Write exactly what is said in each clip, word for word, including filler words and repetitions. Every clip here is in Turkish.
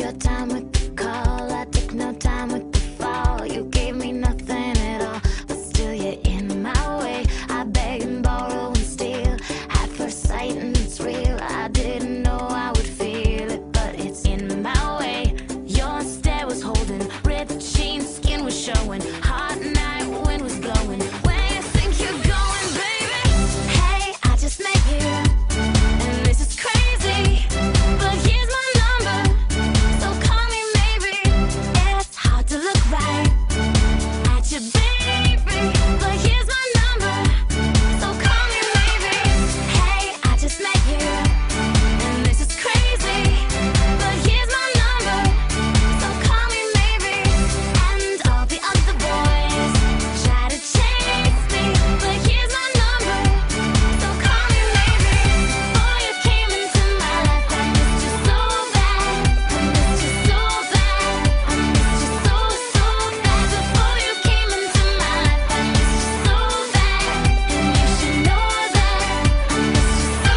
your time with the call. I took no time with the fall. You gave me nothing at all, but still you're in my way. I beg and borrow and steal at first sight, and it's real. I didn't know I would feel it, but it's in my way. Your stare was holding, ripped jeans, skin was showing. Hot night, wind was blowing. Where you think you're going, baby? Hey, I just met you, and this is crazy, but here's my number, so call me maybe. It's hard to look right at you, baby, but here's my number, so call me maybe. Hey, I just met you, and this is crazy, but here's my number, so call me maybe. And all the other boys try to chase me, but here's my number, so call me maybe. Before you came into my life, I missed you so bad. I missed you so bad. I missed you so, so bad. Before you came into my life, I missed you so bad. And you should know that I missed you so,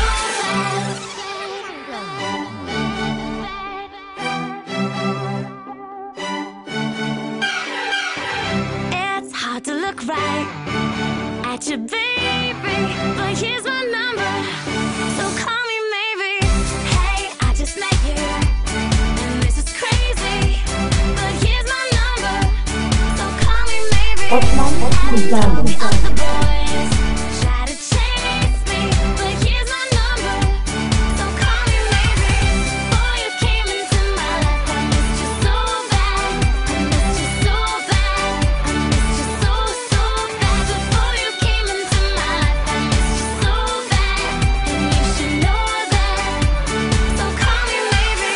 so bad. It's hard to look right at you, baby, but here's my number, so call me maybe. Hey, I just met you, and this is crazy, but here's my number, so call me maybe. Osman Osman All the Güzel'le. other boys try to chase me, but here's my number, so call me maybe. Before you came into my life, I missed you so bad. I missed you so bad. I missed you so, so bad. Before you came into my life, I missed you so bad. And you should know that, so call me maybe.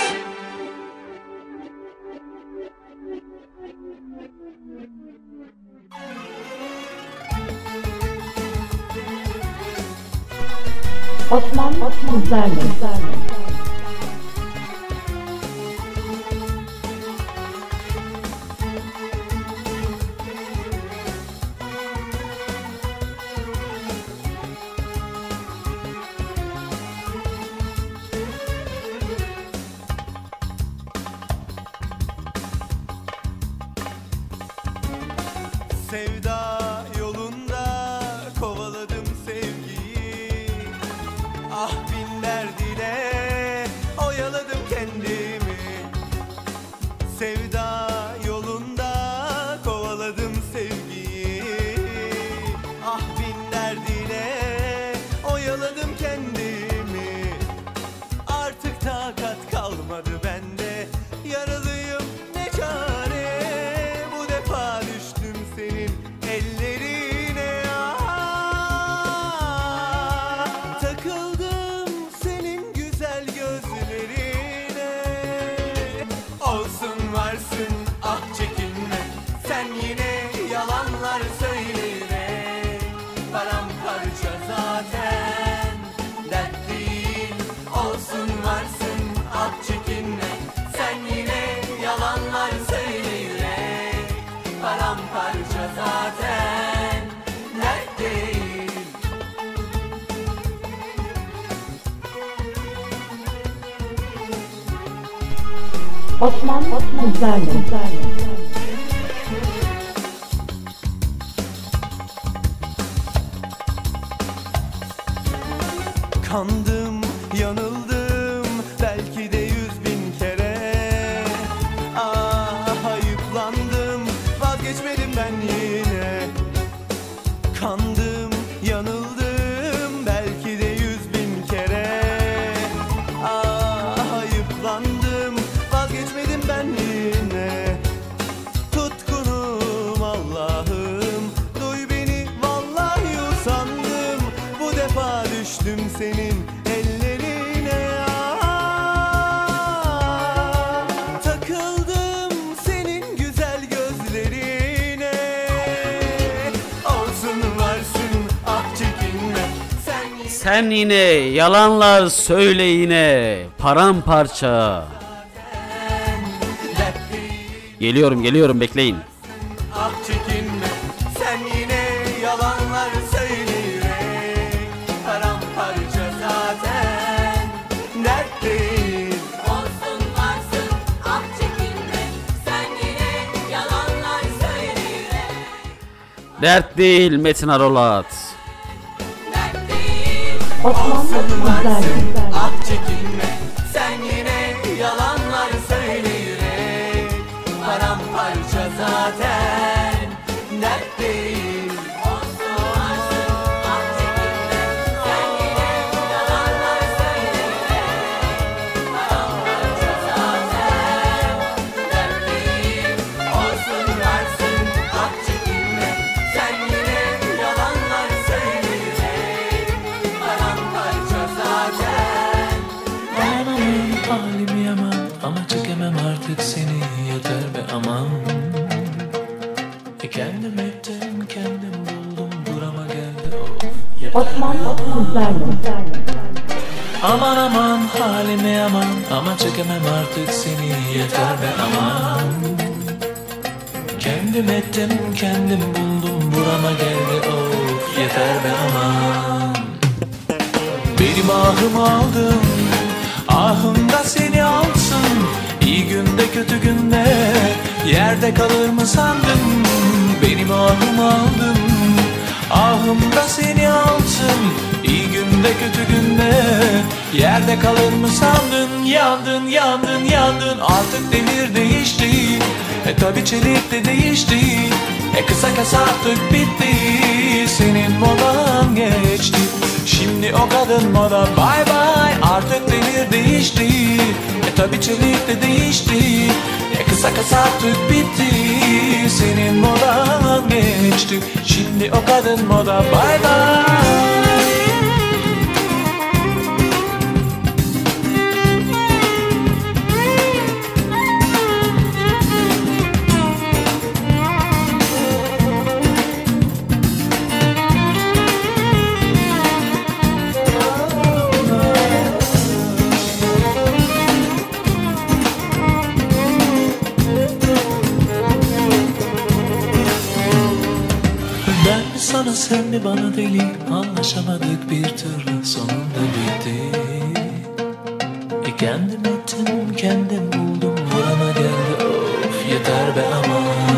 Osman Osman Güzel'le. Sevda yolunda kovaladım sevgiyi. Ah bin derdine oyaladım kendimi. Sevda yolunda kovaladım sevgiyi. Ah bin derdine oyaladım kendimi. Artık takat kalmadı bende. Yaralıyım ne çare. Bu defa düştüm senin ellerine. Ah, takıldım senin güzel gözlerine. Olsun varsın ah çekinme. Sen yine yalanlar söyleyerek. Paramparça zaten dert değil. Olsun varsın ah çekinme. Sen yine yalanlar söyleyerek. Paramparça zaten dert değil. Osman Osman Güzel'le. Kandım, yanıldım belki de yüz bin kere. Ah ayıplandım, vazgeçmedim ben yine. Kandım, yanıldım belki de yüz bin kere. Ah ayıplandım, vazgeçmedim ben yine. Tutkunum Allah'ım, duy beni vallahi usandım. Bu defa düştüm senin ellerine. Ah, takıldım senin güzel gözlerine. Olsun varsın ah çekinme. Sen Sen yine yalanlar söyle yine paramparça. dert değil. Geliyorum geliyorum bekleyin. Ah çekinme. Sen yine yalanlar söyleyerek. Paramparça zaten dert değil. Olsun varsın Dert değil Metin Arolat. Osman Güzellik. Ah çekinme sen yine yalanlar söyleyerek. Paramparça zaten dert değil. Olsun varsın ah çekinme sen yine yalanlar söyleyerek. Paramparça zaten dert değil. Olsun varsın ah çekinme sen yine yalanlar söyleyerek. Paramparça zaten. Aman aman halimi yaman, ama çekemem artık seni, yeter be aman. E kendim ettim kendim buldum, burama geldi of, yeter Osman be aman. Güzellik. Aman aman halimi yaman, ama çekemem artık seni, yeter be aman. Kendim ettim kendim buldum, burama geldi of, yeter be aman. Benim ahım aldım, ahım da seni alsın. İyi günde kötü günde yerde kalır mı sandın? Benim ahım aldım, ahım da seni alsın. İyi günde kötü günde yerde kalır mı sandın? Yandın yandın yandın, artık devir değişti. E tabi çelik de değişti. E kısa kasa artık bitti. Senin modan geçti. Şimdi o kadın moda bye bye, artık devir değişti. E tabi çelik de değişti. E kısa kasa artık bitti. Senin modan geçti. Şimdi o kadın moda bye bye. Ben mi sana sen mi bana deli, anlaşamadık bir türlü, sonunda bitti. E kendim ettim kendim buldum, burama geldi of, yeter be aman.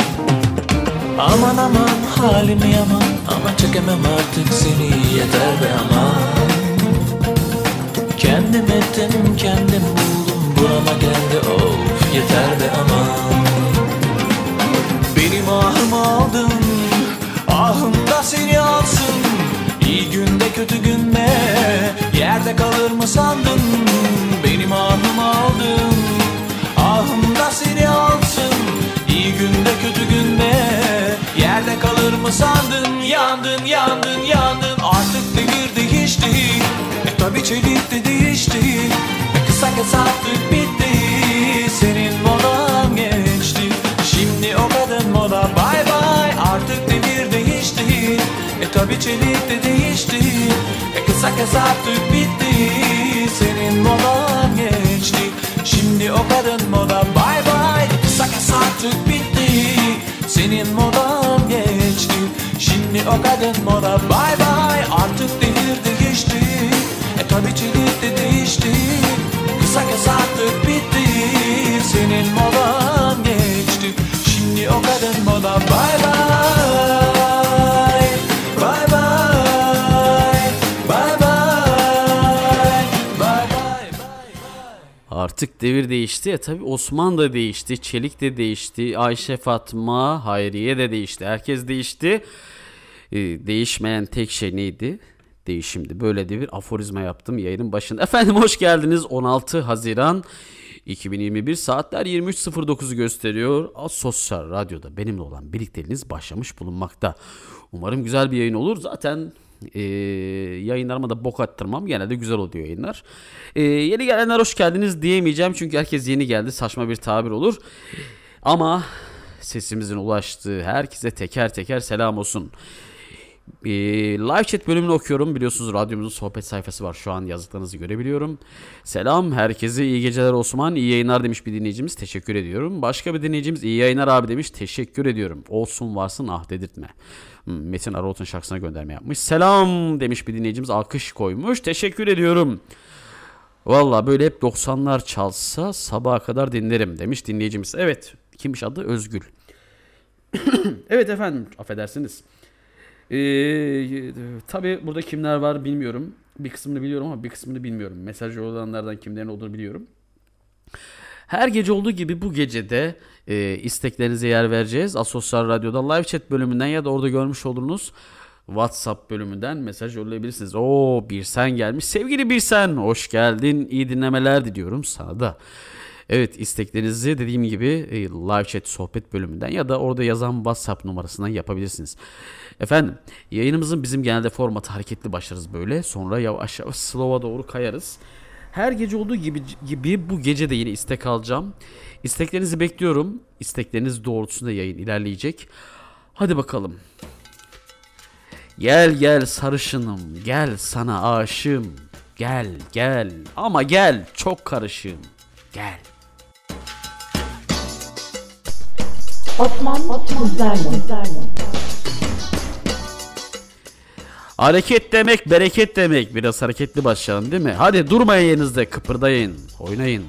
Aman aman halimi yaman, ama çekemem artık seni, yeter be aman. Kendim ettim kendim buldum, burama geldi of, yeter be aman. Benim ahım aldın, ahım da seni alsın. İyi günde kötü günde yerde kalır mı sandın? Benim ahım aldın, ahım da seni alsın. İyi günde kötü günde yerde kalır mı sandın? Yandın yandın yandın, artık devir değişti. E tabi çelik de değişti. E kısa kısa artık bitti. Senin modan geçti. Şimdi o kadın moda bye bye, artık devir değişti. E tabi çelik de değişti. E kısa kısa artık bitti. Senin modan geçti. Şimdi o kadın moda bye bye, e kısa kısa artık bitti. Senin modan geçti. Şimdi o kadın moda bye bye, artık devir değişti. E tabi çelik de değişti. Kısa kısa artık bitti. Senin modan geçti. Şimdi o kadın moda bye bye. Bye bye. Bye bye. Bye bye. Artık devir değişti. E tabi Osman da değişti. Çelik de değişti. Ayşe, Fatma, Hayriye de değişti. Herkes değişti. Ee, değişmeyen tek şey neydi? Değişimdi. Böyle de bir aforizma yaptım yayının başında. Efendim hoş geldiniz. on altı Haziran iki bin yirmi bir, saatler yirmi üç sıfır dokuzu gösteriyor. Sosyal Radyo'da benimle olan birlikteliğiniz başlamış bulunmakta. Umarım güzel bir yayın olur. Zaten e, yayınlarıma da bok attırmam. Genelde güzel oluyor yayınlar. E, yeni gelenler hoş geldiniz diyemeyeceğim. Çünkü herkes yeni geldi. Saçma bir tabir olur. Ama sesimizin ulaştığı herkese teker teker selam olsun. E, live chat bölümünü okuyorum. Biliyorsunuz radyomuzun sohbet sayfası var. Şu an yazdıklarınızı görebiliyorum. Selam herkese, iyi geceler Osman. İyi yayınlar demiş bir dinleyicimiz. Teşekkür ediyorum. Başka bir dinleyicimiz iyi yayınlar abi demiş. Teşekkür ediyorum. Olsun varsın ah dedirtme. Hmm, Metin Arolt'un şarkısına gönderme yapmış. Selam demiş bir dinleyicimiz. Alkış koymuş. Teşekkür ediyorum. Valla böyle hep doksanlar çalsa sabaha kadar dinlerim demiş dinleyicimiz. Evet, kimmiş adı? Özgül. Evet efendim, affedersiniz. Ee, tabii burada kimler var bilmiyorum. Bir kısmını biliyorum ama bir kısmını bilmiyorum. Mesaj yollananlardan kimlerin olduğunu biliyorum. Her gece olduğu gibi bu gecede e, isteklerinize yer vereceğiz. Asosyal Radyo'da live chat bölümünden ya da orada görmüş olduğunuz WhatsApp bölümünden mesaj yollayabilirsiniz. Oo, Birsen gelmiş. Sevgili Birsen, hoş geldin. İyi dinlemeler diliyorum sana da. Evet, isteklerinizi dediğim gibi e, live chat sohbet bölümünden ya da orada yazan WhatsApp numarasından yapabilirsiniz. Efendim, yayınımızın bizim genelde formatı hareketli başlarız böyle. Sonra yavaş yavaş slow'a doğru kayarız. Her gece olduğu gibi gibi bu gece de yine istek alacağım. İsteklerinizi bekliyorum. İstekleriniz doğrultusunda yayın ilerleyecek. Hadi bakalım. Gel gel sarışınım, gel sana aşığım. Gel gel ama gel çok karışığım. Gel. Osman Kızlar'la. Hareket demek bereket demek. Biraz hareketli başlayalım değil mi? Hadi durmayın yerinizde, kıpırdayın, oynayın.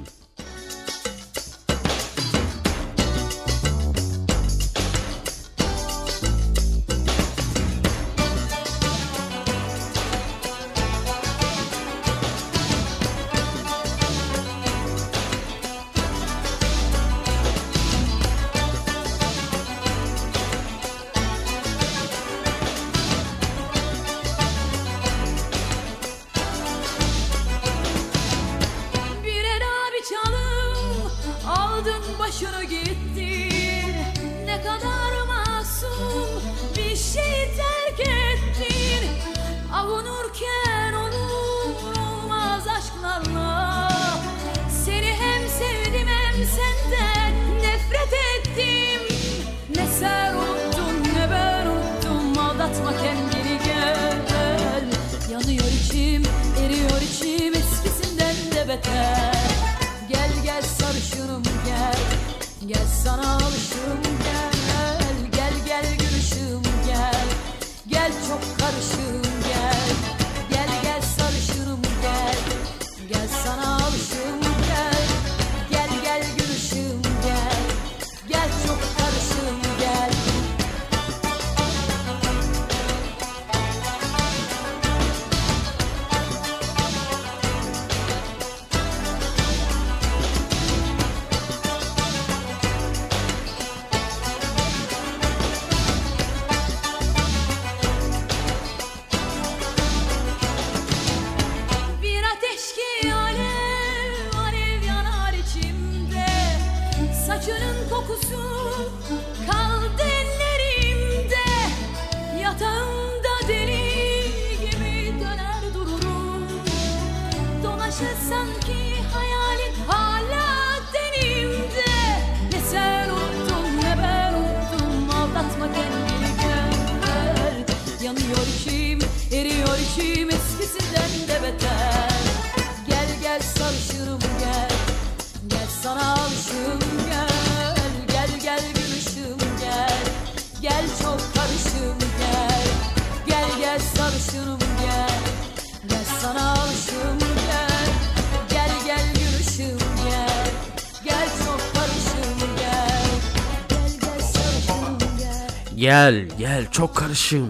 Gel gel çok karışım.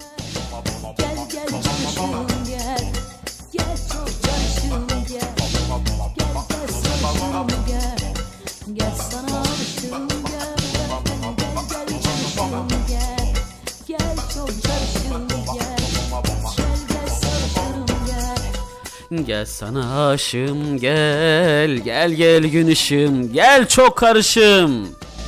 Gel gel karışım gel. Gel çok karışım gel. Gel gel sarışınım gel. Gel sana alışım gel. Gel gel karışım gel. Gel çok karışım gel. Gel gel sarışınım gel. Gel sana aşığım gel. Gel gel gün ışığım. Gel çok karışım.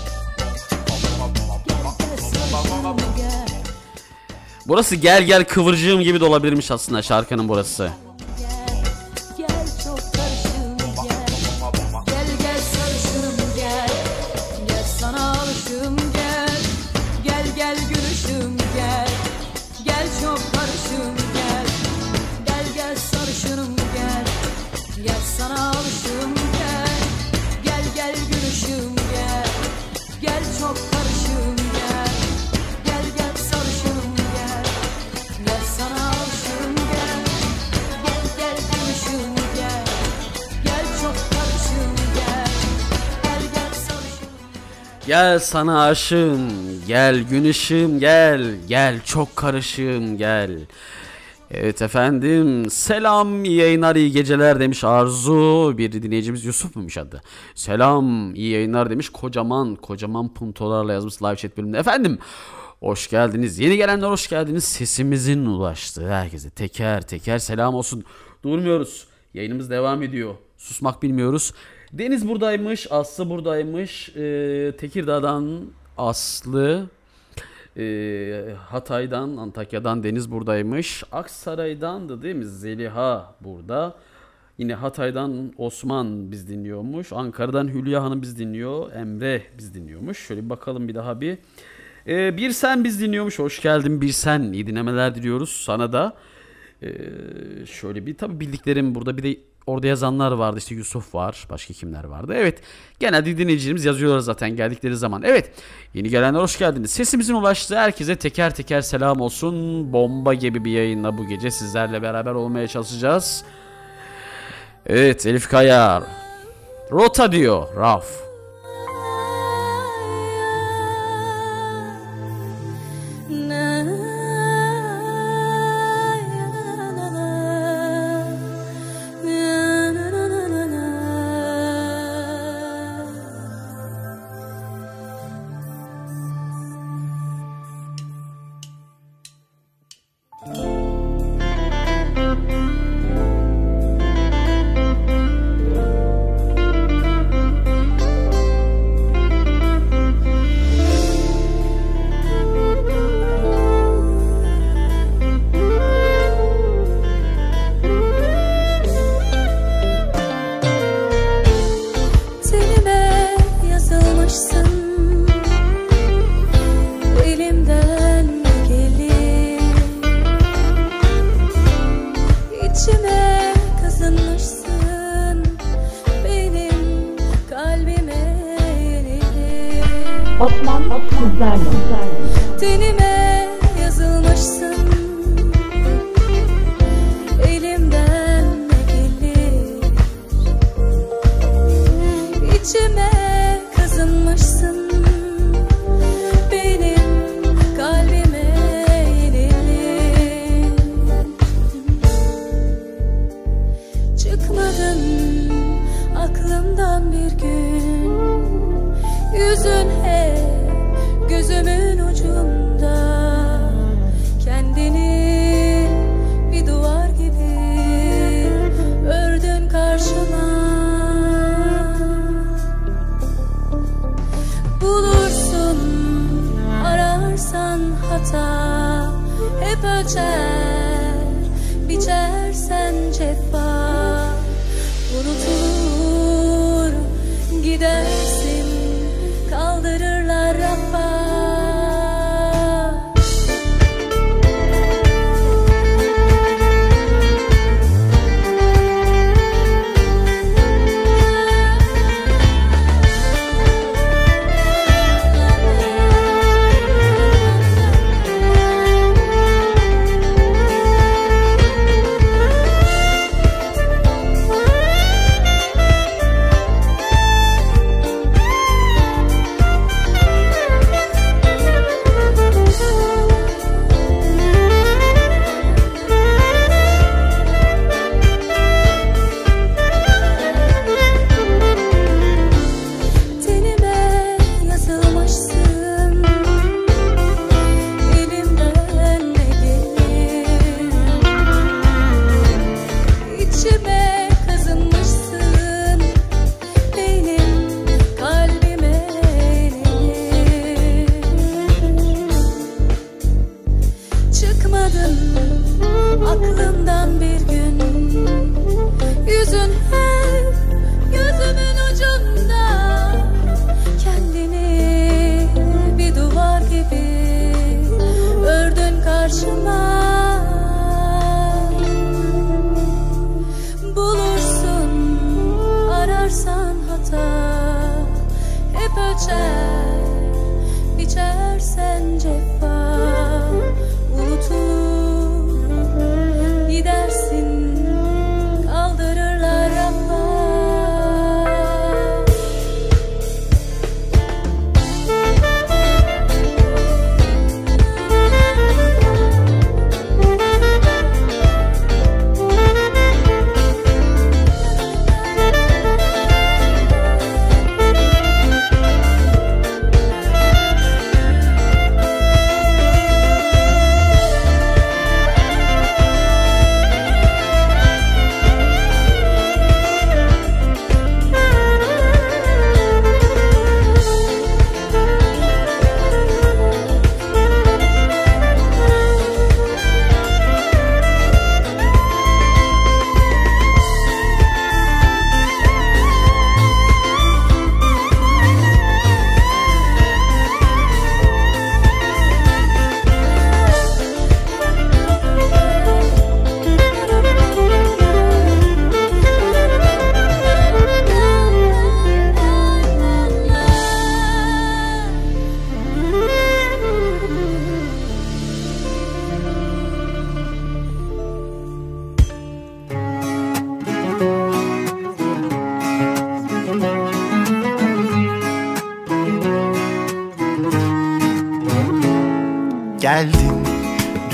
Burası gel gel kıvırcığım gibi de olabilirmiş aslında şarkının burası. Gel, gel çok karışım gel. Gel gel sarışınım gel. Gel sana alışım gel. Gel gel gülüşüm gel. Gel çok karışım gel. Gel gel sarışınım gel. Gel sana alışım gel. Gel gel gülüşüm gel. Gel çok karışım gel. Gel gel sarışınım gel. Gel sana alışım gel. Gel gel gülüşüm gel. Gel çok karışım gel. Gel gel sarışınım. Gel sana aşığım, gel gün ışığım gel, gel çok karışığım gel. Evet efendim, selam, iyi yayınlar, iyi geceler demiş Arzu. Bir dinleyicimiz Yusuf muymuş adı? Selam, iyi yayınlar demiş, kocaman kocaman puntolarla yazmış live chat bölümünde. Efendim, hoş geldiniz, yeni gelenler hoş geldiniz. Sesimizin ulaştığı herkese teker teker selam olsun. Durmuyoruz, yayınımız devam ediyor, susmak bilmiyoruz. Deniz buradaymış, Aslı buradaymış, ee, Tekirdağ'dan Aslı, ee, Hatay'dan, Antakya'dan Deniz buradaymış, Aksaray'dan da değil mi Zeliha burada, yine Hatay'dan Osman biz dinliyormuş, Ankara'dan Hülya Hanım biz dinliyor, Emre biz dinliyormuş. Şöyle bir bakalım bir daha bir. Ee, bir sen biz dinliyormuş, hoş geldin bir sen, iyi dinlemeler diliyoruz sana da. Ee, şöyle bir tabi bildiklerim burada, bir de orada yazanlar vardı, işte Yusuf var, başka kimler vardı. Evet, genelde dinleyicilerimiz yazıyorlar zaten geldikleri zaman. Evet, yeni gelenler hoş geldiniz. Sesimizin ulaştığı herkese teker teker selam olsun. Bomba gibi bir yayınla bu gece sizlerle beraber olmaya çalışacağız. Evet, Elif Kaya Rota diyor Raf. Osman sizlerle. Tenime yazılmışsın, elimden ne gelir, içime kazınmışsın, benim kalbime yenilir. Çıkmadın aklımdan bir gün, yüzün hep gözümün ucunda, kendini bir duvar gibi ördün karşıma. Bulursun ararsan hata, hep ölçer biçersen cefa. Unutulur gidersin, kaldırırlar rafa.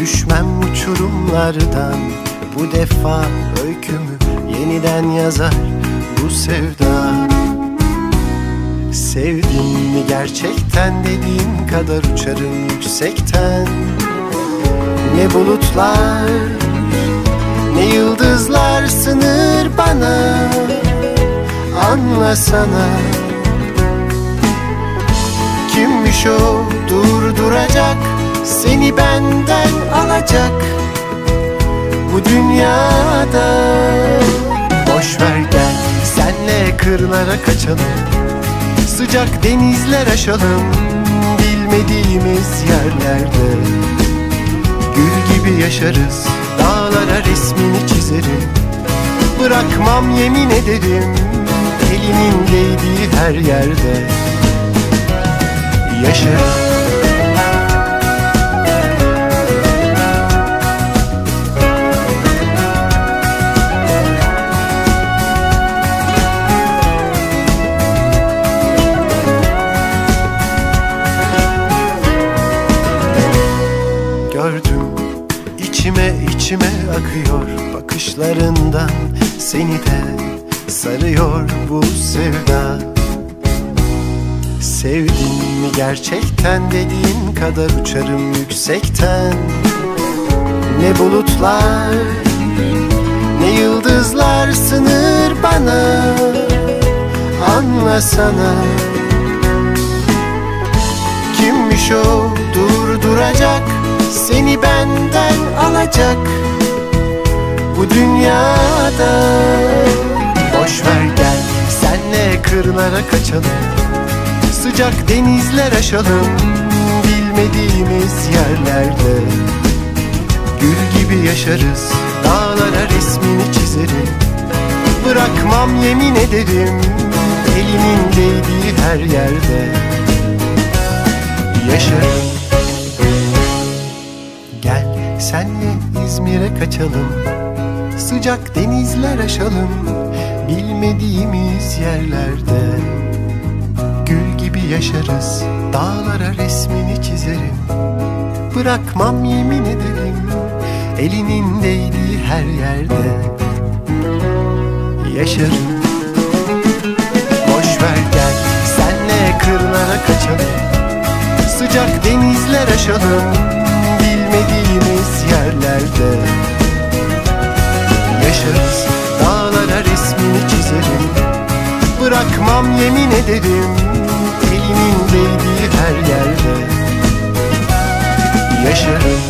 düşmem uçurumlardan. Bu defa öykümü yeniden yazar bu sevda. Sevdin mi gerçekten, dediğin kadar uçarım yüksekten. Ne bulutlar, ne yıldızlar sınır bana. Anlasana, kimmiş o durduracak, seni benden alacak bu dünyada. Boş ver gel, senle kırlara kaçalım, sıcak denizler aşalım, bilmediğimiz yerlerde. Gül gibi yaşarız, dağlara resmini çizerim. Bırakmam yemin ederim, elinin değdiği her yerde yaşarım. Gördüm, içime içime akıyor, bakışlarından seni de sarıyor bu sevda. Sevdin mi gerçekten, dediğin kadar uçarım yüksekten. Ne bulutlar, ne yıldızlar sınır bana. Anlasana, kimmiş o durduracak, seni benden alacak bu dünyada. Boş ver gel, senle kırlara kaçalım, sıcak denizler aşalım, bilmediğimiz yerlerde. Gül gibi yaşarız, dağlara resmini çizerim. Bırakmam yemin ederim, elimin değdiği her yerde yaşarım. Gel senle İzmir'e kaçalım, sıcak denizler aşalım, bilmediğimiz yerlerde. Gül gibi yaşarız, dağlara resmini çizerim. Bırakmam yemin ederim, elinin değdiği her yerde yaşarım. Boş ver gel, senle kırlara kaçalım, sıcak denizler aşalım, bilmediğimiz yerlerde yaşarız. Dağlara resmini çizerim. Bırakmam yemin ederim, elimin değdiği her yerde yaşarım.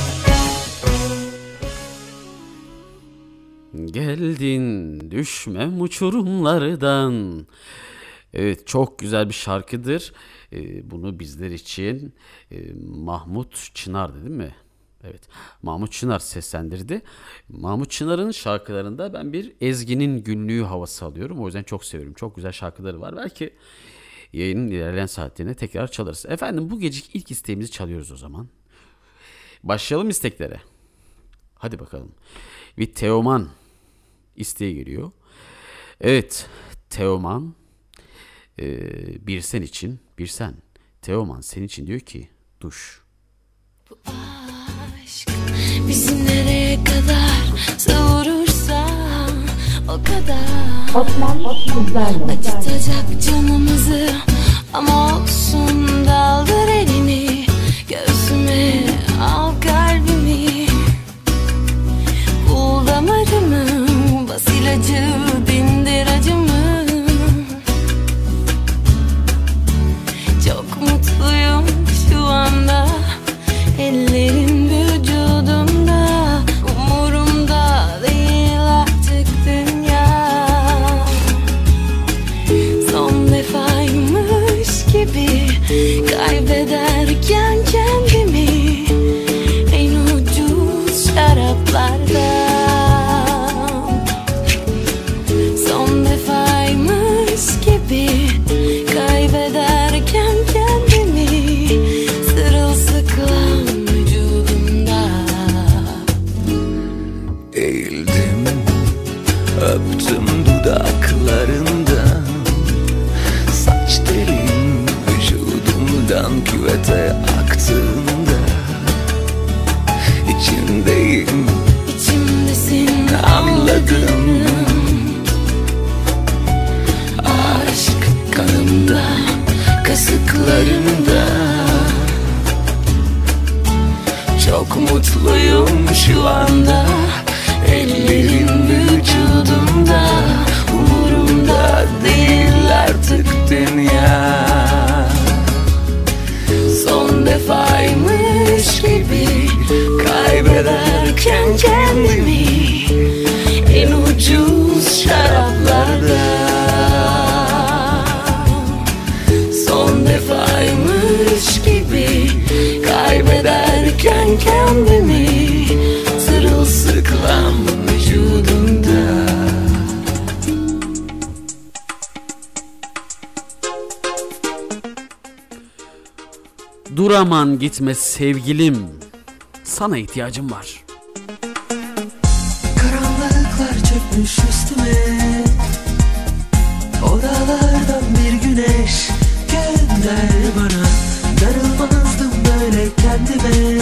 Geldin düşmem uçurumlardan. Evet, çok güzel bir şarkıdır. Ee, bunu bizler için e, Mahmut Çınar'dı değil mi? Evet, Mahmut Çınar seslendirdi. Mahmut Çınar'ın şarkılarında ben bir Ezgi'nin günlüğü havası alıyorum. O yüzden çok seviyorum. Çok güzel şarkıları var. Belki yayının ilerleyen saatlerine tekrar çalarız. Efendim, bu gecik ilk isteğimizi çalıyoruz o zaman. Başlayalım isteklere. Hadi bakalım. Bir Teoman isteği geliyor. Evet, Teoman e, bir sen için bir sen. Teoman senin için diyor ki duş. Aşk bizi nereye kadar savurursa o kadar Osman Otuzlarla acıtacak canımızı, ama olsun daldır elini, göğsüme al kalbimi. Bul damarımı, bas ilacı, dindir acımı. Çok mutluyum şu anda, ellerin vücudumda, umurumda değil artık dünya. Son defaymış gibi kaybederken kendimi en ucuz şaraplarda. Son defaymış gibi kaybederken kendimi sırılsıklam vücudumda. Eğildim, öptüm dudaklarından, saç telin vücudumdan küvete aktığında, İçin bulurken kendimi sırılsıklam vücudumda. Dur aman gitme sevgilim, sana ihtiyacım var. Karanlıklar çökmüş üstüme, odalardan bir güneş gönder bana. Darılmazdım böyle kendime.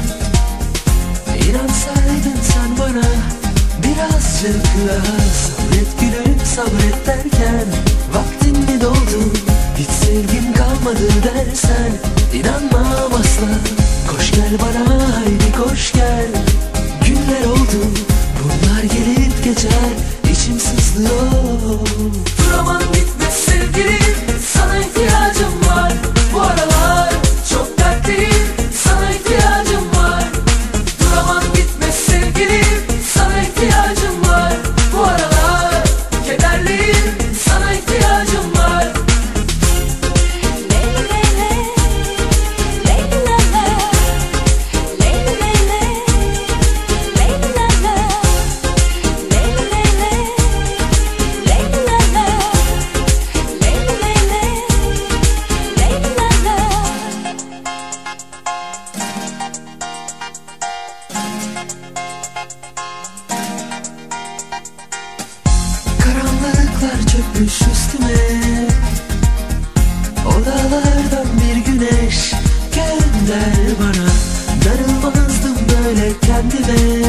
İnansaydın sen bana birazcık daha. Sabret gülüm sabret derken vaktin mi doldu? Hiç sevgim kalmadı dersen İnanmam asla. Koş gel bana haydi koş gel. Günler oldu bunlar gelip geçer. İçim sızlıyor. Dur aman gitme sevgilim, sana ihtiyacım var. Bu aralar çok dertliyim, sana ihtiyacım var. Dur aman gitme sevgilim, sana ihtiyacım var. Bu aralar kederliyim, sana ihtiyacım var. Karanlıklar çökmüş üstüme, odalardan bir güneş gönder bana. Darılmazdım böyle kendime.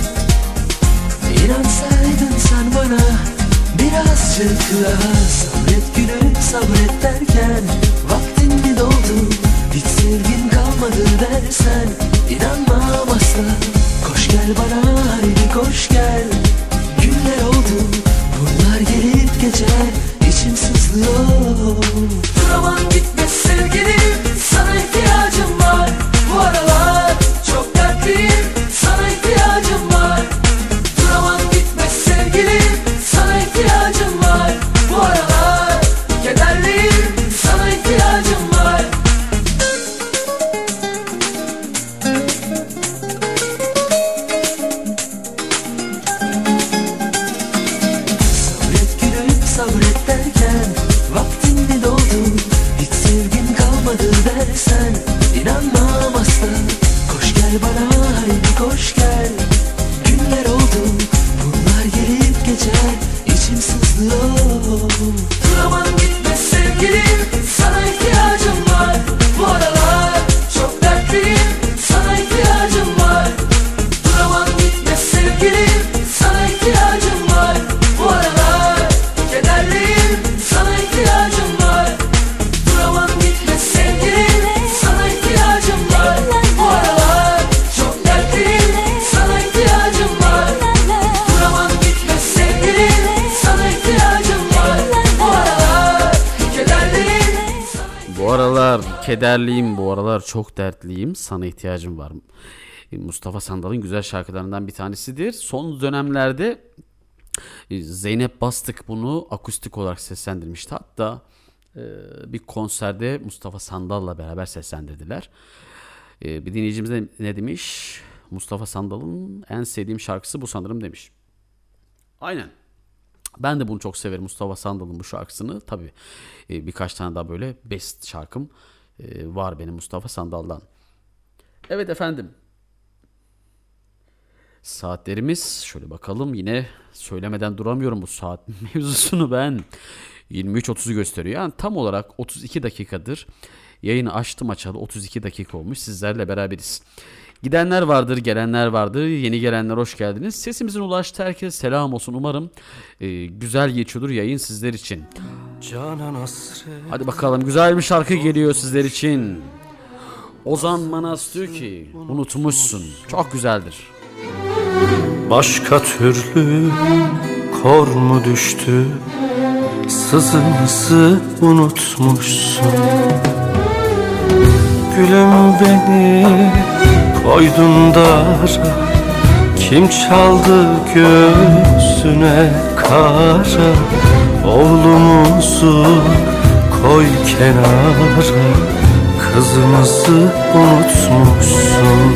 İnansaydın sen bana birazcık daha. Sabret gülüm sabret derken vaktin mi doldu? Hiç sevgin kalmadı dersen İnanmam asla. Koş gel bana haydi koş gel. Günler oldu bunlar gelip geçer. İçim sızlıyor. Dur aman gitme sevgilim, sana ihtiyacım var. Bu aralar çok dertliyim, sana ihtiyacım var. Dur aman gitme sevgilim, sana ihtiyacım var. Bu aralar kederliyim, sana ihtiyacım var. Sabret gülüm sabret derken vaktin mi doldu? Hiç sevgin kalmadı dersen İnanmam asla. Koş gel bana haydi koş gel. Günler oldu bunlar gelip geçer. İçim sızlıyor. Dur aman gitme sevgilim, sana ihtiyacım var. Bu aralar çok dertliyim, sana ihtiyacım var. Dur aman gitme sevgilim, sana ihtiyacım var. Bu aralar kederliyim, sana ihtiyacım var. Dur aman gitme sevgilim, sana ihtiyacım var. Bu aralar çok dertliyim, sana ihtiyacım var. Dur aman gitme sevgilim, sana ihtiyacım var. Bu aralar kederliyim. Bu aralar kederliyim, bu aralar çok dertliyim, sana ihtiyacım var. Mustafa Sandal'ın güzel şarkılarından bir tanesidir. Son dönemlerde Zeynep Bastık bunu akustik olarak seslendirmişti. Hatta e, bir konserde Mustafa Sandal'la beraber seslendirdiler. E, bir dinleyicimiz de ne demiş? Mustafa Sandal'ın en sevdiğim şarkısı bu sanırım demiş. Aynen. Ben de bunu çok severim, Mustafa Sandal'ın bu şarkısını. Tabii e, birkaç tane daha böyle best şarkım e, var benim Mustafa Sandal'dan. Evet efendim. Saatlerimiz şöyle bakalım, yine söylemeden duramıyorum bu saat mevzusunu ben. yirmi üç otuzu gösteriyor. Yani tam olarak otuz iki dakikadır yayını açtım açalı, otuz iki dakika olmuş sizlerle beraberiz. Gidenler vardır, gelenler vardır. Yeni gelenler hoş geldiniz. Sesimizin ulaştığı herkese selam olsun. Umarım e, güzel geçiyordur yayın sizler için. Hadi bakalım, güzel bir şarkı geliyor sizler için. Ozan Manas diyor ki unutmuşsun. Çok güzeldir. Başka türlü kor mu düştü, sızımızı unutmuşsun. Gülüm beni koydun dara, kim çaldı göğsüne kara? Oğlumuzu koy kenara, kızımızı unutmuşsun.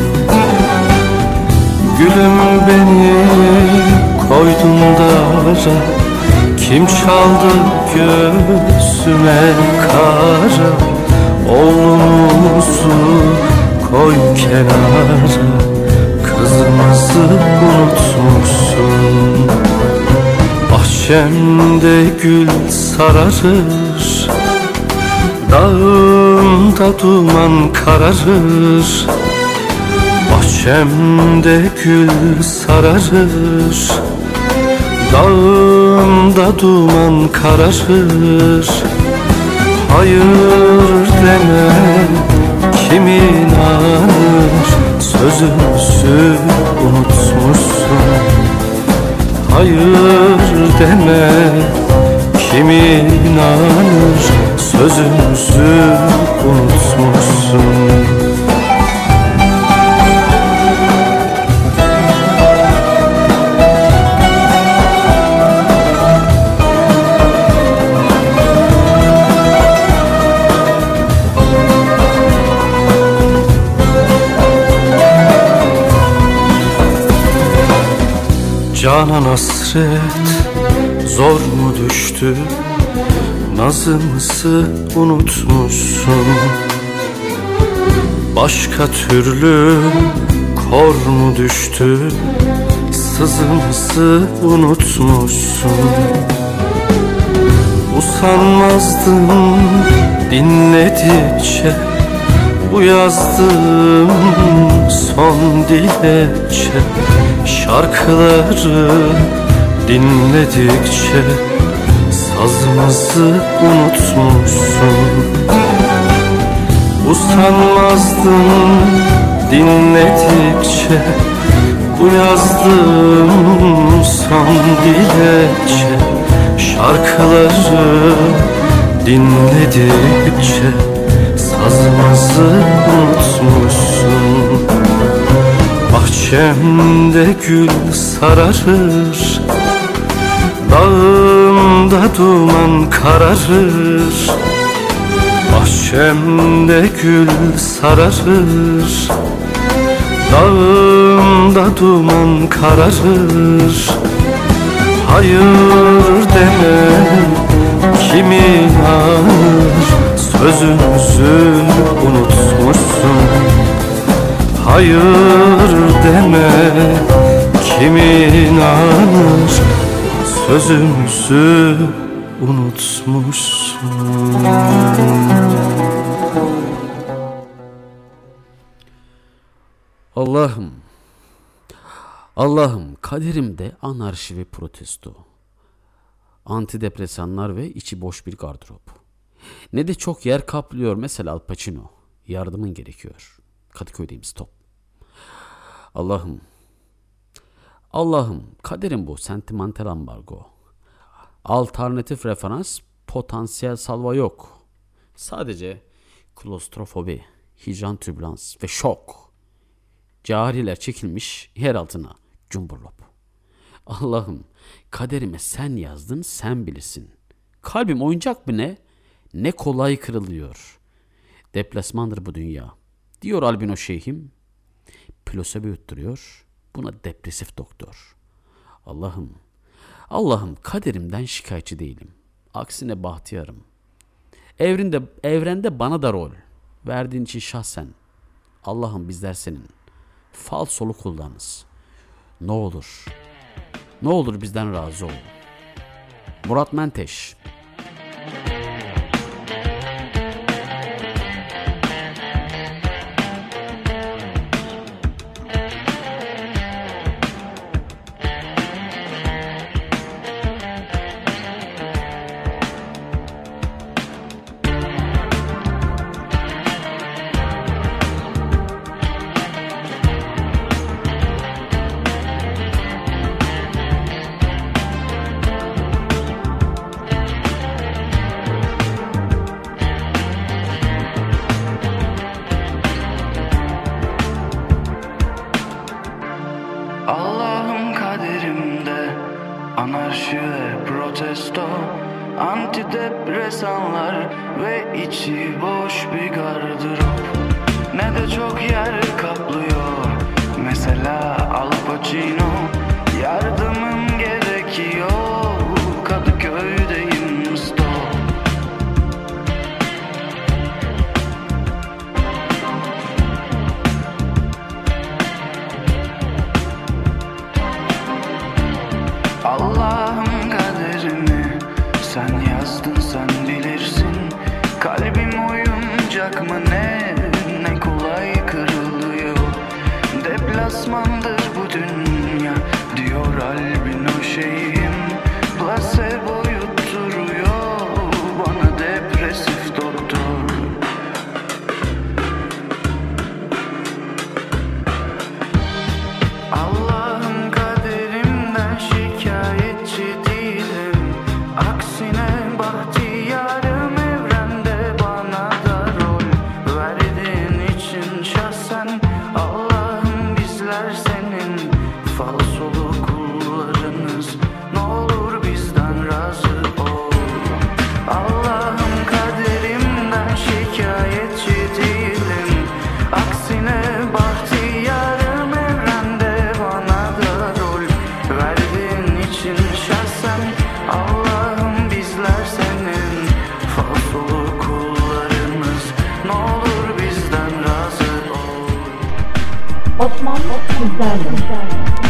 Gülüm beni koydun dara, kim çaldı göğsüme kara? Oğlumuzu koy kenara, kızımızı unutmuşsun. Bahçemde gül sararır, dağımda duman kararır. Bahçemde gül sararır, dağımda duman kararır. Hayır deme, kim inanır? Sözümüzü unutmuşsun. Hayır deme, kim inanır? Sözümüzü unutmuşsun. Canan hasret zor mu düştü? Nazımızı unutmuşsun. Başka türlü kor mu düştü? Sızımızı unutmuşsun. Usanmazdım dinledikçe bu yazdığım son dilekçe. Şarkıları dinledikçe sazımızı unutmuşsun. Usanmazdım dinledikçe bu yazdığım son dilekçe. Şarkıları dinledikçe sazımızı unutmuşsun. Bahçemde gül sararır, dağımda duman kararır. Bahçemde gül sararır, dağımda duman kararır. Hayır deme, kim inanır? Sözümüzü unutmuşsun. Hayır deme, kim inanır? Sözümüzü unutmuşsun. Allah'ım, Allah'ım kaderimde anarşi ve protesto, antidepresanlar ve içi boş bir gardırop. Ne de çok yer kaplıyor mesela Al Pacino. Yardımın gerekiyor. Kadıköy'deyim, stop. Allah'ım, Allah'ım kaderim bu sentimental ambargo. Alternatif referans, potansiyel salva yok. Sadece klostrofobi, hicran türbülans ve şok. Cariler çekilmiş yer altına cumburlop. Allah'ım kaderime sen yazdın, sen bilirsin. Kalbim oyuncak mı ne? Ne kolay kırılıyor. Deplasmandır bu dünya, diyor albino şeyhim. Plosebi yutturuyor, buna depresif doktor. Allah'ım, Allah'ım kaderimden şikayetçi değilim. Aksine bahtiyarım. Evrende, evrende bana da rol verdiğin için şahsen. Allah'ım bizler senin falsolu kullarınız. Ne olur, ne olur bizden razı ol. Murat Menteş. Allah'ım kaderimde anarşi ve protesto, antidepresanlar ve içi boş bir gardırop. Ne de çok yer kaplıyor, mesela Al Pacino. Yardımım gerekiyor, Kadıköy'deyim stop. Allah'ın kaderini sen yazdın, sen bilirsin. Kalbim oyuncak mı ne, ne kolay kırılıyor. Deplasmandır bu dünya diyor albino şeyim. Placebo yutturuyor bana depresif doktor. Allah'ın kaderimden şikayetçi değilim. Aksine bahtiyarım, evrende bana da rol verdiğin için şahsen Allah'ım bizler senin falsolu kullarınız. Ne olur bizden razı ol. Allah'ım kaderimden şikayetçi değilim. Aksine bahtiyarım, evrende bana da rol verdiğin için şahsen Allah'ım bizler senin falsolu kullarınız. Ne olur bizden razı ol. Osman sizlerle.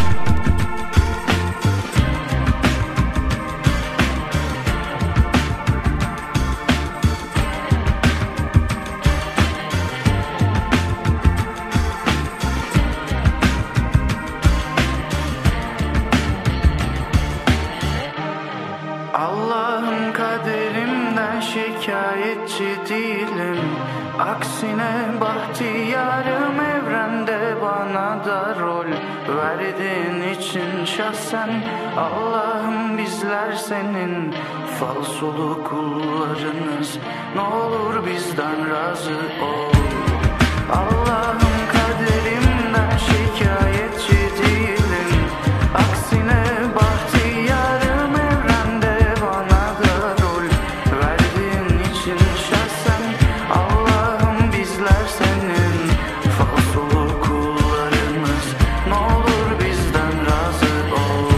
Allah'ım kaderimden şikayetçi değilim. Aksine bahtiyarım, evrende bana da rol verdiğin için şahsen Allah'ım bizler senin falsolu kullarınız. Ne olur bizden razı ol. Allah'ım kaderimden şikayetçi değilim. Aksine bahtiyarım, evrende bana da rol verdiğin için şahsen Allah'ım bizler senin falsolu kullarınız. Ne olur bizden razı ol.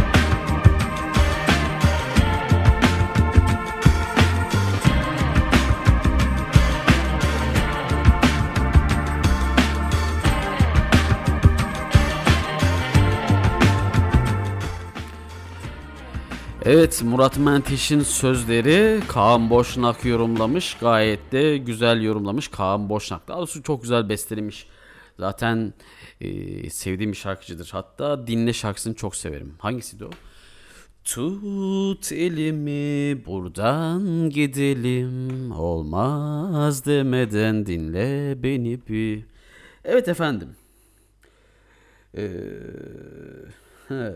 Evet, Murat Menteş'in sözleri Kaan Boşnak yorumlamış. Gayet de güzel yorumlamış Kaan Boşnak. Daha doğrusu çok güzel bestelemiş. Zaten e, sevdiğim bir şarkıcıdır. Hatta Dinle şarkısını çok severim. Hangisiydi o? Tut elimi buradan gidelim, olmaz demeden dinle beni bir. Evet efendim. Ee, he.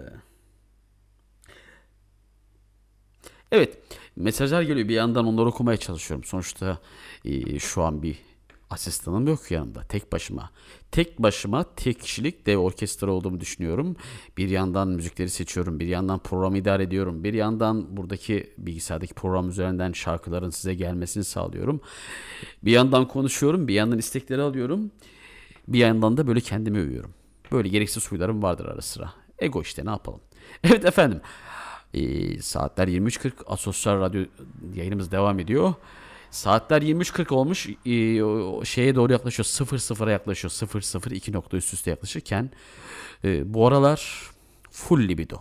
Evet, mesajlar geliyor. Bir yandan onları okumaya çalışıyorum. Sonuçta e, şu an bir asistanım yok yanımda. Tek başıma. Tek başıma tek kişilik dev orkestra olduğumu düşünüyorum. Bir yandan müzikleri seçiyorum. Bir yandan programı idare ediyorum. Bir yandan buradaki bilgisayardaki program üzerinden şarkıların size gelmesini sağlıyorum. Bir yandan konuşuyorum. Bir yandan istekleri alıyorum. Bir yandan da böyle kendimi övüyorum. Böyle gereksiz huylarım vardır ara sıra. Ego işte, ne yapalım. Evet efendim. E, saatler yirmi üç kırk, Asosyal Radyo yayınımız devam ediyor. Saatler yirmi üç kırk olmuş. E, o şeye doğru yaklaşıyor. sıfır sıfıra yaklaşıyor. sıfır sıfır iki nokta üst üste yaklaşırken e, bu aralar full libido.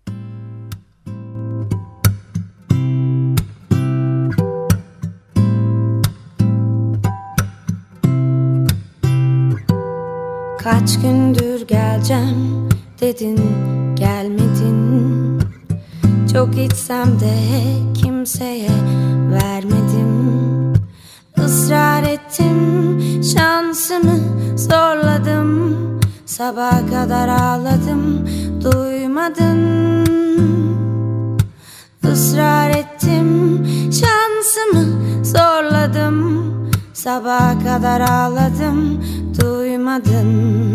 Kaç gündür geleceğim dedin, gelmedin. Çok içsem de kimseye vermedim. Israr ettim, şansımı zorladım. Sabaha kadar ağladım, duymadın. Israr ettim, şansımı zorladım. Sabaha kadar ağladım, duymadın.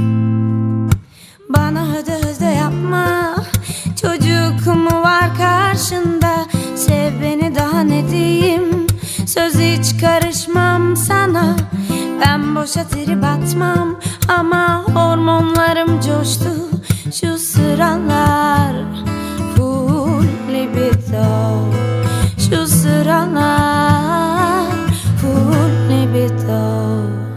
Bana hıdı hıdı yapma, çocuk mu var karşında? Sev beni. hiç karışmam sana. Ben boşa trip atmam ama hormonlarım coştu şu sıralar. Full libido şu sıralar. Full libido.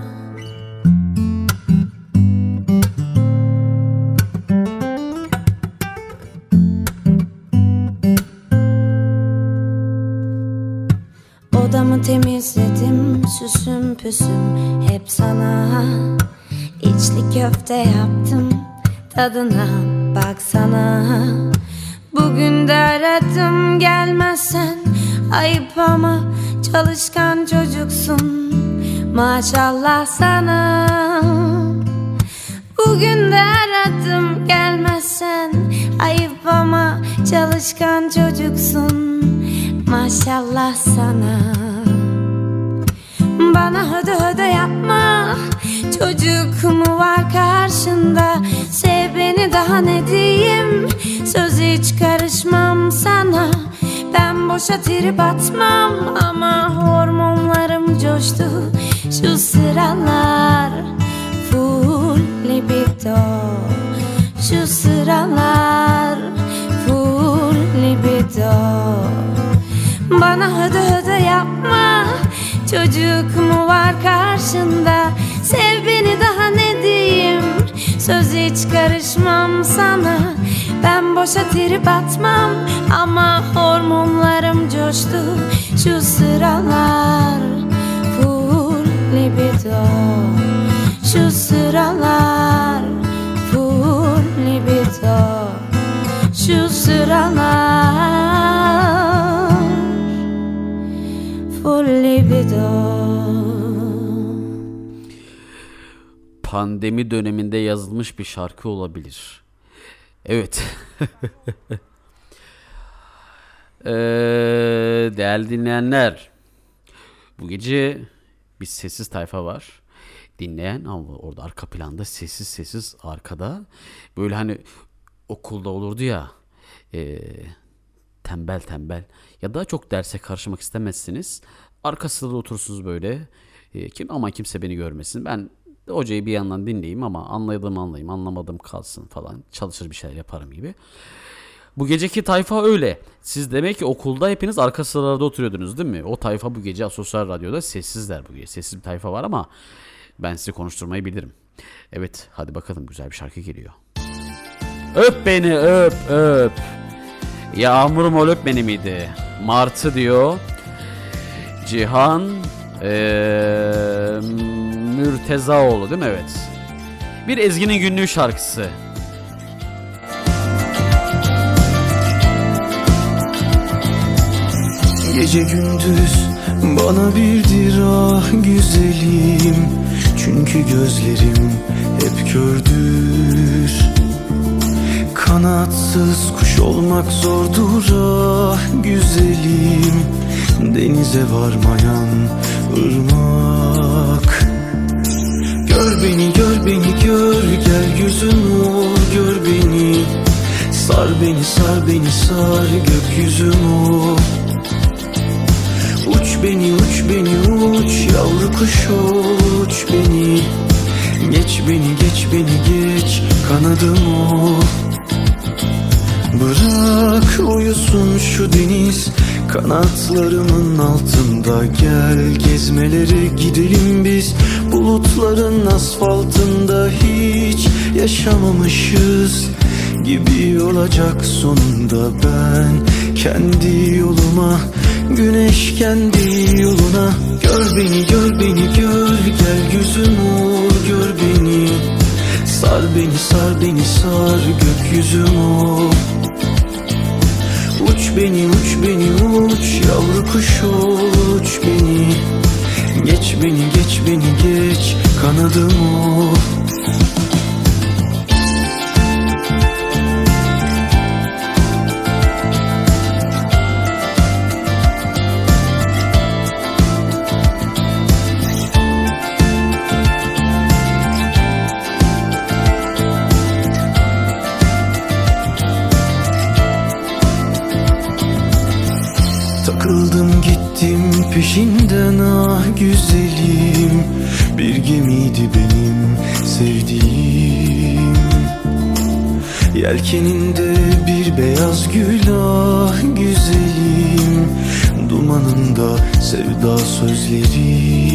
Odamı temizledim, süsüm püsüm hep sana. İçli köfte yaptım, tadına baksana. Bugün de aradım, gelmezsen ayıp ama çalışkan çocuksun, maşallah sana. Bugün de aradım, gelmezsen ayıp ama çalışkan çocuksun, maşallah sana. Bana hödö hödö yapma, çocuk mu var karşında? Sev beni daha ne diyeyim, söz hiç karışmam sana. Ben boşa trip atmam ama hormonlarım coştu şu sıralar. Full libido şu sıralar. Full libido. Bana hödö hödö yapma, çocuk mu var karşında? Sev beni daha ne diyeyim, söz hiç karışmam sana. Ben boşa trip atmam ama hormonlarım coştu şu sıralar. Full libido şu sıralar. Full libido şu sıralar. Full libido. Pandemi döneminde yazılmış bir şarkı olabilir. Evet. ee, değerli dinleyenler, bu gece bir sessiz tayfa var. Dinleyen ama orada arka planda sessiz sessiz arkada. Böyle hani okulda olurdu ya, e, tembel tembel ya da çok derse karışmak istemezsiniz. Arka sırada oturursunuz böyle. E, kim ama kimse beni görmesin. Ben hocayı bir yandan dinleyeyim ama anladığımı anlayayım, anlamadım kalsın falan. Çalışır bir şeyler yaparım gibi. Bu geceki tayfa öyle. Siz demek ki okulda hepiniz arka sıralarda oturuyordunuz değil mi? O tayfa bu gece Asosyal Radyo'da sessizler bu gece. Sessiz bir tayfa var ama ben sizi konuşturmayı bilirim. Evet, hadi bakalım, güzel bir şarkı geliyor. Öp beni öp öp. Yağmurum ol öp beni miydi? Martı diyor. Cihan ee, Mürtezaoğlu değil mi? Evet. Bir Ezgi'nin günlüğü şarkısı. Gece gündüz bana birdir ah güzelim. Çünkü gözlerim hep kördür. Kanatsız kuş olmak zordur ah güzelim. Denize varmayan ırmak. Gör beni gör beni gör, gel gözüm ol gör beni. Sar beni sar beni sar, gökyüzüm ol. Uç beni uç beni uç, yavru kuş uç beni. Geç beni geç beni geç, kanadım ol. Bırak uyusun şu deniz kanatlarımın altında. Gel gezmelere gidelim biz, bulutların asfaltında. Hiç yaşamamışız gibi olacak sonunda. Ben kendi yoluma, güneş kendi yoluna. Gör beni gör beni gör, gel gözüm ol gör beni. Sar beni sar beni sar, gökyüzüm ol. Uç beni uç beni uç, yavru kuş uç beni. Geç beni geç beni geç, kanadım ol. Takıldım gittim gittim peşinden ah güzelim. Bir gemiydi benim sevdiğim. Yelkeninde bir beyaz gül ah güzelim. Dumanında sevda sözleri.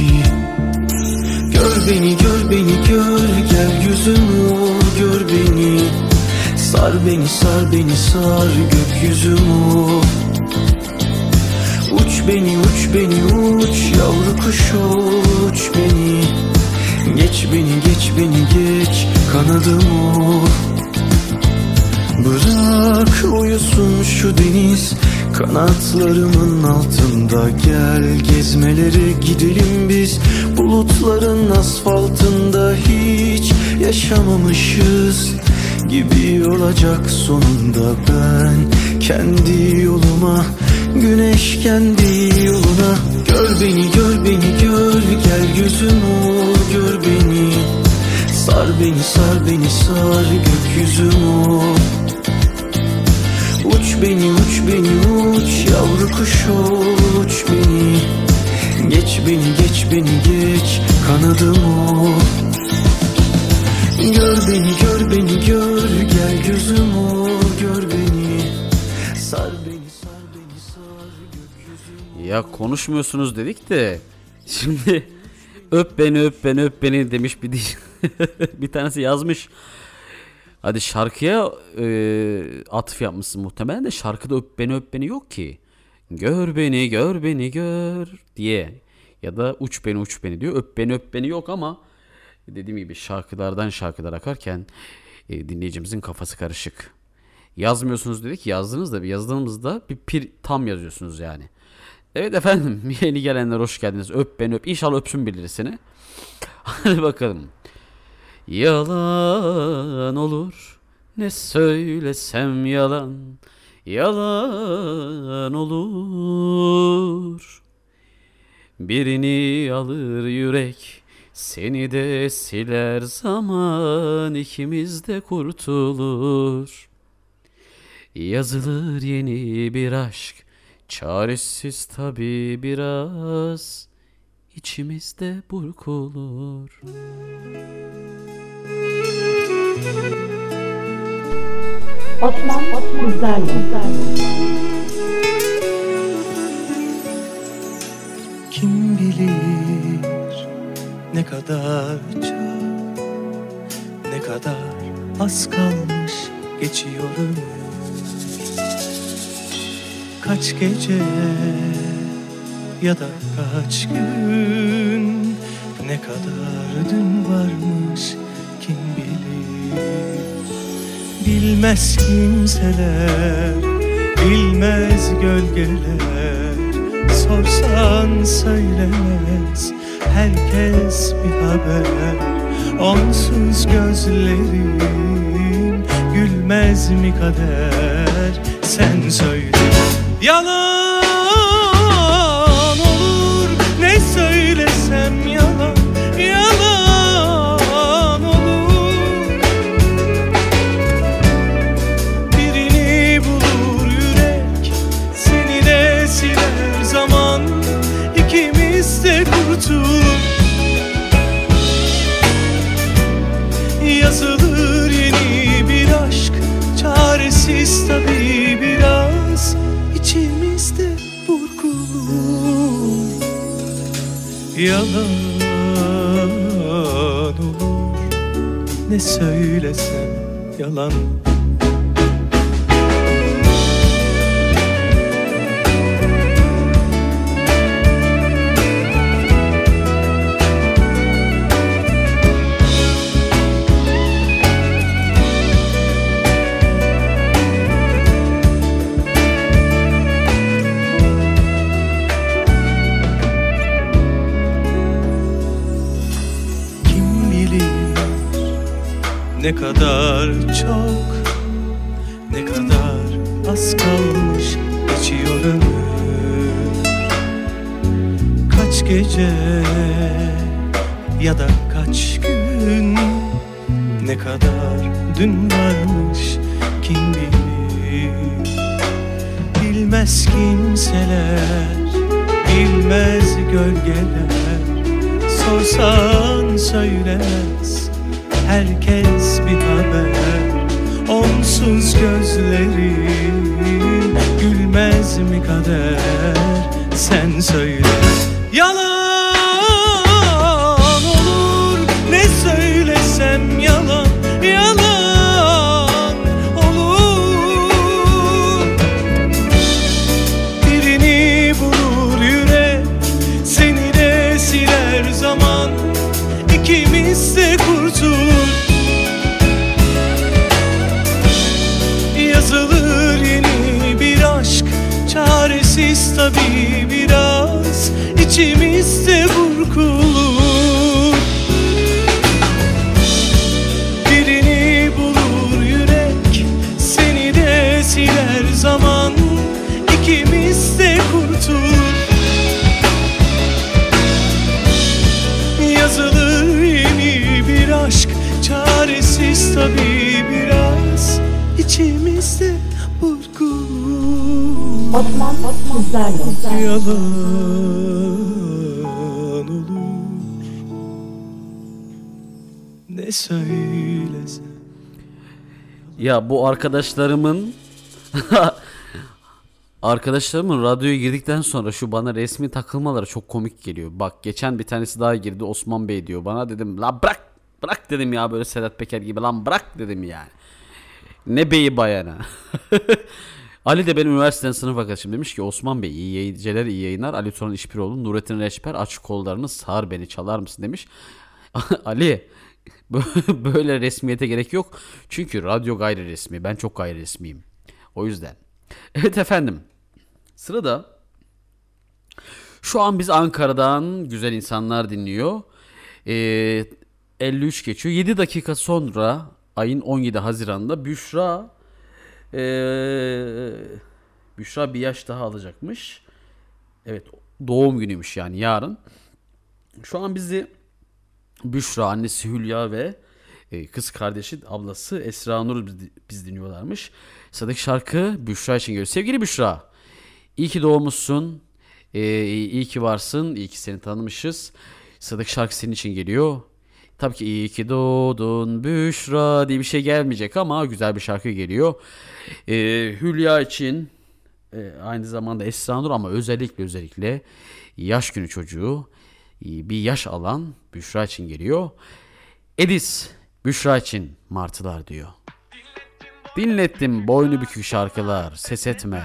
Gör beni, gör beni, gör, gel yüzümü ol, gör beni. Sar beni, sar beni, sar gökyüzümü ol. Uç beni, uç beni, uç yavru kuş uç beni. Geç beni, geç beni, geç kanadımı ol. Bırak uyusun şu deniz kanatlarımın altında. Gel gezmelere gidelim biz, bulutların asfaltında. Hiç yaşamamışız gibi olacak sonunda. Ben kendi yoluma, güneş kendi yoluna. Gör beni, gör beni, gör, gel gözüm ol, gör beni. Sar beni, sar beni, sar gökyüzüm ol. Uç beni, uç beni, uç yavru kuş uç beni. Geç beni, geç beni, geç kanadımı ol. Gör beni, gör beni, gör, gel gözüm ol, gör beni. Sar beni, sar beni, sar gökyüzüm. Ya konuşmuyorsunuz dedik de şimdi öp beni, öp beni, öp beni demiş bir bir tanesi yazmış. Hadi şarkıya e, atıf yapmışsın muhtemelen de şarkıda öp beni, öp beni yok ki. Gör beni, gör beni, gör diye ya da uç beni, uç beni diyor. Öp beni, öp beni yok ama dediğim gibi şarkılardan şarkılar akarken e, dinleyicimizin kafası karışık. Yazmıyorsunuz dedik, yazdınız da bir yazdığımızda bir pir tam yazıyorsunuz yani. Evet efendim, yeni gelenler hoş geldiniz. Öp beni, öp. İnşallah öpsün birileri. Hadi bakalım. Yalan olur ne söylesem yalan, yalan olur. Birini alır yürek, seni de siler zaman, ikimiz de kurtulur. Yazılır yeni bir aşk, çaresiz tabi biraz, içimizde burkulur. Osman sizlerle. Kim bilir ne kadar çok, ne kadar az kalmış geçiyorum. Kaç gece ya da kaç gün, ne kadar dün varmış kim bilir. Bilmez kimseler, bilmez gölgeler, sorsan söylemez herkes bir haber. Onsuz gözlerim gülmez mi kader, sen söyle. Yalan olur ne söylesem yalan, yalan olur. Birini bulur yürek, seni de siler zaman, ikimiz de kurtulur. Yazılır yeni bir aşk, çaresiz tabii biraz, İçimizde burkulur. Yalan olur ne söylesem yalan. Ne kadar çok, ne kadar az kalmış geçiyor ömür. Kaç gece ya da kaç gün, ne kadar dün varmış kim bilir. Bilmez kimseler, Bilmez gölgeler, sorsan söylemez herkes bir haber. Onsuz gözlerim gülmez mi kader, sen söyle. Yalan olur ne söylesem, yalan yalan olur. Birini bulur yürek, seni de siler zaman, ikimiz de kurtul. Yazılır yeni bir aşk, çaresiz tabii biraz, içimizde burkulur. Birini bulur yürek, seni de siler zaman, ikimiz de kurtulur. Yazılır yeni bir aşk, çaresiz tabii biraz, içimizde burkulur. Osman sizlerle. Yalan olur ne söylesem. Ya bu arkadaşlarımın arkadaşlarımın radyoya girdikten sonra şu bana resmi takılmaları çok komik geliyor. Bak geçen bir tanesi daha girdi, Osman Bey diyor bana, dedim la bırak bırak dedim ya, böyle Sedat Peker gibi lan bırak dedim yani. Ne beyi bayana. Ali de benim üniversiteden sınıf arkadaşım, demiş ki Osman Bey iyi geceler, iyi yayınlar. Ali Turan İşbiroğlu, Nurettin Reçber, aç kollarını sar beni çalar mısın demiş. Ali böyle resmiyete gerek yok. Çünkü radyo gayri resmi, ben çok gayri resmiyim. O yüzden. Evet efendim. Sırada şu an biz Ankara'dan güzel insanlar dinliyor. Ee, elli üç geçiyor. yedi dakika sonra ayın on yedi Haziran'da Büşra Ee, Büşra bir yaş daha alacakmış. Evet, doğum günüymüş yani yarın. Şu an bizi Büşra, annesi Hülya ve e, kız kardeşi ablası Esra Nur biz, biz dinliyorlarmış. Sıradaki şarkı Büşra için geliyor. Sevgili Büşra, iyi ki doğmuşsun, ee, iyi ki varsın, iyi ki seni tanımışız. Sıradaki şarkı senin için geliyor. Tabii ki iyi ki doğdun Büşra diye bir şey gelmeyecek ama güzel bir şarkı geliyor. Ee, Hülya için e, aynı zamanda Esra Nur, ama özellikle özellikle yaş günü çocuğu, e, bir yaş alan Büşra için geliyor. Edis Büşra için Martılar diyor. Dinlettim boynu bükük şarkılar, ses etme.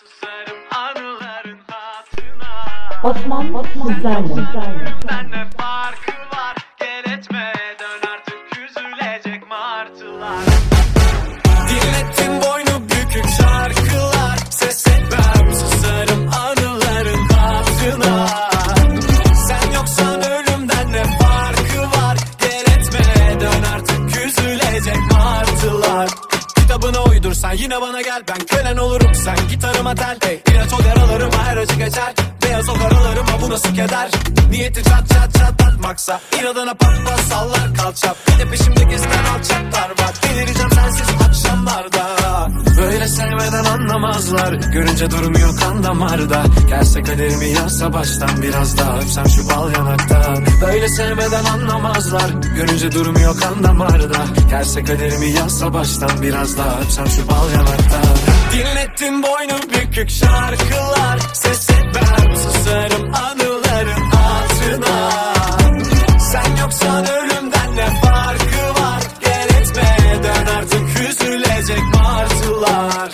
Osman sizlerle. Benle farkı var, gel etme, dön artık üzülecek martılar. Dinlettim boynu bükük şarkılar, ses etmem, susarım anıların hatırına. Sen yoksan ölümden ne farkı var, gel etme, dön artık üzülecek martılar. Kitabına uydursan yine bana gel, ben kölen olurum, sen gitarıma tel. Hey, ilaç ol yaralarıma, her acı geçer. Beyaz o karalarıma, bu nasıl keder? Niyeti çat çat çatlatmaksa inadına pat pat sallar kalça. Bir de peşimde gezen alçaklar var, delireceğim sensiz akşamlarda. Böyle sevmeden anlamazlar, görünce durmuyor kan damarda. Gelse kaderimi yazsa baştan, biraz daha öpsem şu bal yanaktan. Böyle sevmeden anlamazlar, görünce durmuyor kan damarda. Gelse kaderimi yazsa baştan, biraz daha öpsem şu bal yanaktan. Dinlettim boynu bükük şarkılar, ses etmem, susarım anıların hatırına. Sen yoksan ölümden ne farkı var, gel etme, dön artık üzülecek martılar.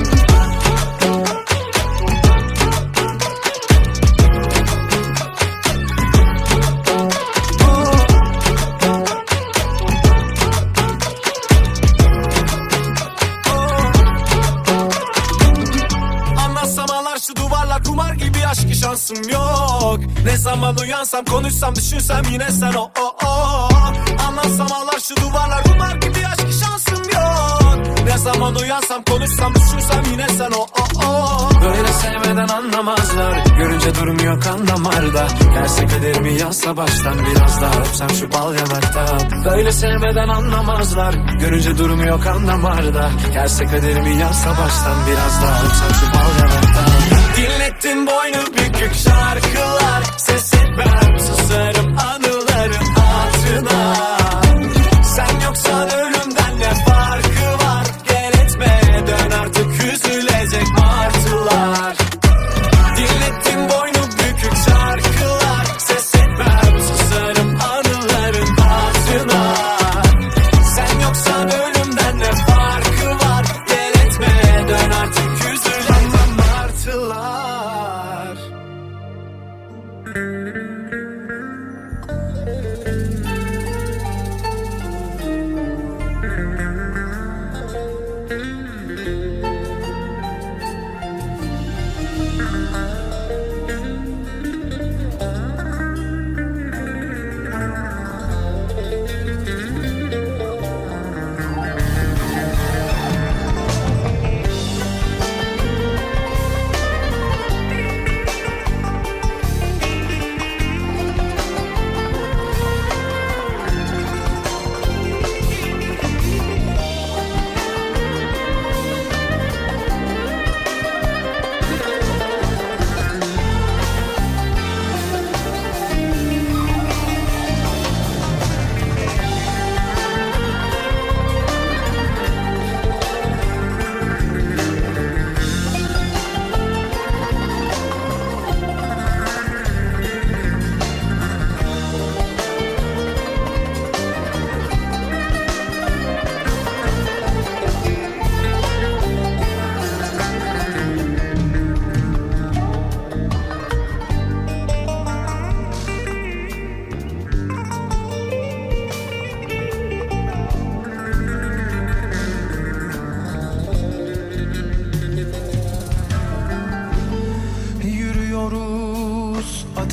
Kumar gibi aşk şansım yok. Ne zaman uyansam, konuşsam, düşünsem yine sen o o o. Anlatsam ağlar şu duvarlar, kumar gibi aşk şansım yok. Ne zaman uyansam, konuşsam, düşünsem yine sen o o o. Böyle sevmeden anlamazlar, görünce durmuyor kan damarda. Gelse kaderimi yazsa baştan, biraz daha öpsem şu bal yanaktan. Böyle sevmeden anlamazlar, görünce durmuyor kan damarda. Gelse kaderimi yazsa baştan, biraz daha öpsem şu bal yanaktan. Dinlettin boynu bükük şarkı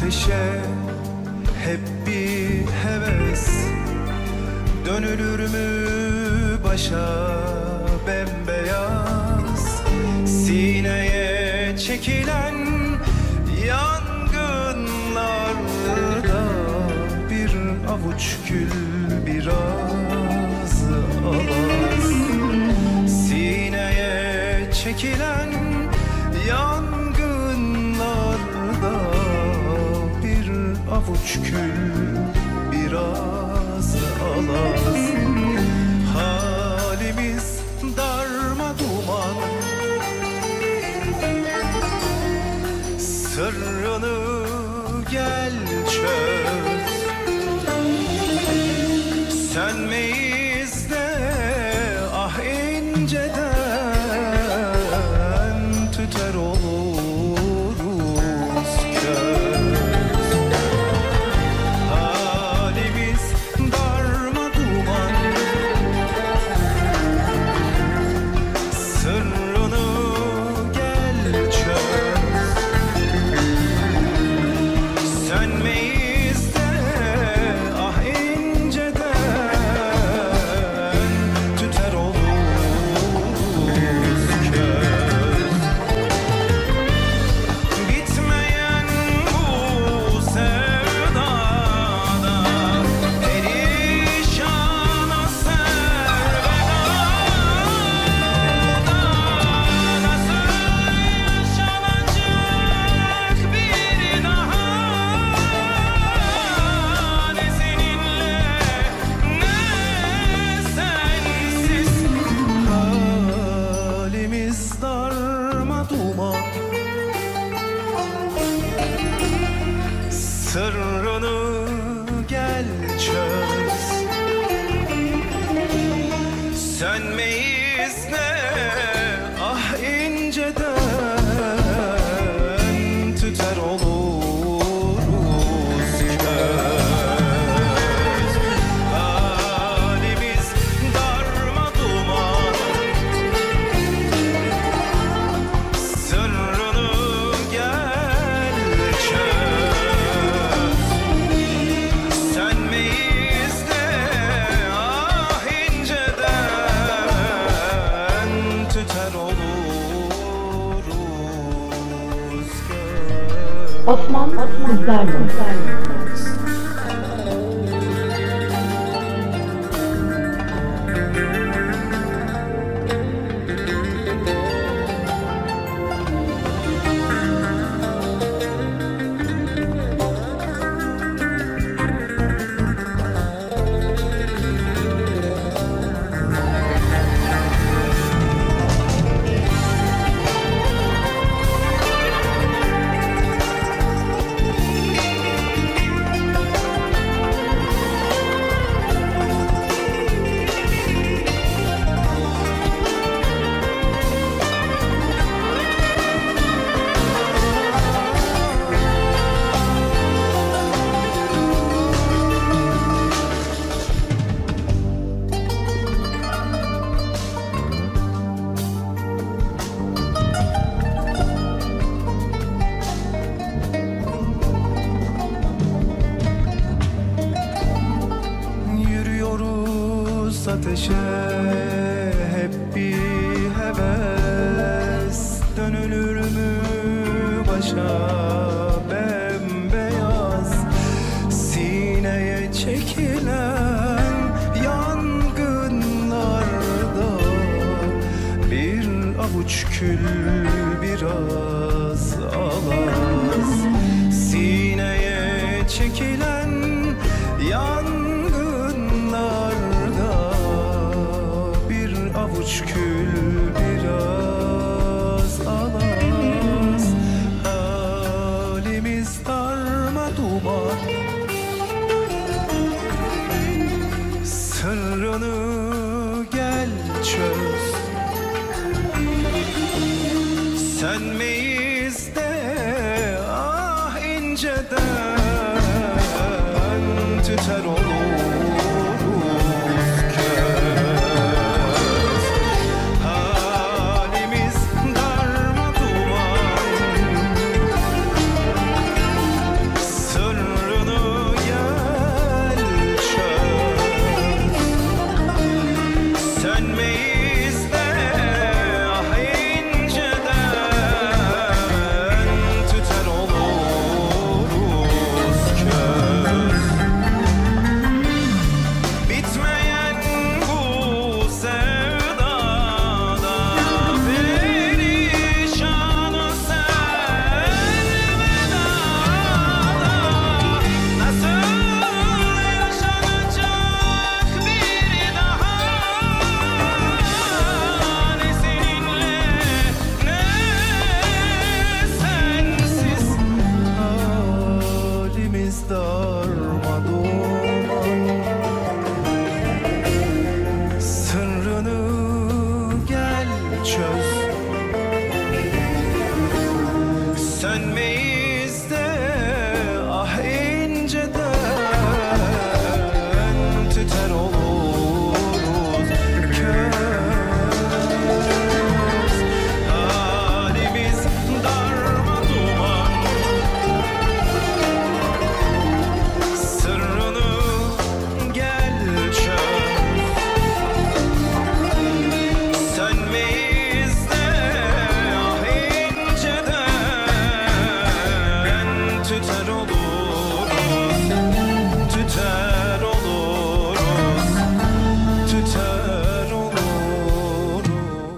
ateşe hep bir heves. Dönülür mü başa bembeyaz, sineye çekilen yangınlarda bir avuç gül biraz alaz. Sineye çekilen yangınlarda bir avuç gül biraz alaz. Halimiz darmaduman, sırrını gel çöz. Sönmeyiz de ah inceden, tüter oluruz köz. Halimiz darmaduman, sırrını gel çöz. Sönmeyiz de ah inceden, tüter oluruz köz. Bitmeyen bu sevdada perişana servedada, nasıl yaşanacak bir daha? Ne seninle ne sensiz, halimiz darmaduman, sırrını gel çöz. Sönmeyiz de ah inceden, tüter oluruz köz. Halimiz darmaduman, sırrını gel çöz. Sönmeyiz de ah inceden, tüter oluruz köz. Osman Sizlerle. Yürüyoruz ateşe hep bir heves. Dönülür mü başa bembeyaz, sineye çekilen yangınlarda bir avuç kül biraz alaz. Sineye çekilen yangınlarda bir avuç kül biraz alaz. Halimiz darmaduman, sırrını gel çöz. Sönmeyiz de ah inceden, tüter oluruz köz. Halimiz darmaduman, Sönmeyiz de ah inceden tüter oluruz köz. Halimiz darma duman, sırrını gel çöz. Sönmeyiz de ah inceden tüter oluruz, tüter oluruz, tüter oluruz.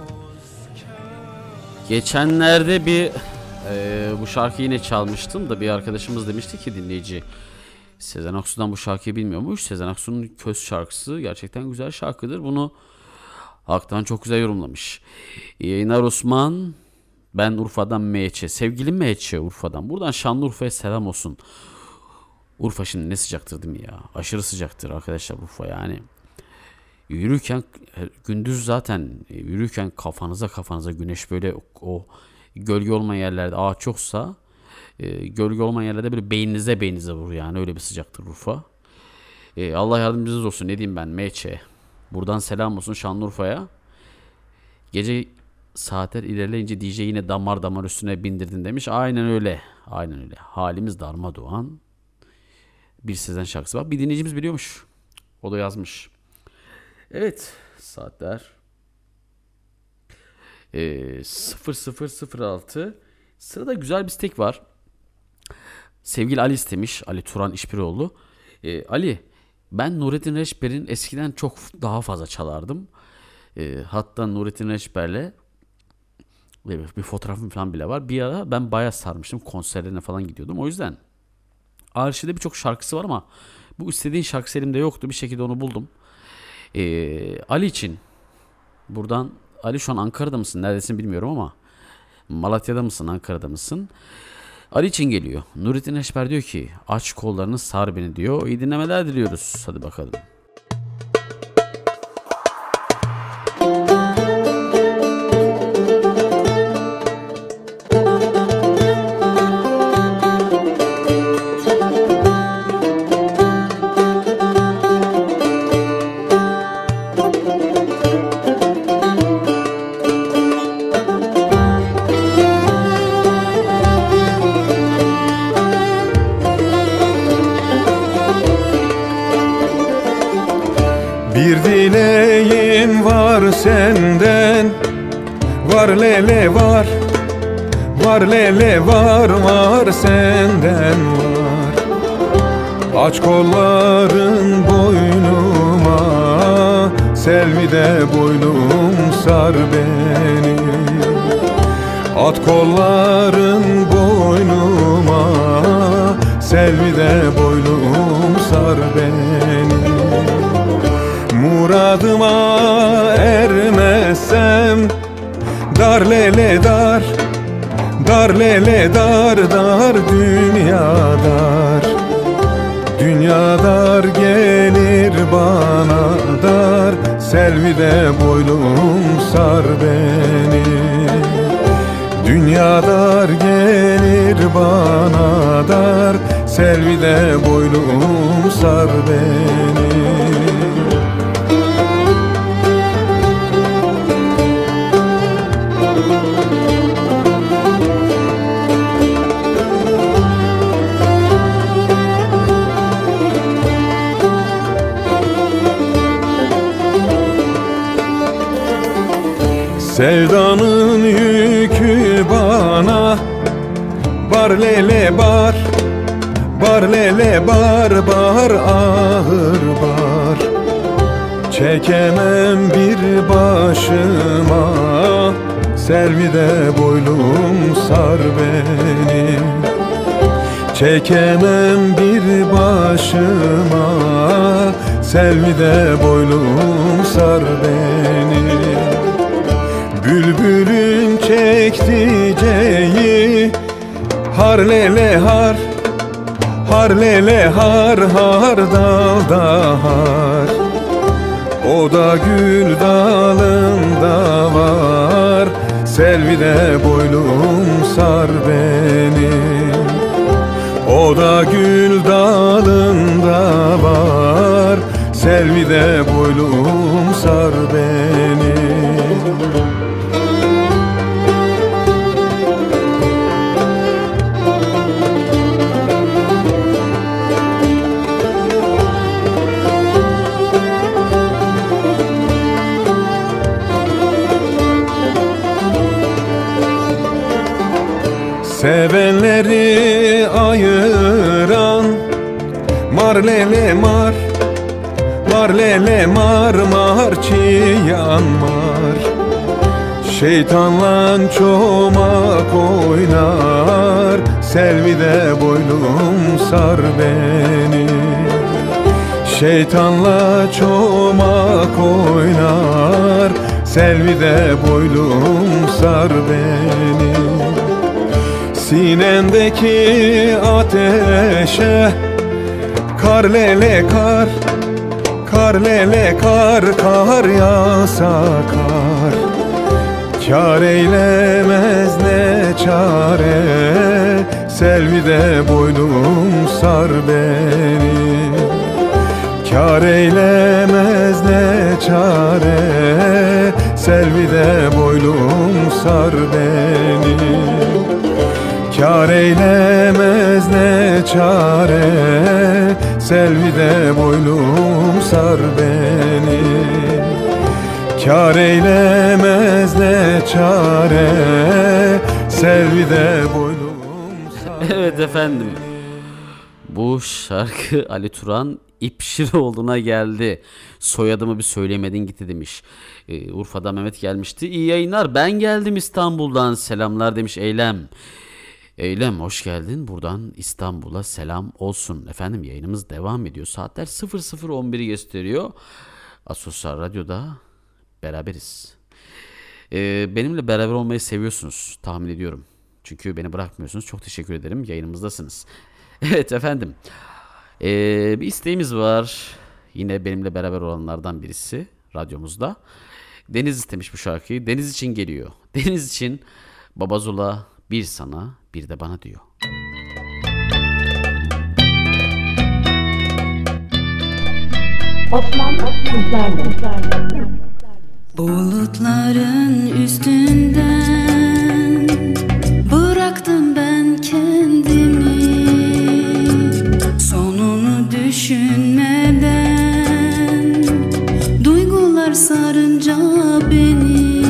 Geçenlerde bir e, bu şarkıyı yine çalmıştım da bir arkadaşımız demişti ki, dinleyici, Sezen Aksu'dan bu şarkıyı bilmiyormuş. Sezen Aksu'nun Köz şarkısı gerçekten güzel şarkıdır. Bunu Hak'tan çok güzel yorumlamış. İyi yayınlar Osman. Ben Urfa'dan M Ç. Sevgili M Ç Urfa'dan. Buradan Şanlıurfa'ya selam olsun. Urfa şimdi ne sıcaktır değil mi ya? Aşırı sıcaktır arkadaşlar Urfa yani. Yürürken gündüz zaten yürürken kafanıza kafanıza güneş böyle o, o gölge olmayan yerlerde, ağaç çoksa e, gölge olmayan yerlerde böyle beyninize beyninize vurur yani, öyle bir sıcaktır Urfa. E, Allah yardımcınız olsun, ne diyeyim ben M Ç. Buradan selam olsun Şanlıurfa'ya. Gece saatler ilerleyince D J yine damar damar üstüne bindirdin demiş. Aynen öyle. Aynen öyle. Halimiz darmadağın. Bir Sezen şarkısı var. Bir dinleyicimiz biliyormuş. O da yazmış. Evet. Saatler ee, sıfır sıfır sıfır altı. Sırada güzel bir istek var. Sevgili Ali istemiş. Ali Turan İşbiroğlu. Ee, Ali, ben Nurettin Reçber'in eskiden çok daha fazla çalardım. E, hatta Nurettin Reçber'le bir fotoğrafım falan bile var. Bir ara ben bayağı sarmıştım. Konserlerine falan gidiyordum. O yüzden arşivde birçok şarkısı var ama bu istediğin şarkısı elimde yoktu. Bir şekilde onu buldum. E, Ali için buradan, Ali şu an Ankara'da mısın? Neredesin bilmiyorum ama Malatya'da mısın? Ankara'da mısın? Ali için geliyor. Nurettin Reçber diyor ki, aç kollarını sar beni diyor. İyi dinlemeler diliyoruz. Hadi bakalım. Bir dileğim var senden, var lele var, var lele var, var senden var. Aç kolların boynuma, selvide boynum sar beni. At kolların boynuma, selvide boynum sar beni. Muradıma ermezsem dar lele dar, dar lele dar, dar dünya dar. Dünya dar gelir bana dar, selvide boynum sar beni. Dünya dar gelir bana dar, selvide boynum sar beni. Sevdanın yükü bana bar lele bar, bar lele bar, bar ağır bar. Çekemem bir başıma, selvide boynum sar beni. Çekemem bir başıma, selvide boynum sar beni. Bülbülün çekticeği har lele har, har lele har, har dalda har. O da gül dalında var, selvide boynum sar beni. O da gül dalında var, selvide boylum sar beni. Sevenleri ayıran mar lele mar, mar lele mar, mar çiyan mar. Şeytanla çomak oynar, selvide boylum sar beni. Şeytanla çomak oynar, selvide boylum sar beni. Sinendeki ateşe kar lele kar, kar lele kar, kar yağsa kar. Kâr eylemez ne çare, selvide boylum sar beni. Kâr eylemez ne çare, selvide boylum sar beni. Kâr eylemez ne çare, selvide boylum sar beni. Kâr eylemez ne çare, selvide boylum sar beni. Evet efendim. Bu şarkı Ali Turan İpşiroğlu'na geldi. Soyadımı bir söylemedin gitti demiş. Ee, Urfa'da Mehmet gelmişti. İyi yayınlar, ben geldim İstanbul'dan, selamlar demiş Eylem. Eylem hoş geldin, buradan İstanbul'a selam olsun. Efendim yayınımız devam ediyor. Saatler sıfır sıfır on biri gösteriyor. Asosyal Radyo'da beraberiz. Ee, benimle beraber olmayı seviyorsunuz tahmin ediyorum. Çünkü beni bırakmıyorsunuz. Çok teşekkür ederim, yayınımızdasınız. Evet efendim. Ee, bir isteğimiz var. Yine benimle beraber olanlardan birisi radyomuzda. Deniz istemiş bu şarkıyı. Deniz için geliyor. Deniz için Babazula bir sana bir de bana diyor. Osman sizlerle. Bulutların üstünden bıraktım ben kendimi, sonunu düşünmeden duygular sarınca beni,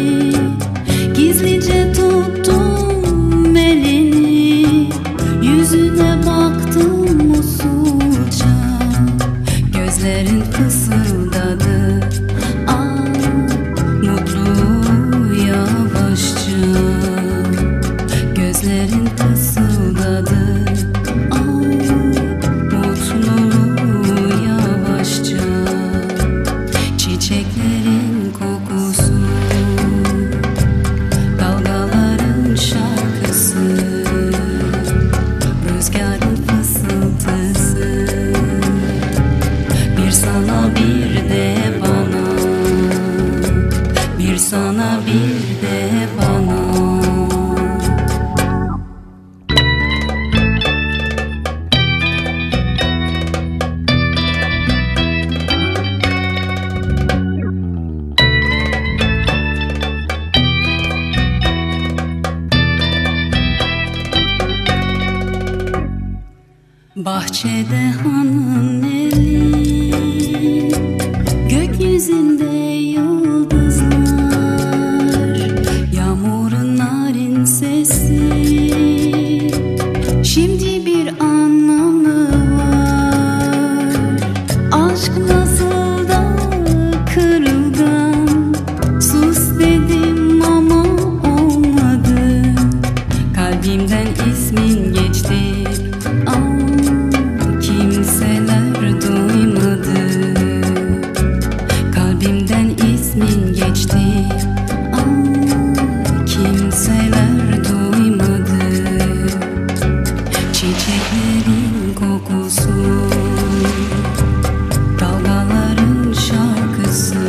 gizlice tuttum elini, yüzüne baktım usulca, gözlerin fısıldadı ah mutlu yavaşça, gözlerin fısıldadı ah mutlu yavaşça, çiçeklerin kokusu, dalgaların şarkısı, rüzgarın fısıltısı, bir sana bir de bana, bir sana bir de bana. Bahçede hanın eli, gökyüzünde yıldızlar, yağmurun narin sesi, şimdi bir anlamı var. Aşk nasıl da kırılgan, sus dedim ama olmadı, kalbimden ismin geçti. Kimseler duymadı, kalbimden ismin geçti. Ah, kimseler duymadı, çiçeklerin kokusu, dalgaların şarkısı,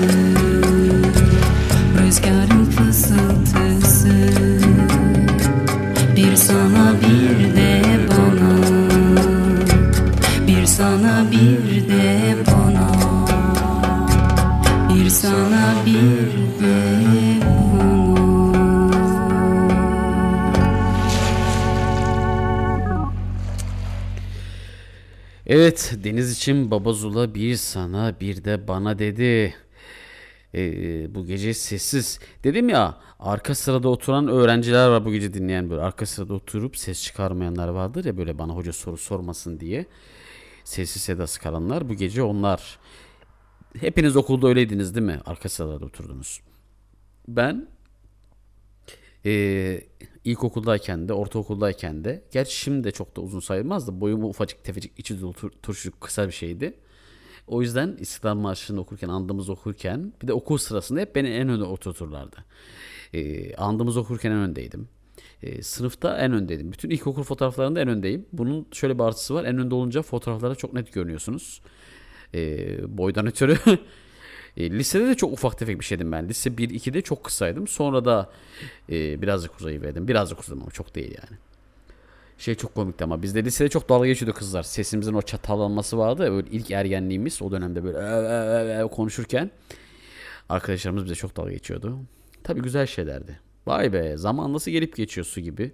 rüzgarın fısıltısı, bir sana bir de bana. bir de bana, bir sana bir de bana. Evet, Deniz için Baba Zula bir sana bir de bana dedi. Ee, bu gece sessiz. Dedim ya, arka sırada oturan öğrenciler var bu gece dinleyen, böyle arka sırada oturup ses çıkarmayanlar vardır ya, böyle bana hoca soru sormasın diye sessiz sedası kalanlar, bu gece onlar. Hepiniz okulda öyleydiniz değil mi? Arka sırada oturdunuz. Ben Ee, ilkokuldayken de, ortaokuldayken de, gerçi şimdi de çok da uzun sayılmaz da, boyum ufacık tefecik, içi dolu tur, turşuk kısa bir şeydi. O yüzden İstiklal Marşı'nı okurken, andımız okurken, bir de okul sırasında hep beni en öne oturturlardı. Ee, andımız okurken en öndeydim. Ee, sınıfta en öndeydim. Bütün ilkokul fotoğraflarında en öndeyim. Bunun şöyle bir artısı var: en önde olunca fotoğraflarda çok net görünüyorsunuz. Ee, boydan ötürü. E, lisede de çok ufak tefek bir şeydim ben. Lise bir ikide çok kısaydım. Sonra da e, birazcık uzayıverdim. Birazcık uzadım ama çok değil yani. Şey çok komikti ama bizde lisede çok dalga geçiyordu kızlar. Sesimizin o çatallanması vardı ya, böyle ilk ergenliğimiz o dönemde, böyle ee, ee, ee, konuşurken arkadaşlarımız bize çok dalga geçiyordu. Tabii güzel şeylerdi. Vay be, zaman nasıl gelip geçiyor su gibi.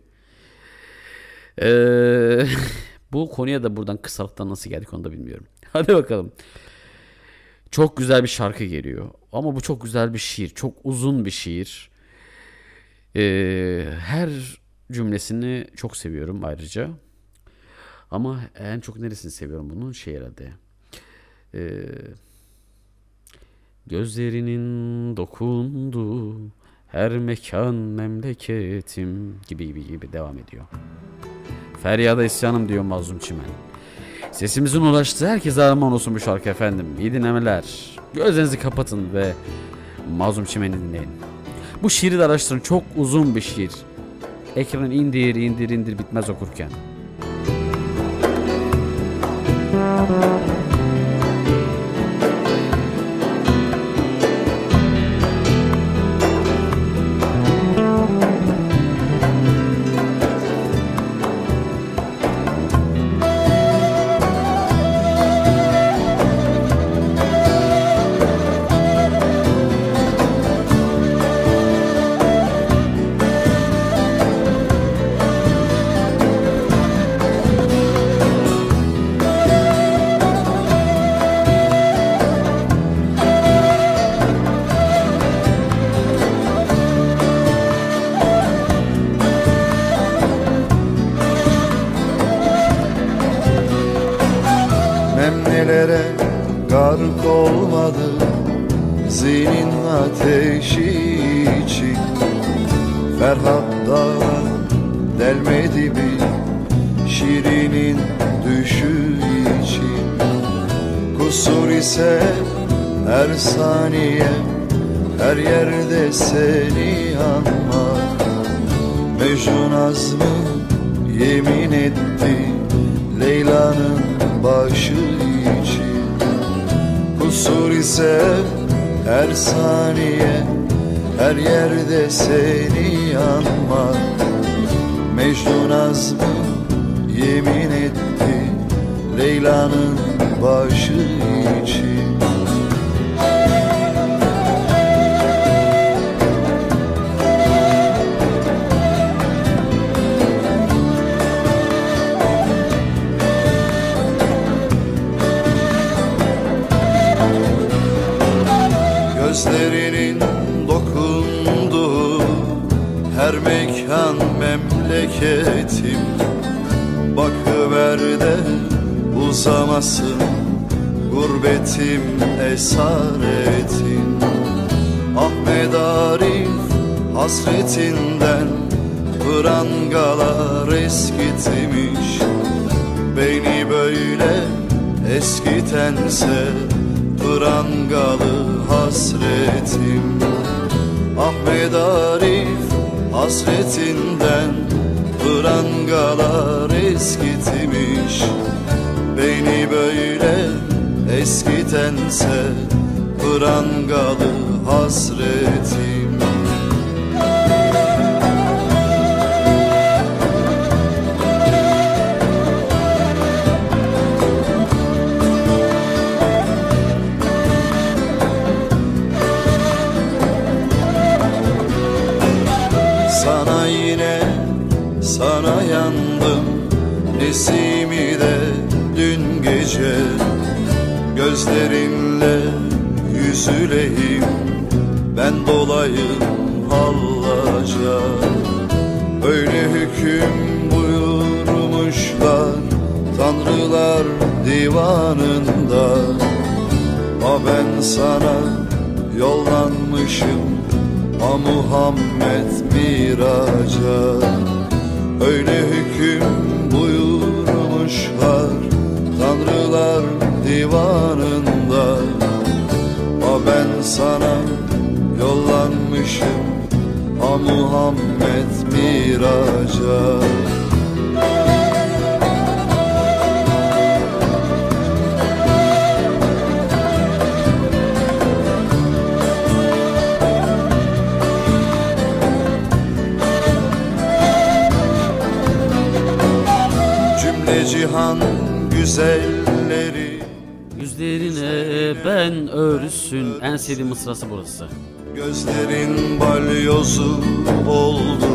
Ee, bu konuya da buradan kısalıktan nasıl geldik onu da bilmiyorum. Hadi bakalım. Çok güzel bir şarkı geliyor. Ama bu çok güzel bir şiir. Çok uzun bir şiir. Ee, her cümlesini çok seviyorum ayrıca. Ama en çok neresini seviyorum bunun? Şey herhalde. Ee, gözlerinin dokunduğu her mekan memleketim gibi gibi gibi devam ediyor. Feryada isyanım diyor Mazlum Çimen. Sesimizin ulaştığı herkese armağan olsun bu şarkı efendim. İyi dinlemeler. Gözlerinizi kapatın ve Mazlum Çimen'i dinleyin. Bu şiiri de araştırın. Çok uzun bir şiir. Ekranı indir indir indir bitmez okurken. Memnelere gark olmadı zihnin ateşi için. Ferhat dağlar delmedi bir şirinin düşü için. Kusur ise her saniye her yerde seni anmak. Mecnun azmı yemin etti Leyla'nın başı için. Kusur ise her saniye her yerde seni anmak. Mecnun azmı yemin etti Leyla'nın başı için. Gözlerinin dokunduğu her mekan memleketim. Bakıver de uzamasın gurbetim esaretin. Ahmet Arif hasretinden prangalar eskitmiş. Beni böyle eskitense prangalı hasretim. Ahmet Arif hasretinden prangalar eskitmiş. Beni böyle eskitense prangalı hasretim. sana yandım. Nesimi de dün gece gözlerinle yüzüleyim. Ben dolayım hallaca, öyle hüküm buyurmuşlar tanrılar divanında. Ama ben sana yollanmışım, a Muhammed miraca. Öyle hüküm buyurmuşlar tanrılar divanında. Ama ben sana yollanmışım, a Muhammed miraca. Cümle cihan güzelleri yüzlerine ben örsün. En sevdiğim mısrası burası. Gözlerin balyozu oldu,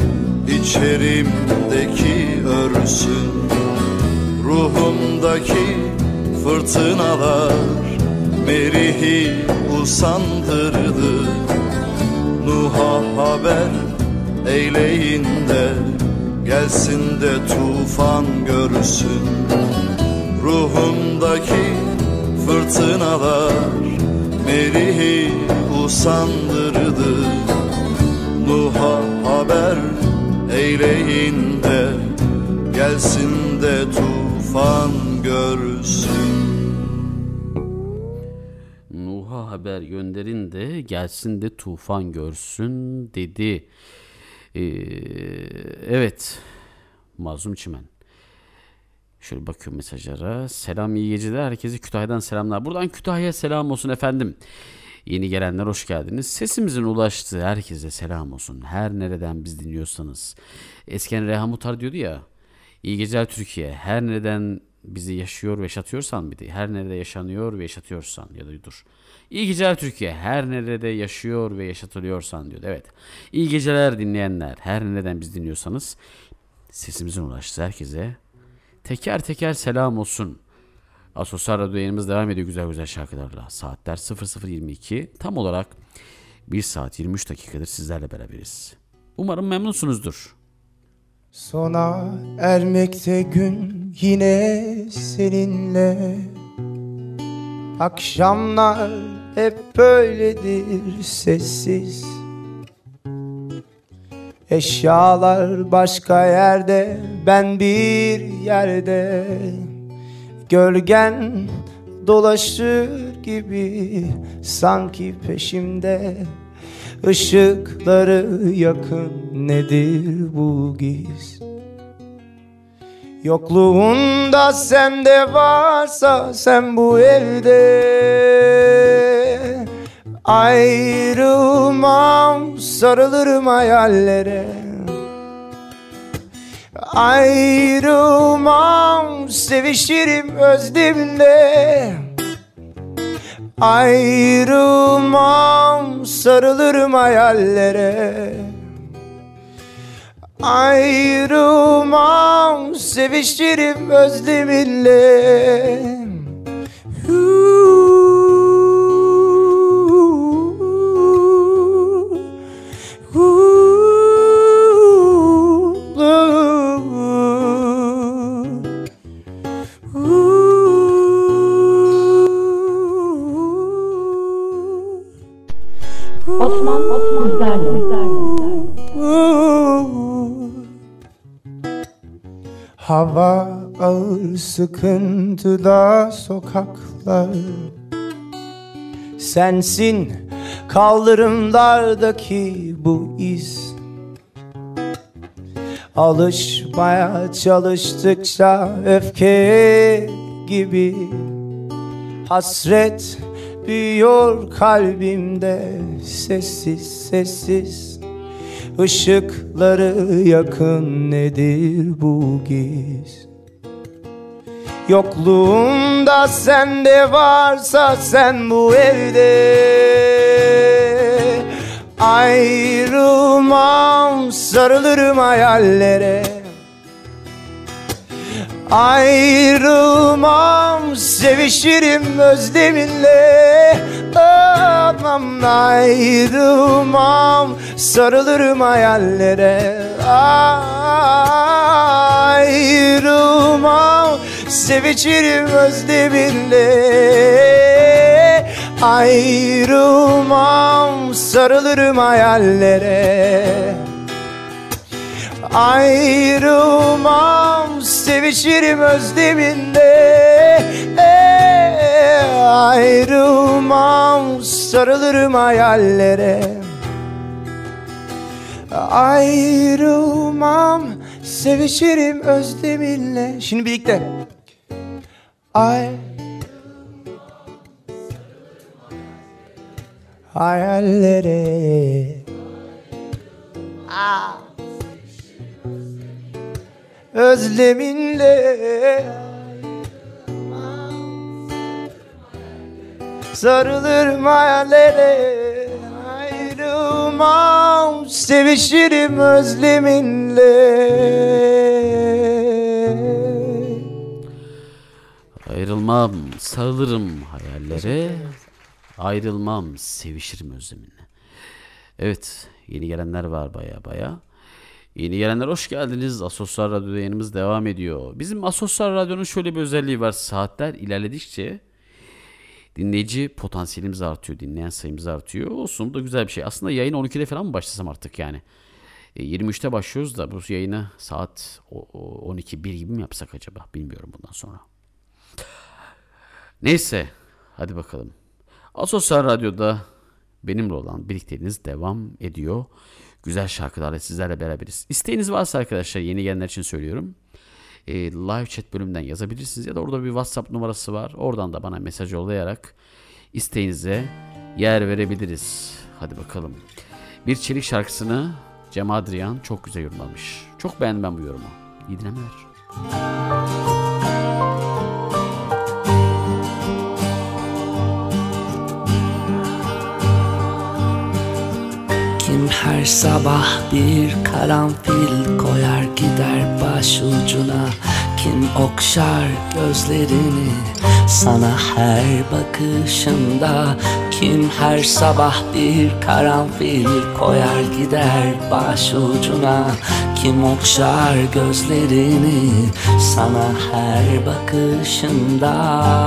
içerimdeki örsün. Ruhumdaki fırtınalar merihi usandırdı. Nuh'a haber eyleyin de gelsin de tufan görsün. Ruhumdaki fırtınalar merihi usandırdı. Nuh'a haber eyleyin de gelsin de tufan görsün. Nuh'a haber gönderin de gelsin de tufan görsün dedi. Ee, evet, Mazlum Çimen. Şöyle bakıyorum mesajlara. Selam, iyi geceler. Herkese Kütahya'dan selamlar. Buradan Kütahya'ya selam olsun efendim. Yeni gelenler hoş geldiniz. Sesimizin ulaştığı herkese selam olsun. Her nereden biz dinliyorsanız. Eskiden Reha Muhtar diyordu ya. İyi geceler Türkiye. Her nereden bizi yaşıyor ve yaşatıyorsan bir de. Her nerede yaşanıyor ve yaşatıyorsan ya da dur. İyi geceler Türkiye. Her nerede yaşıyor ve yaşatılıyorsan diyordu. Evet. İyi geceler dinleyenler. Her nereden biz dinliyorsanız sesimizin ulaştığı herkese teker teker selam olsun. Asosyal Radyo yayınımız devam ediyor güzel güzel şarkılarla. Saatler sıfır sıfır yirmi iki. Tam olarak bir saat yirmi üç dakikadır sizlerle beraberiz. Umarım memnunsunuzdur. Sona ermekte gün yine seninle. Akşamlar hep böyledir sessiz. Eşyalar başka yerde, ben bir yerde. Gölgen dolaşır gibi sanki peşimde. Işıkları yakın, nedir bu giz? Yokluğunda sende varsa sen bu evde. Ayrılmam, sarılırım hayallere. Ayrılmam, sevişirim özlemle. Ayrılmam, sarılırım hayallere. Ayrılmam, sevişirim özleminle. Osman, Osman sizlerle. Hava ağır, sıkıntıda sokaklar. Sensin kaldırımlardaki bu iz. Alışmaya çalıştıkça öfke gibi. Hasret büyüyor kalbimde sessiz sessiz. Işıkları yakın, nedir bu giz? Yokluğunda sende varsa sen bu evde. Ayrılmam, sarılırım hayallere. Ayrılmam, sevişirim özleminle. Aman ayrılmam, sarılırım hayallere. Ayrılmam, sevişirim özleminle. Ayrılmam, sarılırım hayallere. Ayrılmam, sevişirim özleminde. Ayrılmam, sarılırım hayallere. Ayrılmam, sevişirim özleminle. Şimdi birlikte. Ay hayallere. Aa. Özleminle sarılırım hayallere. Ayrılmam, sevişirim özleminle. Ayrılmam, sarılırım hayallere. Ayrılmam, sevişirim özleminle. Evet, yeni gelenler var baya baya. Yeni gelenler hoş geldiniz. Asosyal Radyo'da yayınımız devam ediyor. Bizim Asosyal Radyo'nun şöyle bir özelliği var. Saatler ilerledikçe dinleyici potansiyelimiz artıyor. Dinleyen sayımız artıyor. Olsun, da güzel bir şey. Aslında yayın on ikide falan mı başlasam artık yani? E, yirmi üçte başlıyoruz da bu yayını saat on iki bir gibi mi yapsak acaba? Bilmiyorum bundan sonra. Neyse. Hadi bakalım. Asosyal Radyo'da benimle olan birlikteliğiniz devam ediyor. Güzel şarkılarla sizlerle beraberiz. İsteğiniz varsa arkadaşlar, yeni gelenler için söylüyorum. E, live chat bölümünden yazabilirsiniz ya da orada bir WhatsApp numarası var. Oradan da bana mesaj yollayarak isteğinize yer verebiliriz. Hadi bakalım. Bir Çelik şarkısını Cem Adrian çok güzel yorumlamış. Çok beğendim ben bu yorumu. İyi dinlemeler. Kim her sabah bir karanfil koyar gider başucuna? Kim okşar gözlerini sana her bakışında? Kim her sabah bir karanfil koyar gider başucuna? Kim okşar gözlerini sana her bakışında?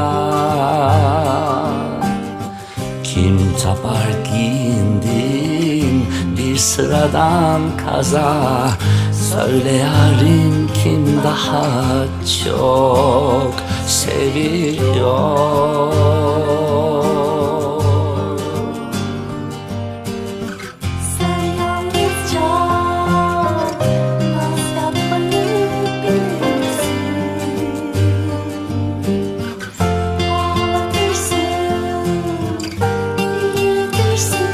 Kim tapar giyindin bir sıradan kaza? Söyle yarim, kim daha çok seviyor? Sen yalnızca naz yapmayı bilirsin. Ağlatırsın, bilirsin.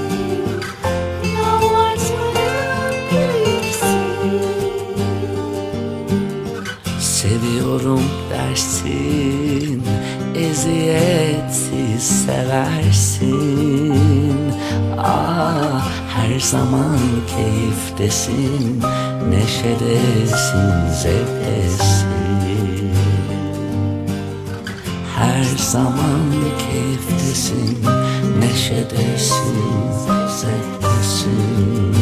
Seviyorum dersin, eziyetsiz seversin. Ah, her zaman keyiftesin, neşedesin, zevktesin. Her zaman keyiftesin, neşedesin, zevktesin.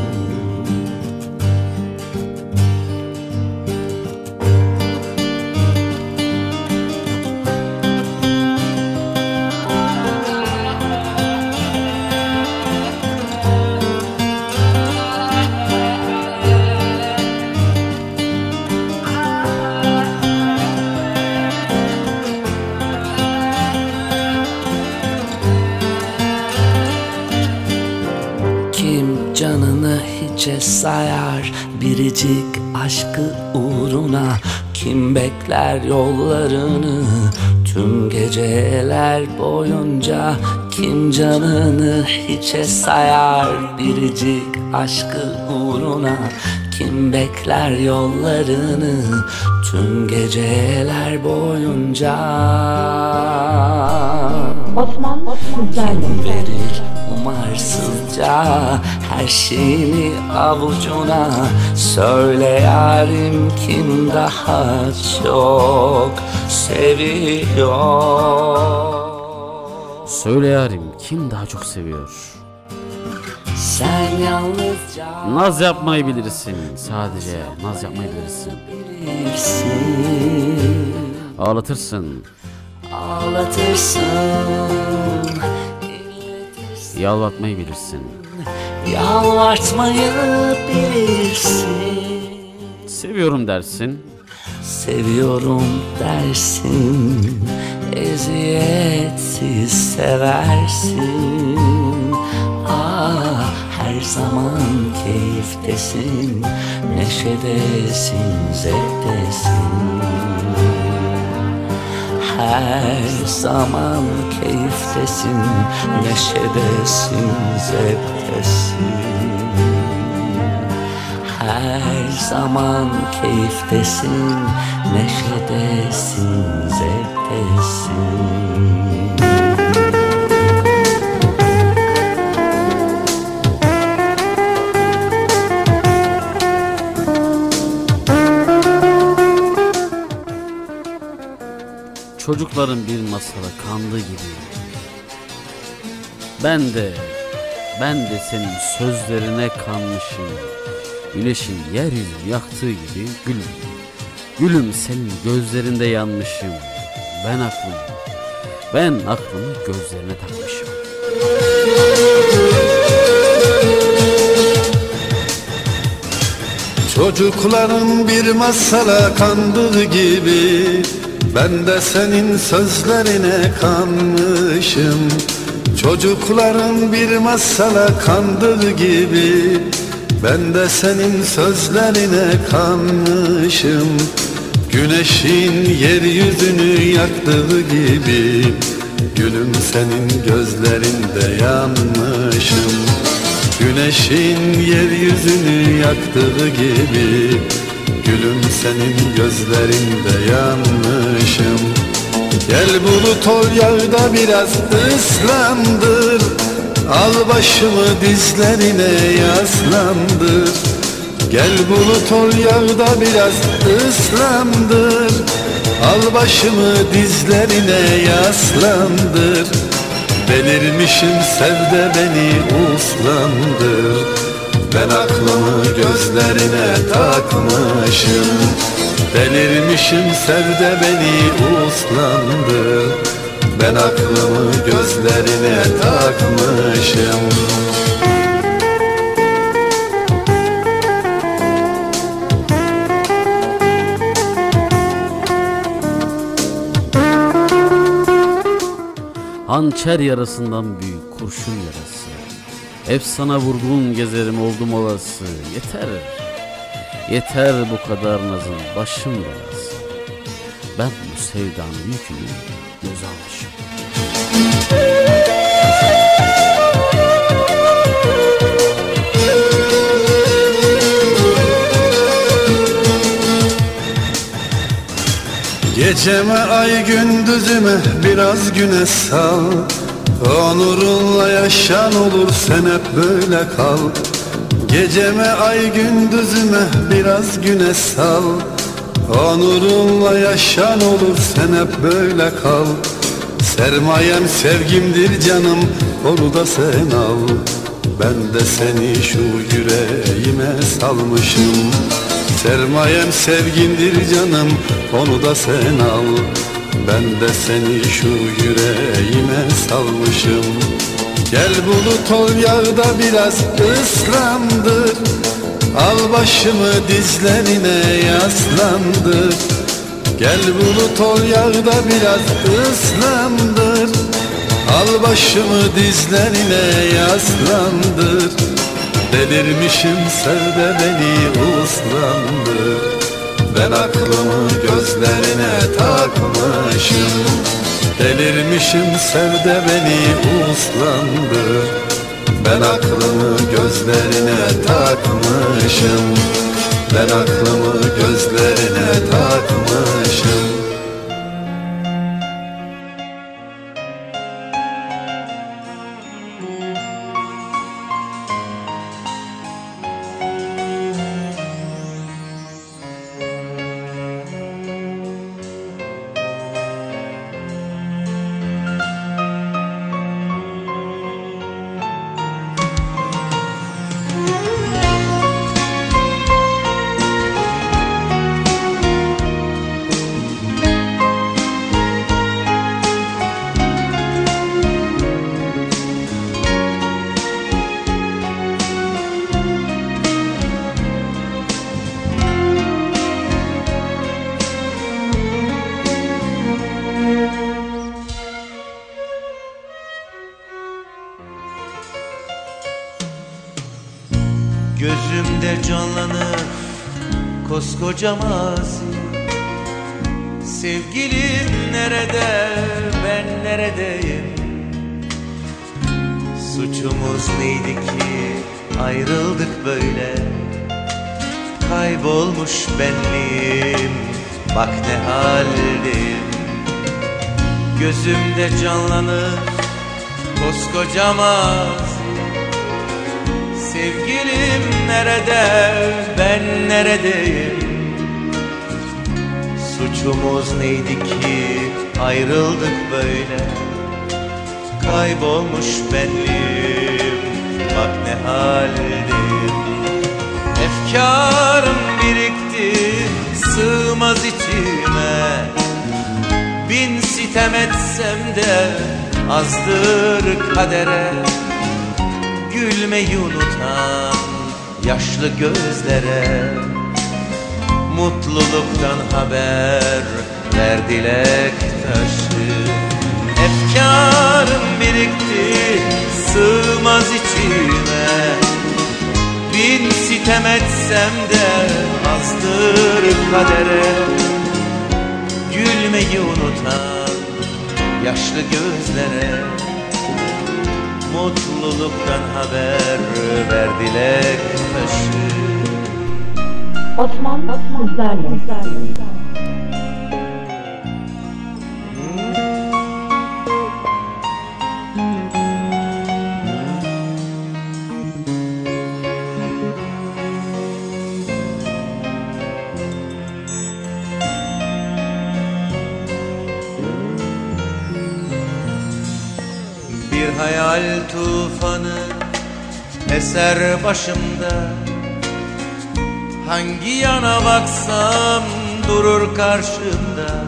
Canını hiçe sayar biricik aşkı uğruna? Kim bekler yollarını tüm geceler boyunca? Kim canını hiçe sayar biricik aşkı uğruna? Kim bekler yollarını tüm geceler boyunca? Osman, Kim verir umarsızca aldıkça her şeyini avucuna. Söyle yarim kim daha çok seviyor? Söyle yarim kim daha çok seviyor? Sen yalnızca naz yapmayı bilirsin, sadece naz yapmayı bilirsin. bilirsin. Ağlatırsın, Ağlatırsın, yalvatmayı bilirsin. yalvartmayı bilirsin. Seviyorum dersin, Seviyorum dersin, eziyetsiz seversin. Ah, her zaman keyiftesin, neşedesin, zevktesin. Her zaman keyiftesin, neşedesin, zevktesin. Her zaman keyiftesin, neşedesin, zevktesin. çocukların bir masala kandığı gibi. Ben de, ben de senin sözlerine kanmışım. Güneşin yeryüzünü yaktığı gibi gülüm. Gülüm senin gözlerinde yanmışım. Ben aklımı, ben aklımı gözlerine takmışım. Çocukların bir masala kandığı gibi ben de senin sözlerine kanmışım. Çocukların bir masala kandığı gibi ben de senin sözlerine kanmışım. Güneşin yeryüzünü yaktığı gibi gülüm senin gözlerinde yanmışım. Güneşin yeryüzünü yaktığı gibi gülüm senin gözlerinde yanmışım. Gel bulut ol yağda biraz ıslandır, al başımı dizlerine yaslandır. Gel bulut ol yağda biraz ıslandır, al başımı dizlerine yaslandır. Delirmişim sev de beni uslandır. Ben aklımı gözlerine takmışım. Delirmişim sev de beni uslandır. Ben aklımı gözlerine takmışım. Hançer yarasından büyük kurşun yarası. Hep sana vurgun gezerim oldum olası. Yeter, yeter bu kadar nazın başım belası. Ben bu sevdanın yükünü göz almışım. Geceme ay gündüzüme biraz güneş sal. Onurunla yaşan olur sen hep böyle kal. Geceme ay gündüzüme biraz güneş sal. Onurunla yaşan olur sen hep böyle kal. Sermayem sevgimdir canım onu da sen al. Ben de seni şu yüreğime salmışım. Sermayem sevgindir canım onu da sen al. Ben de seni şu yüreğime salmışım. Gel bulut ol yağda biraz ıslandır, al başımı dizlerine yaslandır. Gel bulut ol yağda biraz ıslandır, al başımı dizlerine yaslandır. Delirmişim sev de beni uslandır. Ben aklımı gözlerine takmışım. Delirmişim sev de beni uslandır. Ben aklımı gözlerine takmışım. Ben aklımı gözlerine takmışım. koskoca mazi. Sevgilim nerede, ben neredeyim? Suçumuz neydi ki ayrıldık böyle? Kaybolmuş benliğim, bak ne haldeyim. Gözümde canlanır koskoca mazi. Sevgilim nerede, ben neredeyim? Suçumuz neydi ki ayrıldık böyle? Kaybolmuş benliğim, bak ne haldeyim. Efkarım birikti, sığmaz içime. Bin sitem etsem de azdır kadere. Gülmeyi unutan yaşlı gözlere mutluluktan haber ver dilek taşı. Efkarım birikti, sığmaz içime. Bin sitem etsem de azdır kadere. Gülmeyi unutan yaşlı gözlere mutluluktan haber ver dilek taşı. Osman sizlerle. Bir hayal tufanı eser başımda. Hangi yana baksam durur karşımda.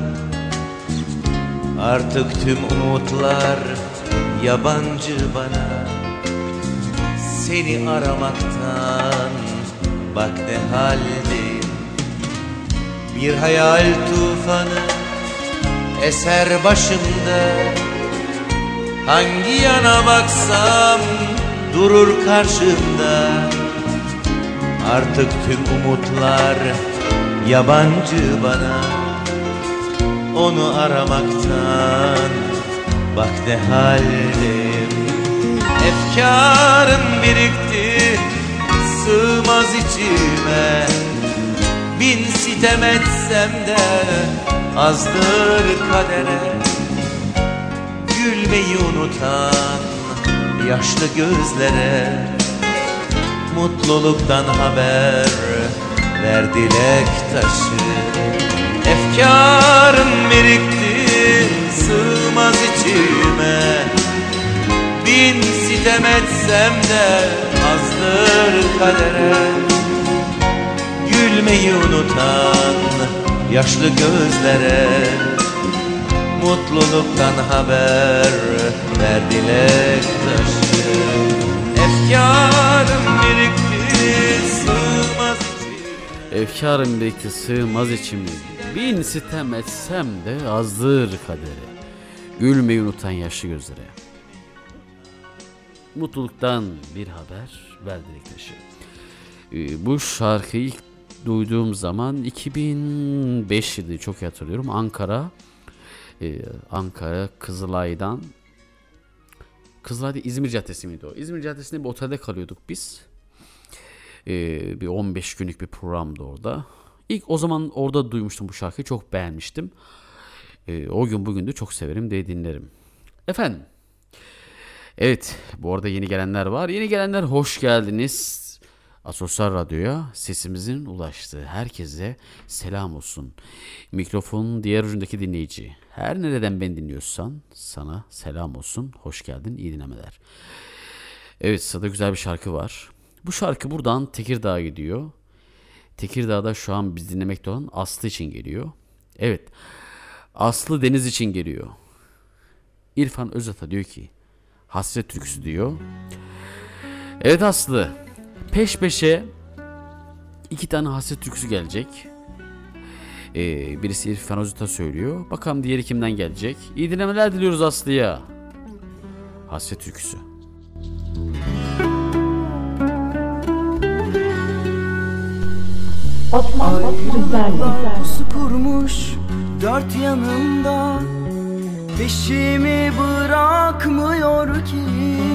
Artık tüm umutlar yabancı bana. Seni aramaktan bak ne haldeyim. Bir hayal tufanı eser başımda. Hangi yana baksam durur karşımda. Artık tüm umutlar yabancı bana. Onu aramaktan bak ne haldeyim. Efkarım birikti, sığmaz içime. Bin sitem etsem de azdır kadere. Gülmeyi unutan yaşlı gözlere mutluluktan haber ver dilek taşı. Efkarım birikti, sığmaz içime. Bin sitem etsem de azdır kadere. Gülmeyi unutan yaşlı gözlere mutluluktan haber ver dilek taşı. Efkarım birikti, sığmaz içime. Efkarım birikti, sığmaz içime. Bin sitem etsem de azdır kadere. Gülmeyi unutan yaşlı gözlere mutluluktan bir haber ver dilek taşı. Ee, bu şarkıyı ilk duyduğum zaman iki bin beş yılı çok iyi hatırlıyorum. Ankara Ee, Ankara Kızılay'dan Kızılay'da İzmir Caddesi miydi o? İzmir Caddesi'nde bir otelde kalıyorduk biz. Ee, bir on beş günlük bir programdı orada. İlk o zaman orada duymuştum bu şarkıyı. Çok beğenmiştim. Ee, o gün bugün de çok severim diye dinlerim. Efendim. Evet. Bu arada yeni gelenler var. Yeni gelenler hoş geldiniz. Asosyal Radyo'ya sesimizin ulaştığı herkese selam olsun. Mikrofonun diğer ucundaki dinleyici, her nereden beni dinliyorsan sana selam olsun. Hoş geldin, iyi dinlemeler. Evet, sırada güzel bir şarkı var. Bu şarkı buradan Tekirdağ'a gidiyor. Tekirdağ'da şu an biz dinlemekte olan Aslı için geliyor. Evet, Aslı Deniz için geliyor. İrfan Özata diyor ki, hasret türküsü diyor. Evet Aslı, peş peşe iki tane hasret türküsü gelecek. Ee, birisi İrfan Özata söylüyor. Bakalım diğeri kimden gelecek. İyi dinlemeler diliyoruz Aslı'ya. Hasret türküsü. Ayrılıklar pusu kurmuş dört yanımda, peşimi bırakmıyor ki.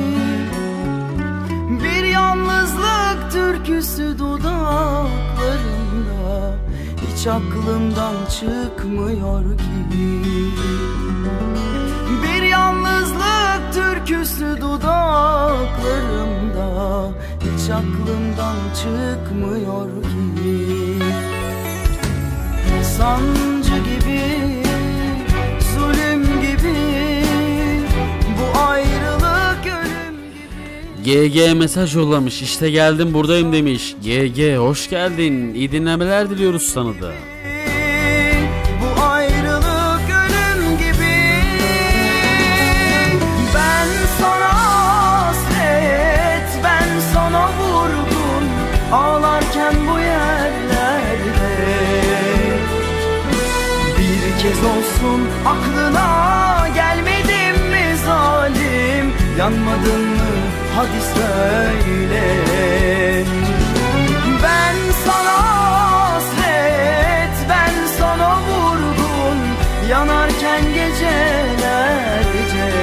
Bir yalnızlık türküsü dudaklarımda, hiç aklımdan çıkmıyor ki. Bir yalnızlık türküsü dudaklarımda, hiç aklımdan çıkmıyor ki. Sancı gibi, zulüm gibi, bu ayrılık ölüm gibi. G G mesaj yollamış. İşte geldim buradayım demiş. G G hoş geldin. İyi dinlemeler diliyoruz sana da. Bu ayrılık ölüm gibi. Ben sana hasret, ben sana vurgun, ağlarken bu yerlerde. Bir kez olsun aklına gelmedim mi zalim? Yanmadın mı? Hadi söyle. Ben sana hasret, ben sana vurgun, yanarken gecelerce.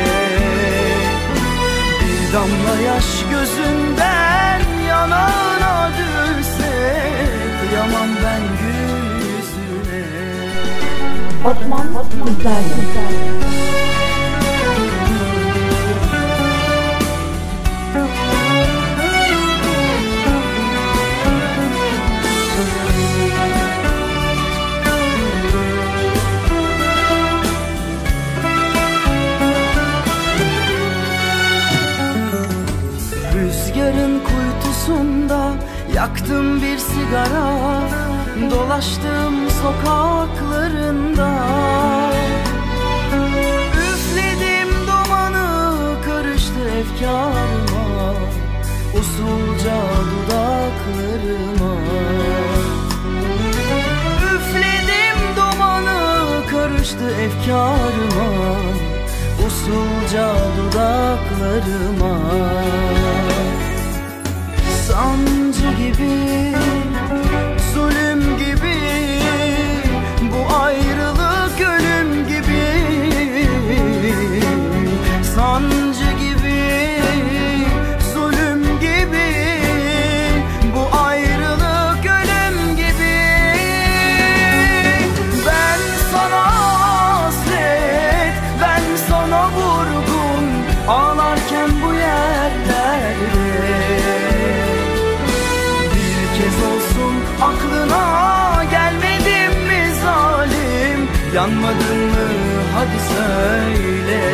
Bir damla yaş gözünden yanağına düşse, kıyamam ben yüzüne. Osman Kızlarlı. Rüzgarın kuytusunda yaktım bir sigara, dolaştım sokaklarında. Üfledim dumanı, karıştı efkarıma, usulca dudaklarıma. Üfledim dumanı, karıştı efkarıma, usulca dudaklarıma. Sancı gibi, zulüm gibi, bu ayrılık ölüm gibi. Sancı gibi, zulüm gibi, bu ayrılık ölüm gibi. Ben sana hasret, ben sana vurgun, ağlarken bu yerlerde. Bir kez olsun aklına gelmedim mi zalim? Yanmadın mı? Hadi söyle.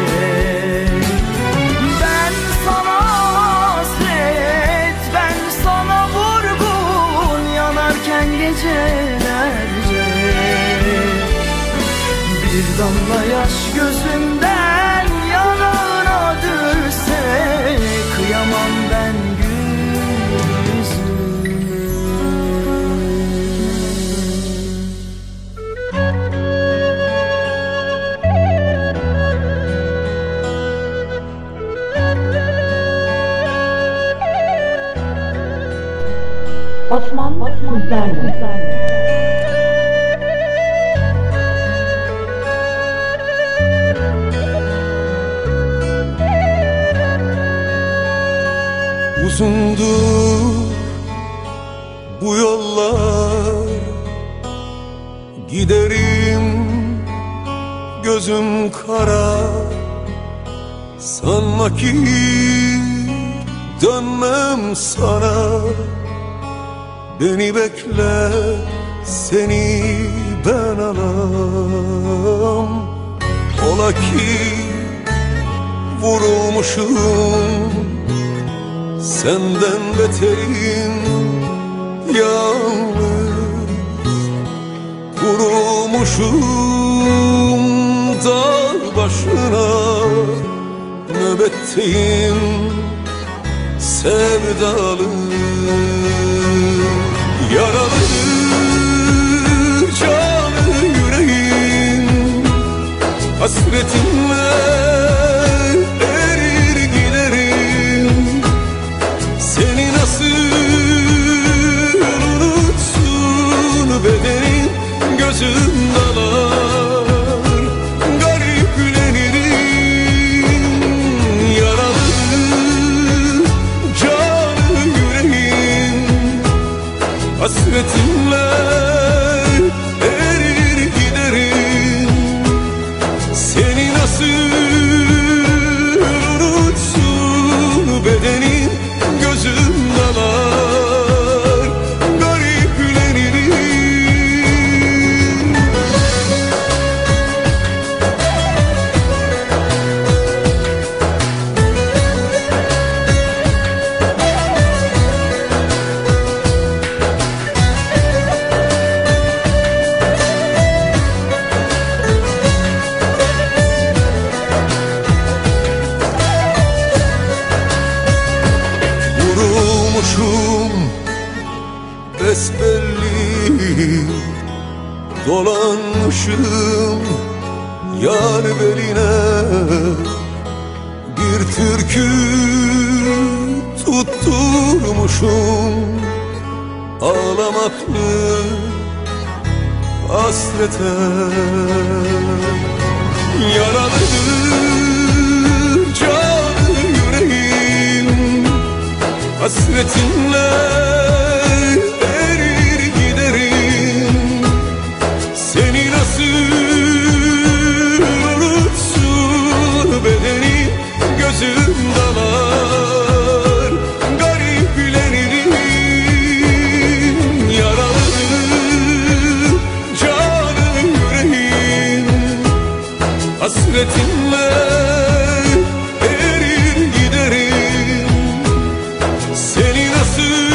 Ben sana hasret, ben sana vurgun, yanarken gecelerce. Bir damla yaş gözünden yanağına düşse, kıyamam ben yüzüne. Osman Kızlarlı. Uzundu bu yollar, giderim gözüm kara. Sanma ki dönmem sana, beni bekle, seni ben alam. Ola ki vurulmuşum, senden beterim yalnız. Vurulmuşum dağ başına, nöbetteyim sevdalı. Yaralı canı yüreğim, hasretinle erir giderim. Seni nasıl unutsun, almışım yar beline. Bir türkü tutturmuşum ağlamaklı hasrete. Yaralıdır canı yüreğim, hasretinle erir giderim. Seni nasıl unutsun bedenim, gözüm dalar gariplenirim. Yaralıdır canı yüreğim, hasretinle erir giderim. Seni nasıl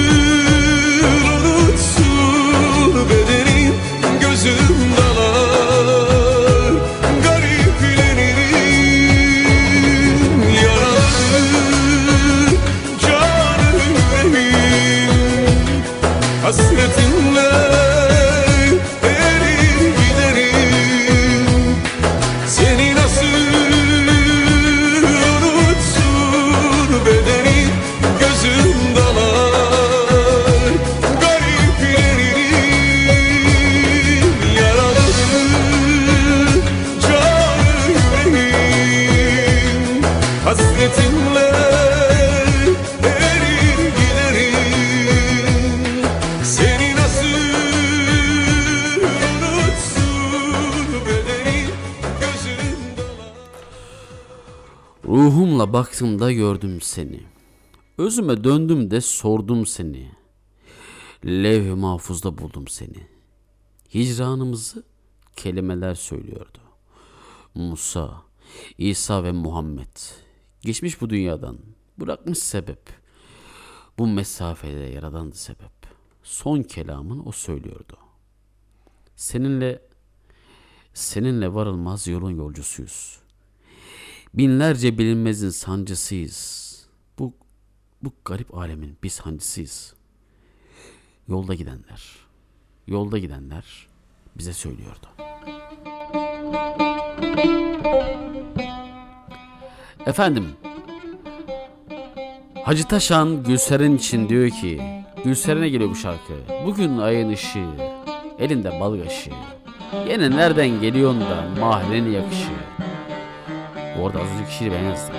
unutsun bedenim, gözüm dalar gariplenirim. Yaralı canı yüreğim, hasretinle erir giderim. Seni nasıl unutsun bedenim, gözüm dalar gariplenirim. Yaralı canı yüreğim, hasretinle erir giderim. Seni nasıl unutsun bedenim, gözüm dalar. Ruhumla baktığımda gördüm seni. Özüme döndüm de sordum seni. Levh-i mahfuzda buldum seni. Hicranımızı kelimeler söylüyordu. Musa, İsa ve Muhammed geçmiş bu dünyadan, bırakmış sebep. Bu mesafede yaradandı sebep. Son kelamını o söylüyordu. Seninle seninle varılmaz yolun yolcusuyuz. Binlerce bilinmezin sancısıyız. Bu bu garip alemin biz hancısıyız. Yolda gidenler, yolda gidenler bize söylüyordu. Efendim, Hacı Taşan Gülseren için diyor ki, Gülseren'e geliyor bu şarkı. Bugün ayın ışığı, elinde balgaşı. Yine nereden geliyorsun da mahreni yakışı. Bu arada az önceki kişiyi ben yazdım.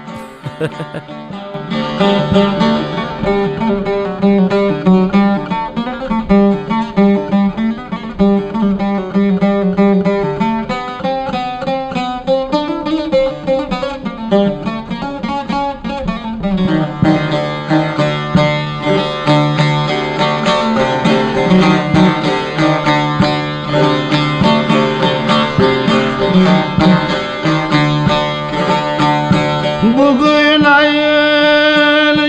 Bugün ayın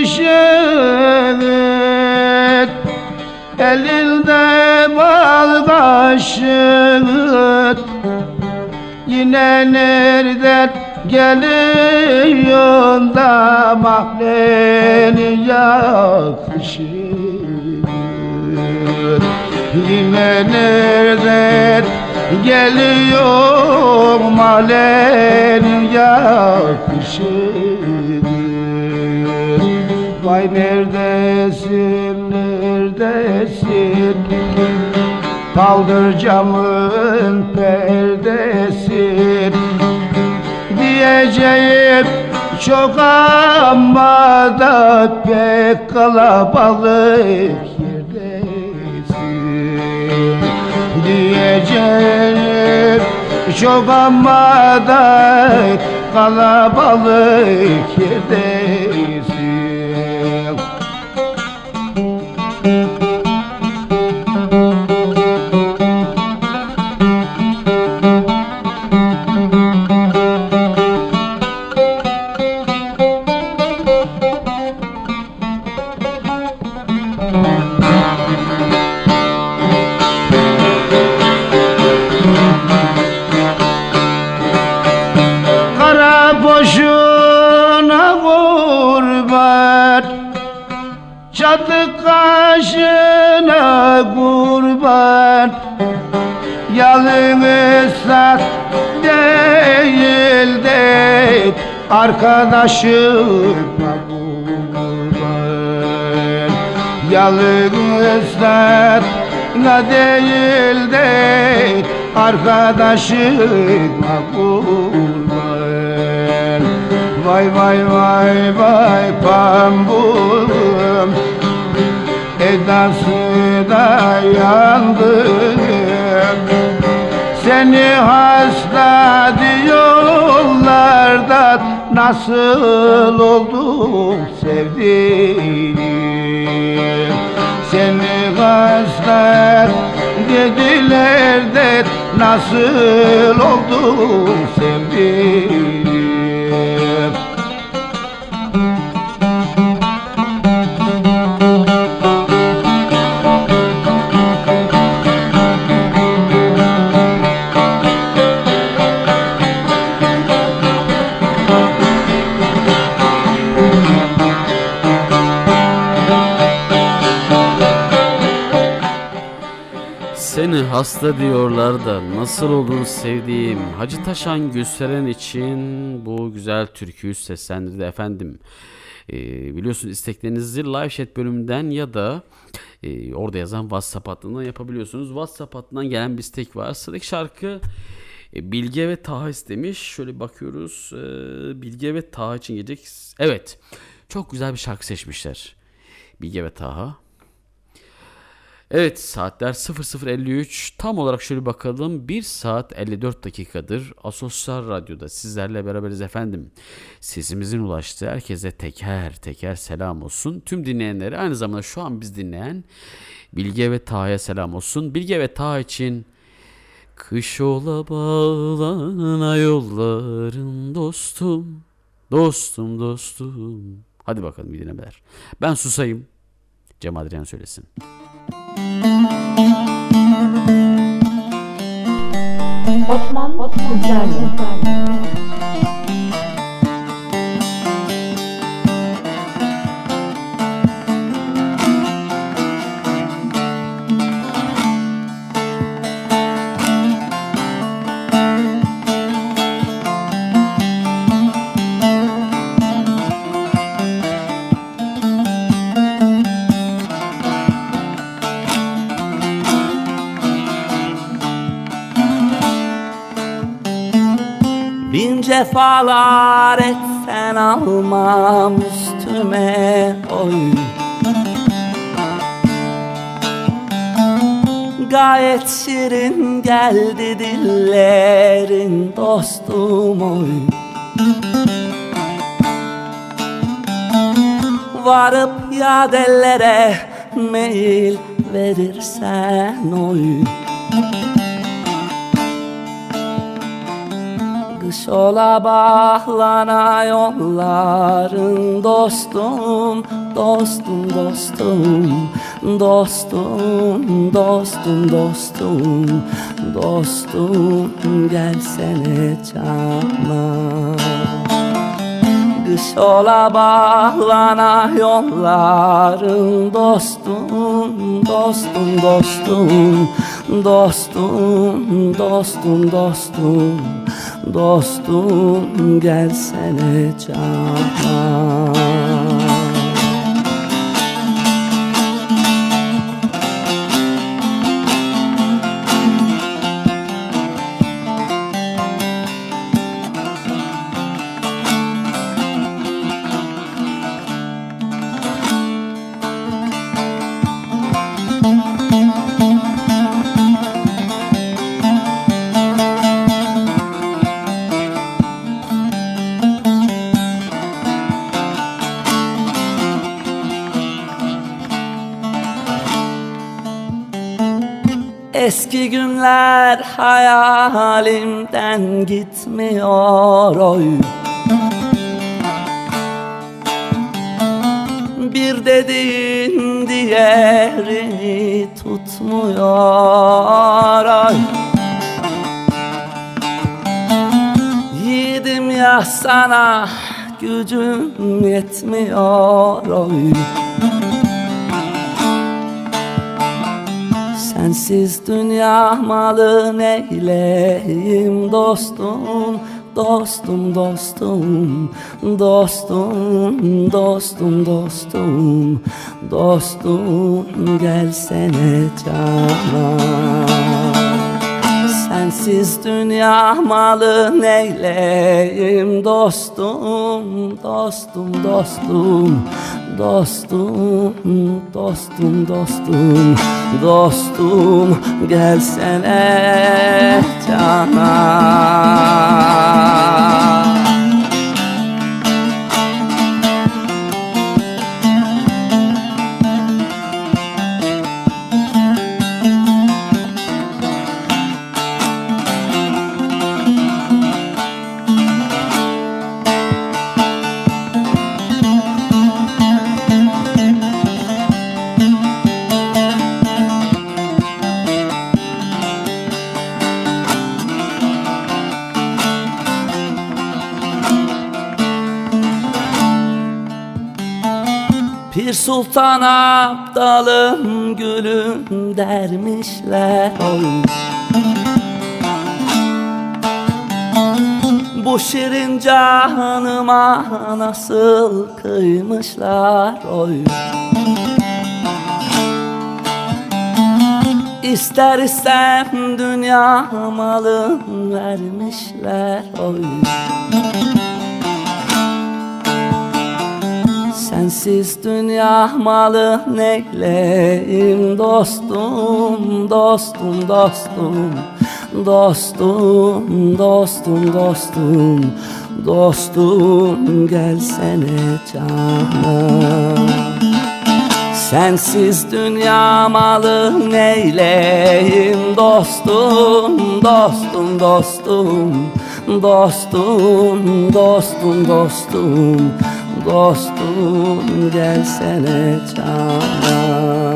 ışığı, elinde bal kaşığı. Yine nereden geliyorsun da mahreni yakışı. Yine nereden geliyor mahreni yakışı. Vay neredesin, neredesin? Kaldır camın perdesin. Diyeceğim çok ama da pek kalabalık yerdesin. Diyeceğim çok ama da kalabalık yerdesin. Kara boşuna vur Yalnız zat değil de arkadaşıma kurban. Yalnız zat değil de arkadaşıma kurban. Vay vay vay vay pambulum, edası da yandım. Seni hasta diyorlar da nasıl oldum sevdiğim. Seni hasta dediler de nasıl oldum sevdiğim. Seni hasta diyorlar da nasıl oldun sevdiğim. Hacı Taşan Gülseren için bu güzel türküyü seslendirdi efendim. Ee, biliyorsunuz isteklerinizi live chat bölümünden ya da e, orada yazan WhatsApp hattından yapabiliyorsunuz. WhatsApp hattından gelen bir istek var. Sıradaki şarkı e, Bilge ve Taha istemiş. Şöyle bakıyoruz. E, Bilge ve Taha için gelecek. Evet. Çok güzel bir şarkı seçmişler. Bilge ve Taha. Evet, saatler sıfır sıfır elli üç, tam olarak şöyle bakalım, bir saat elli dört dakikadır Asosyal Radyo'da sizlerle beraberiz efendim. Sesimizin ulaştığı herkese teker teker selam olsun. Tüm dinleyenlere, aynı zamanda şu an biz dinleyen Bilge ve Taha'ya selam olsun. Bilge ve Taha için kış ola bağlana yolların dostum, dostum dostum. Hadi bakalım bir dinlemeler. Ben susayım, Cem Adrian söylesin. Osman Sizlerle. Cefalar etsen almam üstüme oy. Gayet şirin geldi dillerin dostum oy. Varıp yadellere meyil verirsen oy. Kış ola bağlana yolların dostum, dostum, dostum, dostum, dostum, dostum, dostum, gelsene cana. Kış ola bağlana yolların dostum, dostum, dostum, dostum, dostum, dostum, dostum, gelsene cana. Eski günler hayalimden gitmiyor oy. Bir dediğin diğerini tutmuyor oy. Yiğidim ya sana gücüm yetmiyor oy. Sensiz dünya malı neyleyim dostum, dostum, dostum, dostum, dostum, dostum, dostum, gelsene canan. Sensiz dünya malı neyleyim dostum, dostum, dostum, dostum, dostum, dostum, dostum, gelsene canan. Pir Sultan Abdalım gülüm dermişler oy. Bu şirin canıma nasıl kıymışlar oy. İster istem dünya malı vermişler oy. Sensiz dünya malı neyleyim dostum, dostum, dostum, dostum, dostum, dostum, dostum, gelsene canan. Sensiz dünya malı neyleyim dostum, dostum, dostum, dostum, dostum, dostum, dostum, gelsene canan.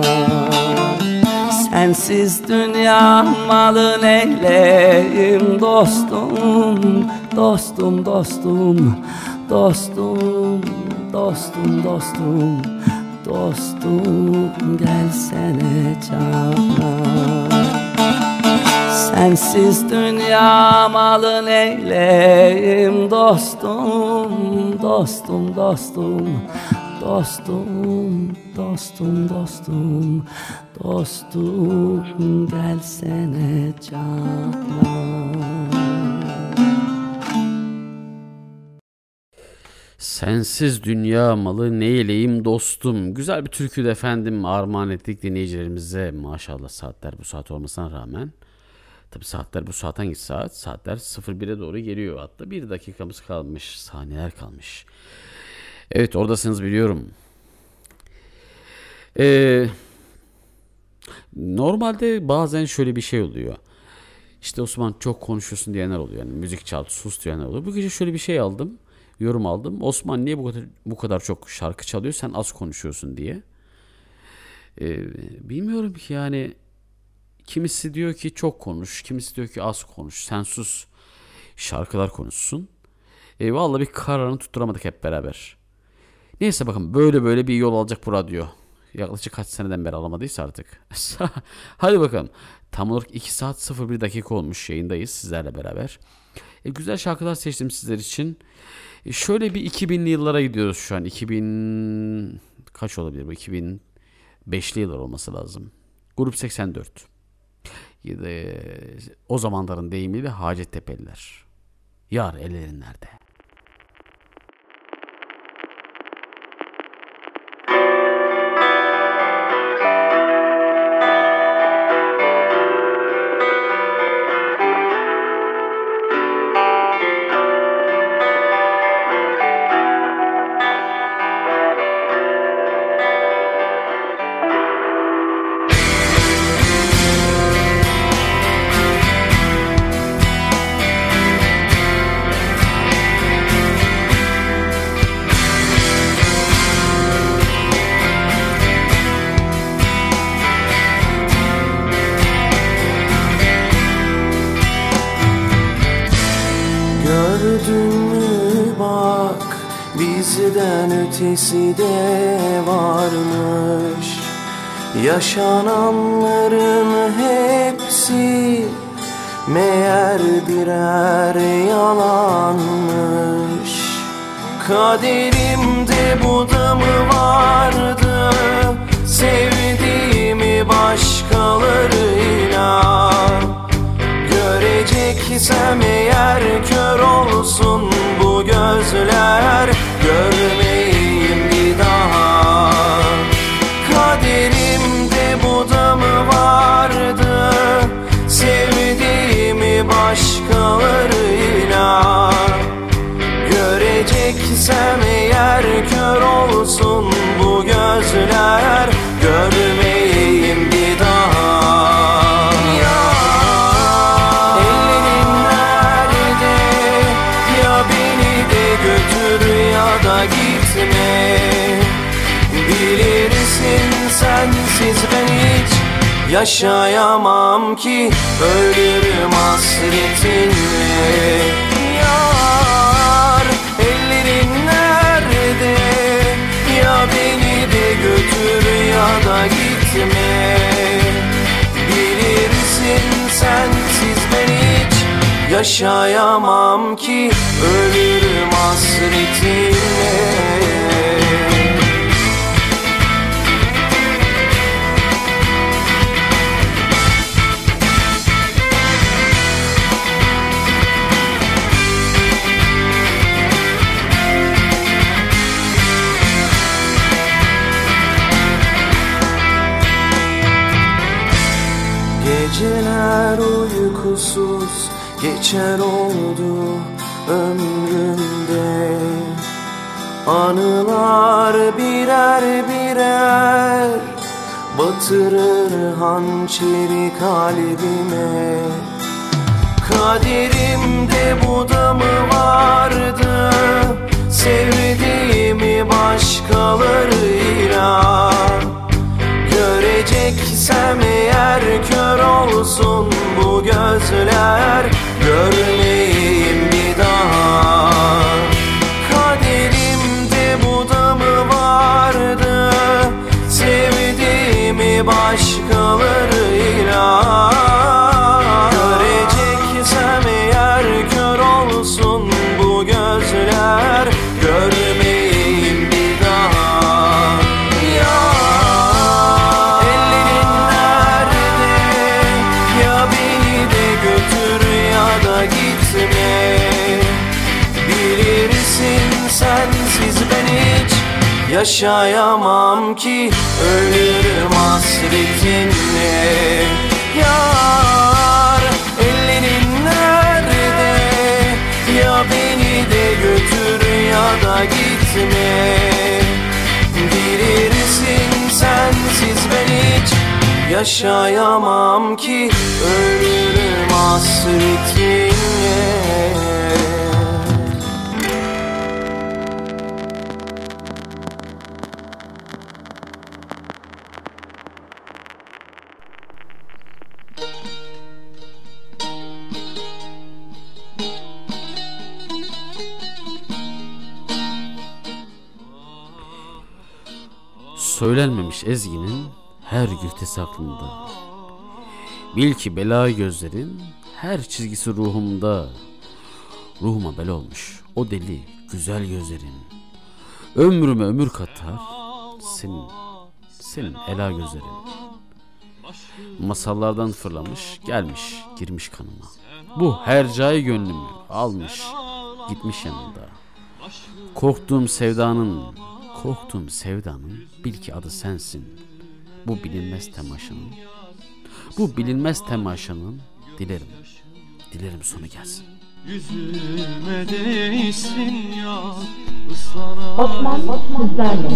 Sensiz dünya malı neyleyim dostum, dostum, dostum, dostum, dostum, dostum, dostum, gelsene canan. Sensiz dünya malı neyleyim dostum, dostum, dostum, dostum, dostum, dostum, dostum, gelsene canan. Sensiz dünya malı neyleyim dostum. Güzel bir türkü de efendim armağan ettik dinleyicilerimize. Maşallah saatler bu saat olmasına rağmen. Tabi saatler bu saat hangi saat? Saatler sıfır bire doğru geliyor. Hatta bir dakikamız kalmış. Saniyeler kalmış. Evet oradasınız biliyorum. Ee, normalde bazen şöyle bir şey oluyor. İşte Osman çok konuşuyorsun diyenler oluyor. Yani müzik çal sus diyenler oluyor. Bu gece şöyle bir şey aldım. Yorum aldım. Osman niye bu kadar bu kadar çok şarkı çalıyor? Sen az konuşuyorsun diye. Ee, bilmiyorum ki yani. Kimisi diyor ki çok konuş, kimisi diyor ki az konuş, sen sus, şarkılar konuşsun. E, vallahi bir kararını tutturamadık hep beraber. Neyse bakın böyle böyle bir yol alacak bu radyo. Yaklaşık kaç seneden beri alamadıysa artık. Hadi bakalım. Tam olarak iki saat sıfır bir dakika olmuş yayındayız sizlerle beraber. E, güzel şarkılar seçtim sizler için. E, şöyle bir iki binli yıllara gidiyoruz şu an. iki bin kaç olabilir bu? iki bin beşli yıllar olması lazım. Grup seksen dört. O zamanların deyimiyle Hacettepe'liler. Yar ellerin nerede? Bizden ötesi de varmış. Yaşananların hepsi meğer birer yalanmış. Kaderimde bu da mı vardı, sevdiğimi başkalarıyla? Göreceksem eğer kör olsun bu gözler, görmeyeyim bir daha. Kaderimde bu da mı vardı, sevdiğimi başkalarıyla? Göreceksem eğer kör olsun bu gözler, görmeyeyim bir daha. Ya ellerin nerede, ya beni de götür ya da gitme. Bilirsin sensiz ben hiç yaşayamam ki, ölürüm hasretinle. Yar ellerin nerede, ya beni de götür ya da gitme. Bilirsin sensiz ben hiç yaşayamam ki, ölürüm hasretinle. Geceler uykusuz geçer oldu ömrümde. Anılar birer birer batırır hançeri kalbime. Kaderimde bu da mı vardı, sevdiğimi başkalarıyla? Göreceksem eğer kör olsun bu gözler, görmeyeyim bir daha. Kaderimde bu da mı vardı, sevdiğimi başkalarıyla? Göreceksem eğer kör olsun bu gözler, görmeyeyim bir daha. Ya sensiz ben hiç yaşayamam ki, ölürüm hasretinle. Yar ellerin nerede, ya beni de götür ya da gitme. Bilirsin sensiz ben hiç yaşayamam ki, ölürüm hasretinle. Söylenmemiş ezginin her güftesi aklımda. Bil ki bela gözlerin her çizgisi ruhumda. Ruhuma bela olmuş o deli güzel gözlerin. Ömrüme ömür katar senin, senin ela gözlerin. Masallardan fırlamış gelmiş girmiş kanıma. Bu hercai gönlümü almış gitmiş yanında. Korktuğum sevdanın Korktuğum sevdanın bil ki adı sensin. Bu bilinmez temaşanın Bu bilinmez temaşanın dilerim Dilerim sonu gelsin. Yüzüme değsin ya ıslanan Osman sizlerle.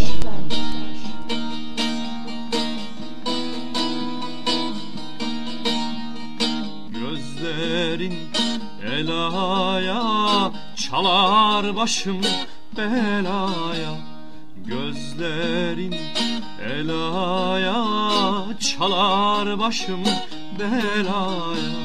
Gözlerin elaya çalar başım belaya. Gözlerin elaya çalar başım belaya.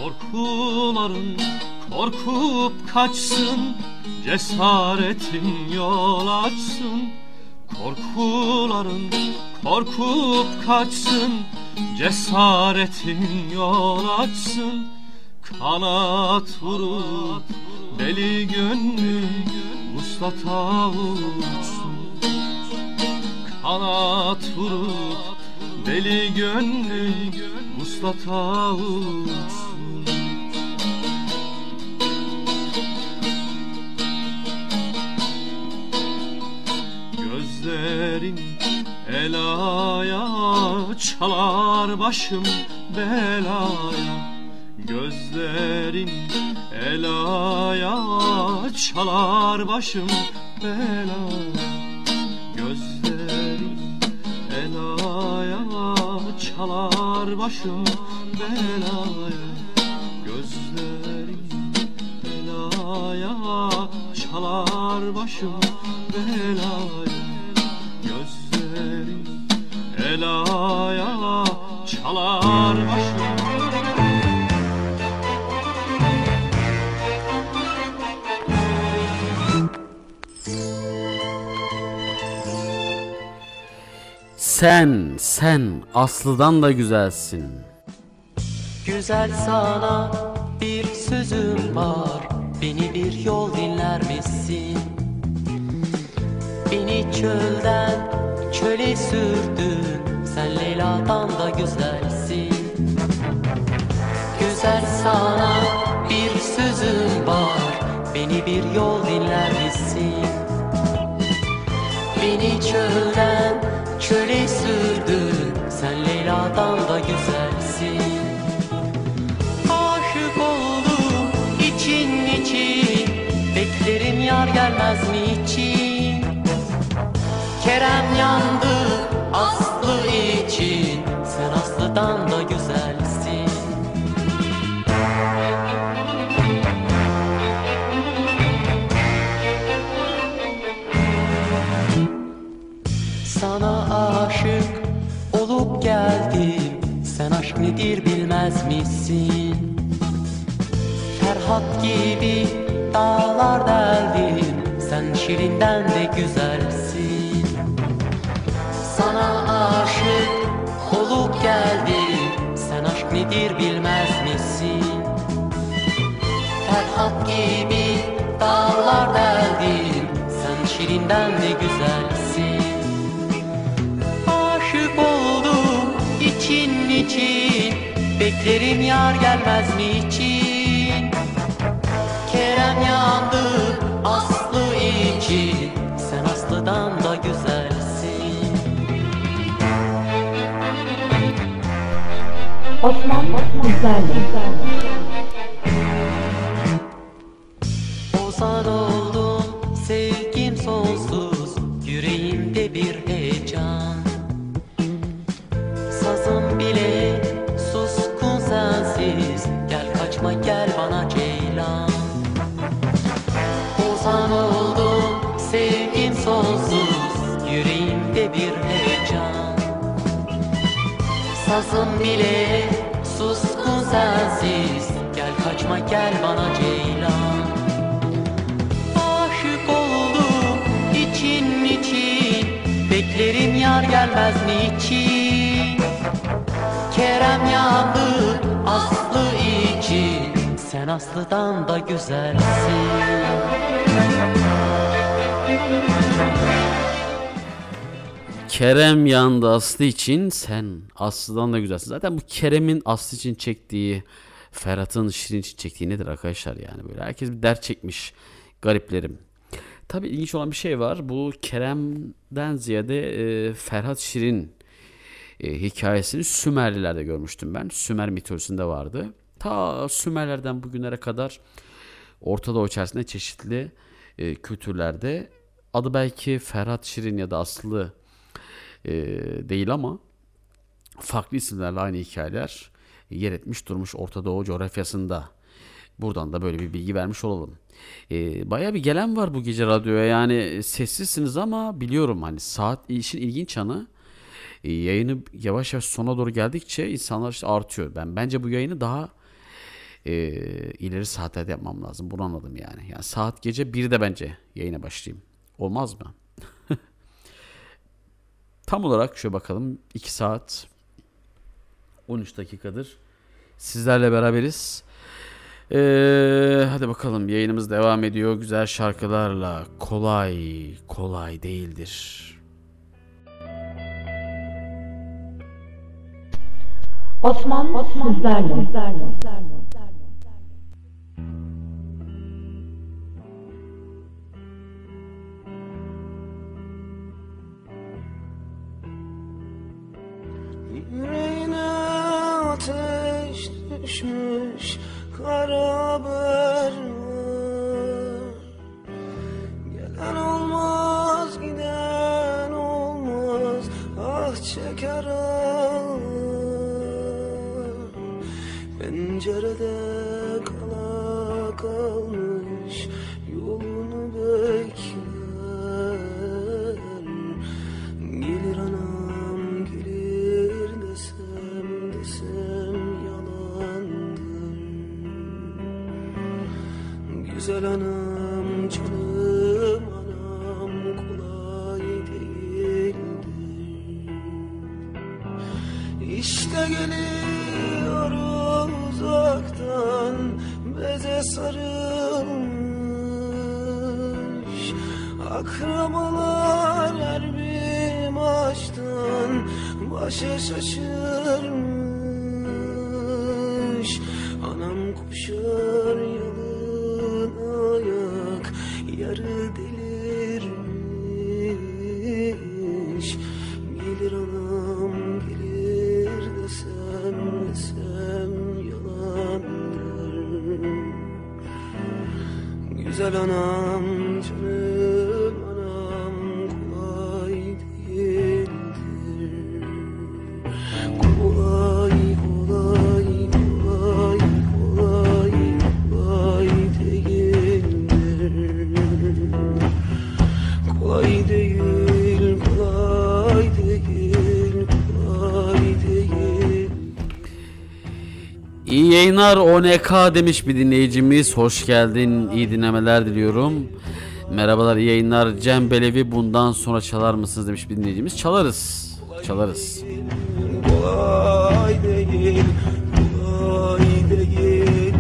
Korkuların korkup kaçsın, cesaretin yol açsın. Korkuların korkup kaçsın, cesaretin yol açsın. Kanat vurup deli gönlüm vuslata uçsun. Kanat vurup deli gönlüm vuslata uçsun. Gözlerin elaya çalar başım belaya. Gözlerin elaya çalar başım belaya. Gözlerin elaya çalar başım belaya. Gözlerin elaya çalar başım belaya. Gözlerin elaya çalar başım. Sen, sen Aslı'dan da güzelsin. Güzel sana bir sözüm var, beni bir yol dinler misin? Beni çölden çöle sürdün, sen Leyla'dan da güzelsin. Güzel sana bir sözüm var, beni bir yol dinler misin? Beni çölden çöle sürdün, sen Leyla'dan da güzelsin. Aşık oldum için için, beklerim yar gelmez mi için? Kerem yandı Aslı için, sen Aslı'dan da güzelsin. Sana aşık olup geldim, sen aşk nedir bilmez misin? Ferhat gibi dağlar deldim, sen Şirin'den de güzelsin. Sana aşık olup geldim, sen aşk nedir bilmez misin? Ferhat gibi dağlar deldim, sen Şirin'den de güzelsin. Aşık oldum için için, beklerim yar gelmez mi için? Kerem yandı Aslı için, sen Aslı'dan da güzelsin. Osman Güzellik. Ozan oldum sevgim sonsuz, yüreğimde bir heyecan. Sazım bile suskun sensiz, gel kaçma gel bana ceylan. Ozan oldum sevgim sonsuz, yüreğimde bir heyecan. Sazım bile suskun sensiz, gel kaçma gel bana ceylan. Aşık oldum için için, beklerim yar gelmez mi için? Kerem yandı Aslı için, sen Aslı'dan da güzelsin. Kerem yandı Aslı için, sen Aslı'dan da güzelsin. Zaten bu Kerem'in Aslı için çektiği, Ferhat'ın Şirin için çektiği nedir arkadaşlar yani, böyle herkes bir dert çekmiş, gariplerim. Tabii ilginç olan bir şey var, bu Kerem'den ziyade e, Ferhat Şirin e, hikayesini Sümerlilerde görmüştüm ben. Sümer mitolojisinde vardı. Ta Sümerlerden bugünlere kadar Orta Doğu içerisinde çeşitli e, kültürlerde adı belki Ferhat Şirin ya da Aslı e, değil ama farklı isimlerle aynı hikayeler yer etmiş durmuş Orta Doğu coğrafyasında. Buradan da böyle bir bilgi vermiş olalım. E, bayağı bir gelen var bu gece radyoya, yani sessizsiniz ama biliyorum hani saat işin ilginç yanı, e, yayını yavaş yavaş sona doğru geldikçe insanlar işte artıyor. Ben bence bu yayını daha e, ileri saatlerde yapmam lazım. Bunu anladım yani. Yani saat gece birde bence yayına başlayayım. Olmaz mı? Tam olarak şöyle bakalım. iki saat on üç dakikadır sizlerle beraberiz. Ee, hadi bakalım, yayınımız devam ediyor güzel şarkılarla. Kolay kolay değildir. Osman, Osman sizlerle. sizlerle. Yüreğine ateş düşmüş kara haber var. Gelen olmaz, giden olmaz, ah çeker ağlar. Pencerede kala kalmış yolunu bekler. Gelir anam gelir desem desem yalandır. Güzel anam canım anam kolay değildir. İşte geliyor uzaktan beze sarılmış. Akrabalar her bir maçtan başa şaşırmış. Anam koşar yalın ayak yarı delirmiş. Gelir anam gelir desem desem yalandır. Güzel anam canım anam kolay değildir. Kolay kolay kolay kolay kolay değildir. Kolay değil kolay değil kolay değil. İyi yayınlar O N K demiş bir dinleyicimiz. Hoş geldin. İyi dinlemeler diliyorum. Merhabalar, iyi yayınlar. Cem Belevi bundan sonra çalar mısınız demiş bir dinleyicimiz. Çalarız. Çalarız. Kolay değil kolay değil.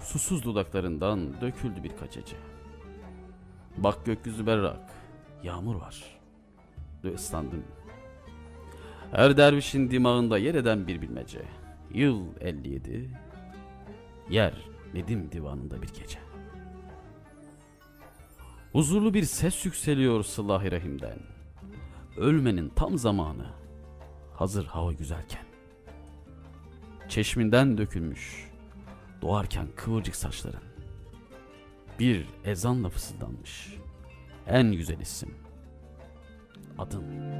Susuz dudaklarından döküldü birkaç ece. Bak gökyüzü berrak, yağmur var ve ıslandım. Her dervişin dimağında yer eden bir bilmece. Yıl elli yedi, yer Nedim divanında bir gece. Huzurlu bir ses yükseliyor Sıla-i Rahim'den. Ölmenin tam zamanı, hazır hava güzelken. Çeşminden dökülmüş, doğarken kıvırcık saçların. Bir ezanla fısıldanmış, en güzel isim, adın.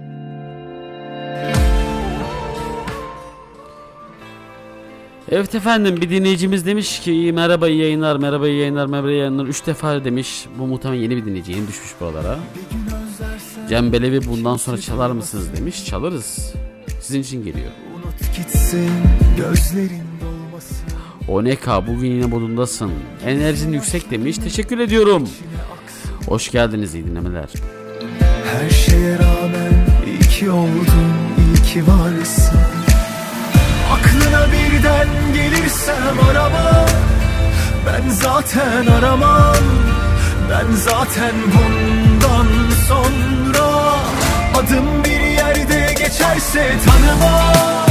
Evet efendim, bir dinleyicimiz demiş ki merhaba iyi yayınlar, merhaba iyi yayınlar, merhaba iyi yayınlar. Üç defa demiş. Bu muhtemelen yeni bir dinleyici, yeni düşmüş buralara. Cem Belevi bundan sonra çalar mısınız demiş. Çalarız. Sizin için geliyor. Unut gitsin gözlerin dolmasın. Oneka bugün yine modundasın. Enerjin yüksek demiş. Teşekkür ediyorum. Hoş geldiniz, iyi dinlemeler. Her şeye rağmen iyi ki oldun, iyi ki varsın. Aklına birden gelirsem arama, ben zaten aramam. Ben zaten bundan sonra adım bir yerde geçerse tanıma.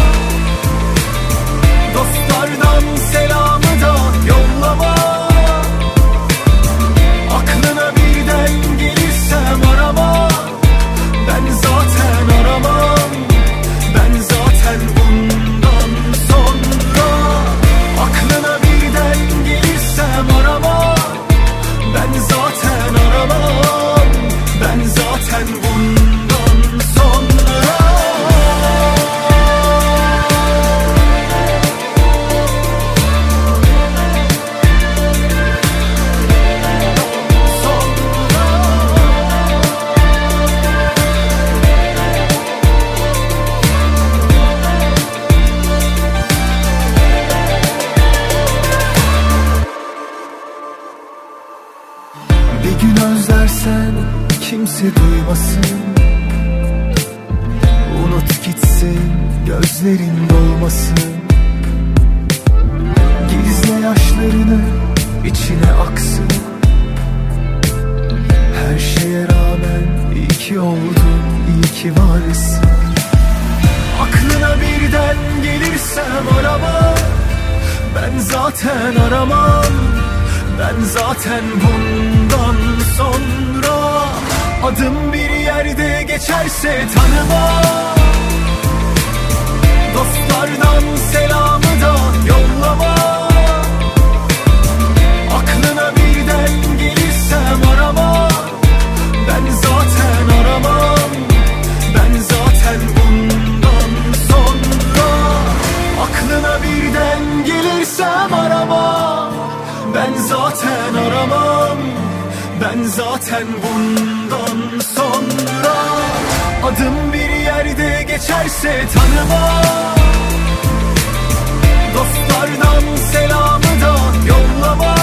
Dostlardan selamı da yollama. Aklına birden gelirsem arama, ben zaten aramam. Ben zaten bundan sonra aklına birden gelirsem arama. Ben zaten aramam. Ben zaten bundan sonra. Özlersen kimse duymasın. Unut gitsin gözlerin dolmasın. Gizle yaşlarını içine aksın. Her şeye rağmen iyi ki oldun, iyi ki varsın. Aklına birden gelirsem arama, ben zaten aramam. Ben zaten bundan sonra adım bir yerde geçerse tanıma. Dostlardan selamı da yollama. Aklına birden gelirsem arama. Ben zaten aramam. Ben zaten bundan sonra aklına birden gelirsem arama. Ben zaten aramam. Ben zaten bundan sonra adım bir yerde geçerse tanıma. Dostlardan selamı da yollama.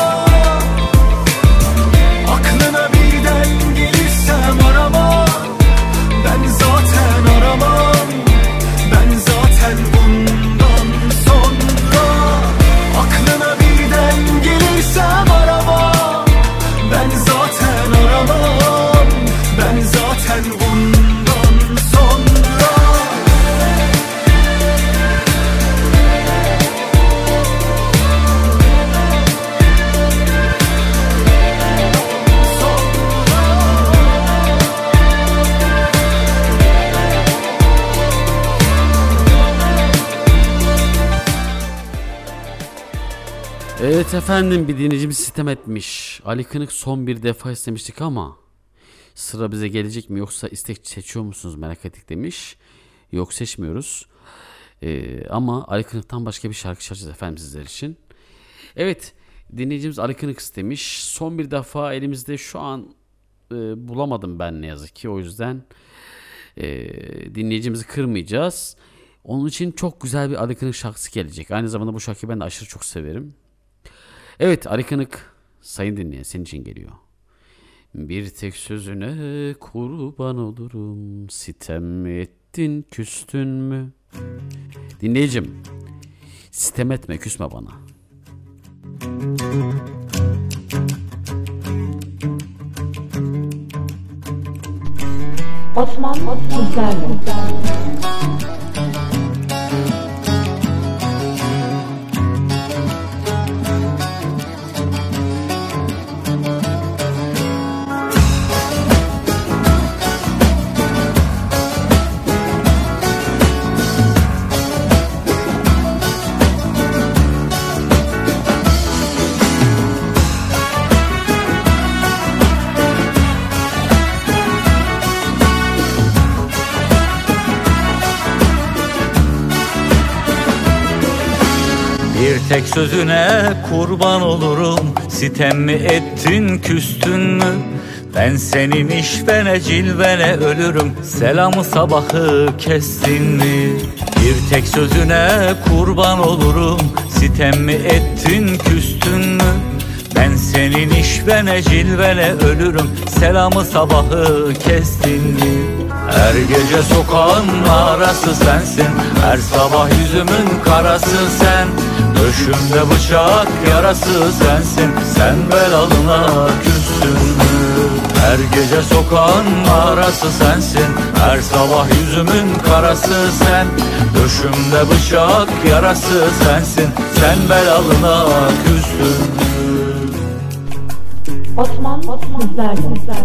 Aklına birden gelirsem arama. Ben zaten aramam. Ben zaten bundan sonra aklına birden gelirsem arama. Ben zaten aramam. Ben zaten bundan sonra. Evet efendim, bir dinleyicimiz sitem etmiş. Ali Kınık son bir defa istemiştik ama sıra bize gelecek mi yoksa istek seçiyor musunuz merak ettik demiş. Yok, seçmiyoruz. Ee, ama Ali Kınık'tan başka bir şarkı çalacağız efendim sizler için. Evet, dinleyicimiz Ali Kınık istemiş. Son bir defa elimizde şu an e, bulamadım ben ne yazık ki. O yüzden e, dinleyicimizi kırmayacağız. Onun için çok güzel bir Ali Kınık şarkısı gelecek. Aynı zamanda bu şarkıyı ben de aşırı çok severim. Evet, Ali Kınık sayın dinleyen senin için geliyor. Bir tek sözüne kurban olurum, sitem ettin küstün mü? Dinleyicim, sitem etme, küsme bana. Osman sizlerle. Bir tek sözüne kurban olurum. Sitem mi ettin, küstün mü? Ben senin işvene cilvene ölürüm. Selamı sabahı kestin mi? Bir tek sözüne kurban olurum. Sitem mi ettin, küstün mü? Ben senin işvene cilvene ölürüm. Selamı sabahı kestin mi? Her gece sokağın arası sensin. Her sabah yüzümün karası sen. Döşümde bıçak yarası sensin. Sen belalına küstün mü? Her gece sokağın arası sensin. Her sabah yüzümün karası sen. Döşümde bıçak yarası sensin. Sen belalına küstün mü? Osman sizlerle.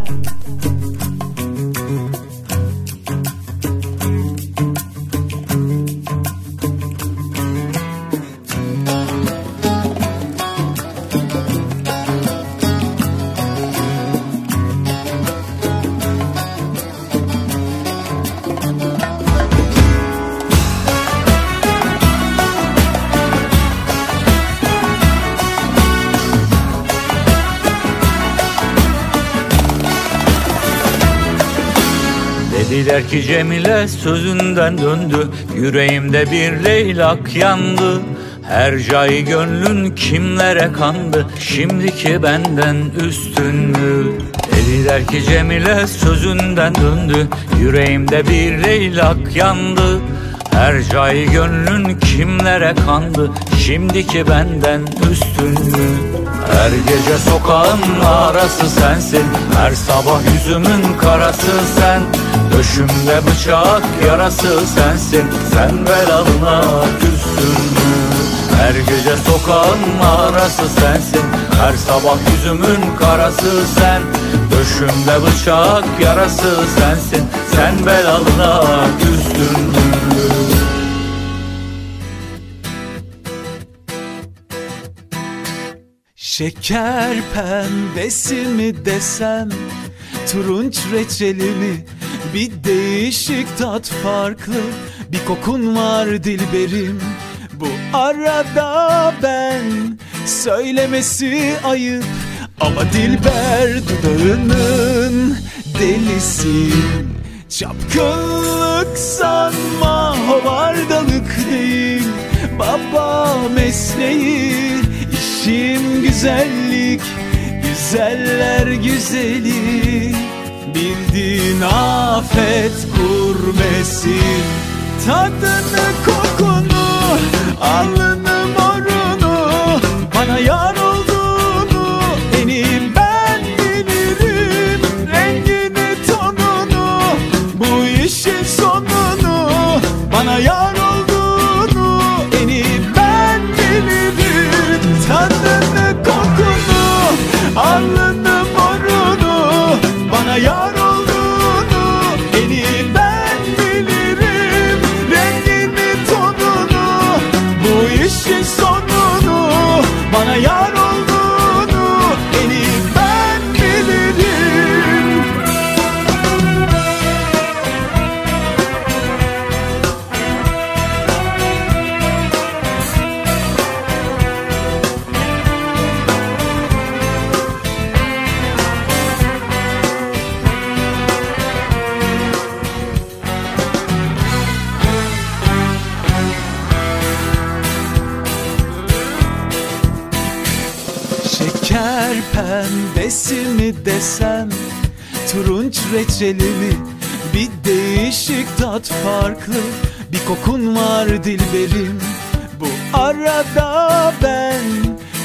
Dediler ki Cemile sözünden döndü. Yüreğimde bir leylak yandı. Her cay gönlün kimlere kandı. Şimdiki benden üstün mü? Dediler ki Cemile sözünden döndü. Yüreğimde bir leylak yandı. Her cay gönlün kimlere kandı. Şimdiki benden üstün mü? Her gece sokağın arası sensin. Her sabah yüzümün karası sen. Döşümde bıçak yarası sensin. Sen belalına küstün mü? Her gece sokağın arası sensin. Her sabah yüzümün karası sen. Döşümde bıçak yarası sensin. Sen belalına küstün mü? Şeker pembesi mi desem, turunç reçeli mi? Bir değişik tat farklı, bir kokun var dilberim. Bu arada ben, söylemesi ayıp ama dilber dudağının delisiyim. Çapkınlık sanma, hovardalık değil. Baba mesleği, işim güzellik. Güzeller güzeli, bildiğin afet gurmesin. Tadını kokunu, alnını morunu, bana yar olduğunu en iyi ben bilirim. Rengini tonunu, bu işin sonunu, bana yar olduğunu en iyi ben bilirim. Tadını kokunu, alnını morunu, bana yar olduğunu en iyi ben bilirim. Rengini tonunu, bu işin sonunu, bana yar olduğunu en iyi ben bilirim. Şeker pembesi mi desem, turunç reçeli mi? Bir değişik tat farklı, bir kokun var dilberim. Bu arada ben,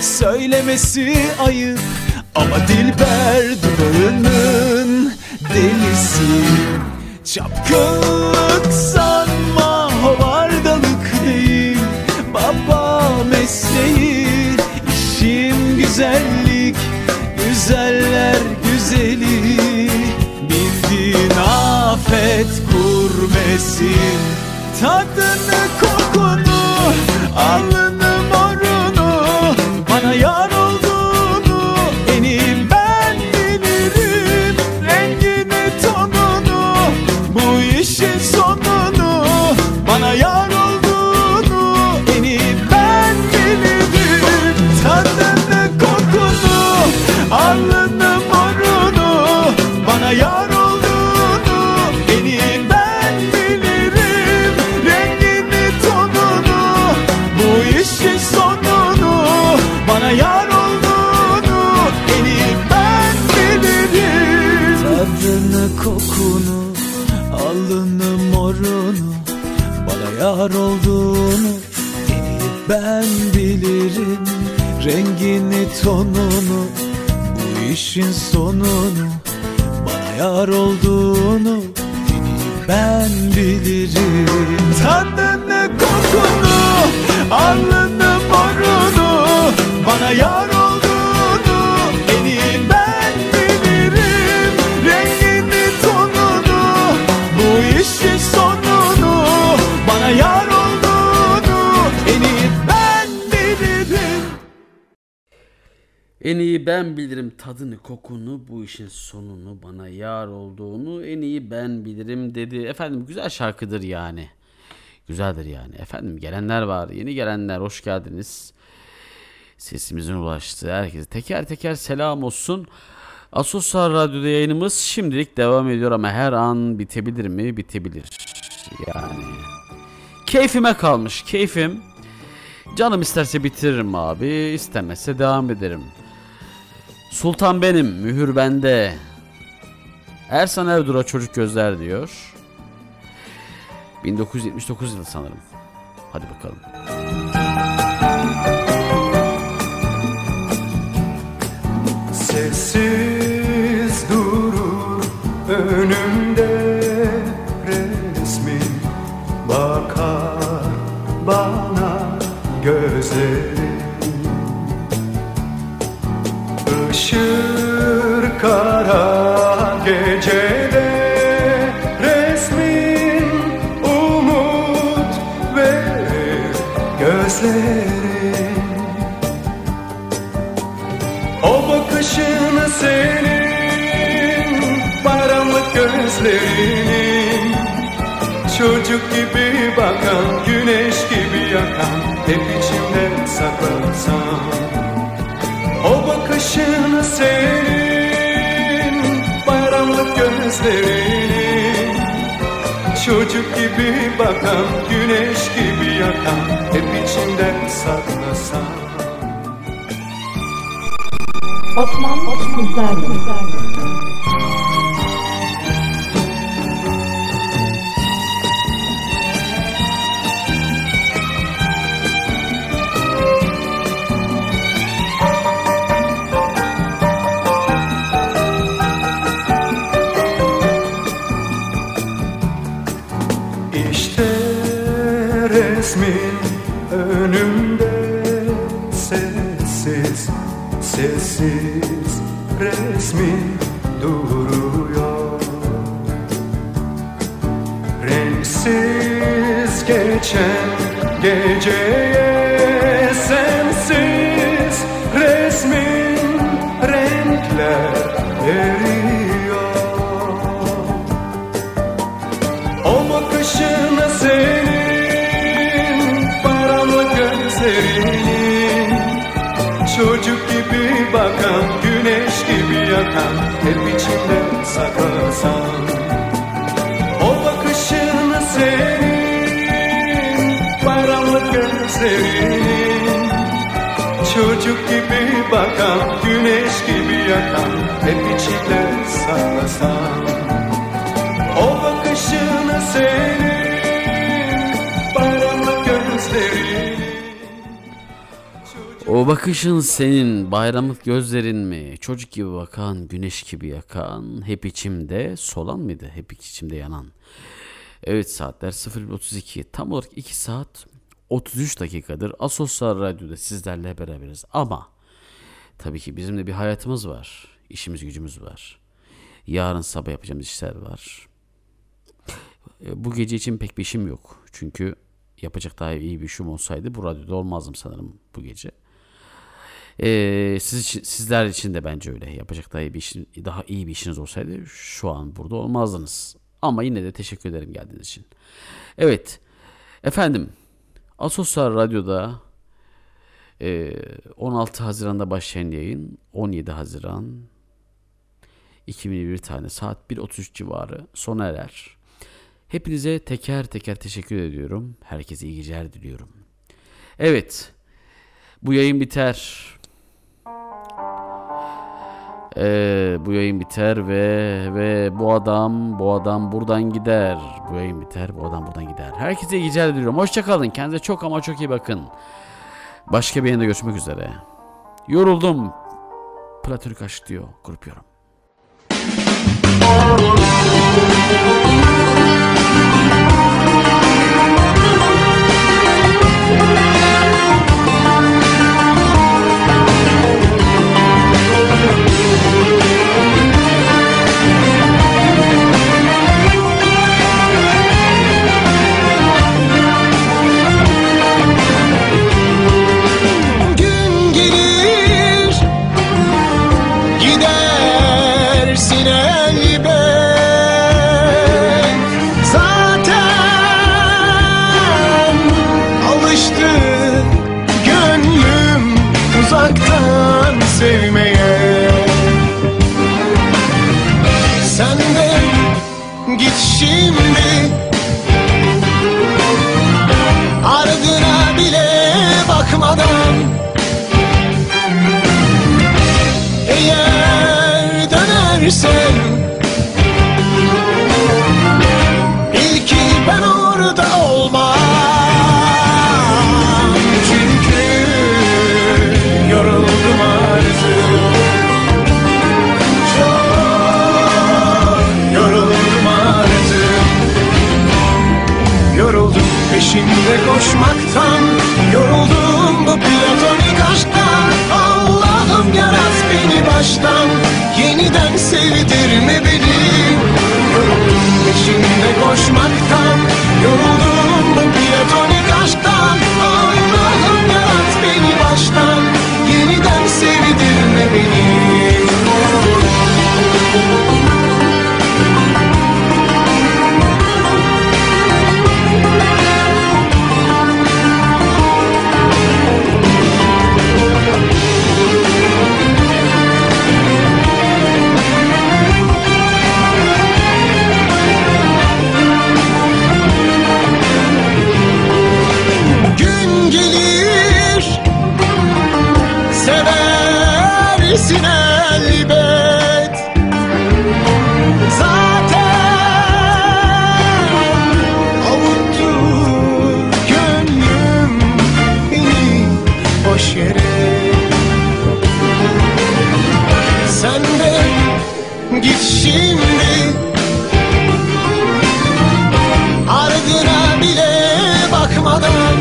söylemesi ayıp. Ama Dilber dudağının delisi. Çapkınlık sanma, hovardalık değil. Baba mesleği, işim güzellik, güzeller güzeli. Bildiğin afet kurmesin. Tadını kokunu, alnını morunu, bana yar olduğunu en iyi ben bilirim. Rengini tonunu, bu işin sonunu, bana yar olduğunu en iyi ben bilirim. Tadını kokunu, alnını morunu, bana yar olduğunu en iyi ben bilirim. Rengini tonunu, bu işin sonunu, bana yar olduğunu en iyi ben bilirim. Tadını kokunu, alnını morunu, bana yar olduğunu en iyi ben bilirim. Rengini tonunu, bu işin sonunu, bana yar olduğunu en iyi ben bilirim. Tadını kokunu, alnını morunu, bana yar olduğunu en iyi ben bilirim. Rengini tonunu, bu işin sonunu, bana yar olduğunu en iyi ben bilirim. En iyi ben bilirim tadını kokunu, bu işin sonunu, bana yar olduğunu en iyi ben bilirim dedi. Efendim güzel şarkıdır yani. Güzeldir yani. Efendim gelenler var, yeni gelenler hoş geldiniz. Sesimizin ulaştığı herkese teker teker selam olsun. Asosyal Radyo'da yayınımız şimdilik devam ediyor ama her an bitebilir mi? Bitebilir. Yani keyfime kalmış. Keyfim. Canım isterse bitiririm abi, istemezse devam ederim. Sultan benim, mühür bende. Ersan Erdur'a çocuk gözler diyor. bin dokuz yüz yetmiş dokuz yılı sanırım. Hadi bakalım. Sessiz durur önümde resmin, bakar bana gözlerin. Işır kara gecede resmin, umut verir gözlerin. O bakışını senin, bayramlık gözlerinin, çocuk gibi bakan, güneş gibi yakan, hep içimde saklansam. O bakışını senin, bayramlık gözlerinin, çocuk gibi bakan, güneş gibi yakan, hep içimde saklasam. Osman Kızlarlı. İşte resmin önümde sessiz, sessiz resmin duruyor. Renksiz geçen geceye sensiz resmin renkler veriyor. O bakışına senin, bayramlı gözlerinin, çocuk gibi bakan, güneş gibi yakan, hep içimde saklasan. O bakışını senin, bayramlı gözlerinin, çocuk gibi bakan, güneş gibi yakan, hep içimde saklasan. O bakışını senin, bayramlı gözlerinin. O bakışın senin, bayramlık gözlerin mi? Çocuk gibi bakan, güneş gibi yakan, hep içimde solan mıydı? Hep içimde yanan. Evet, saatler sıfır bir otuz iki. Tam olarak iki saat otuz üç dakikadır Asosyal Radyo'da sizlerle beraberiz. Ama tabii ki bizim de bir hayatımız var. İşimiz gücümüz var. Yarın sabah yapacağımız işler var. Bu gece için pek bir işim yok. Çünkü yapacak daha iyi bir işim olsaydı bu radyoda olmazdım sanırım bu gece. Ee, siz için, sizler için de bence öyle. Yapacak daha iyi bir işin, daha iyi bir işiniz olsaydı şu an burada olmazdınız. Ama yine de teşekkür ederim geldiğiniz için. Evet. Efendim, Asosyal Radyo'da e, on altı Haziran'da başlayan yayın on yedi Haziran iki bin yirmi bir tane saat bir otuz üç civarı sona erer. Hepinize teker teker teşekkür ediyorum. Herkese iyi geceler diliyorum. Evet. Bu yayın biter. Ee, bu yayın biter ve ve bu adam bu adam buradan gider. Bu yayın biter, bu adam buradan gider. Herkese iyi geceler diliyorum. Hoşça kalın. Kendinize çok ama çok iyi bakın. Başka bir yayında görüşmek üzere. Yoruldum. Platonik aşk diyor grup yorum. Gün gelir gidersin elbet, zaten alıştı gönlüm uzaktan sevmeye. Sen de git şimdi, ardına bile bakmadan. Eğer dönersen bil ki ben orada olmam. Çünkü yoruldum artık, çok yoruldum artık. Yoruldum peşinde koşmaktan, yoruldum bu platonik aşktan. Allah'ım yarat beni baştan, yeniden sevdirme beni. Yoruldum peşinde koşmaktan, yoruldum bu platonik aşktan. Allah'ım yarat beni baştan, yeniden sevdirme beni. Gün gelir seversin elbet, zaten avuttu gönlüm beni boş yere. Sen de git şimdi, ardına bile bakmadan.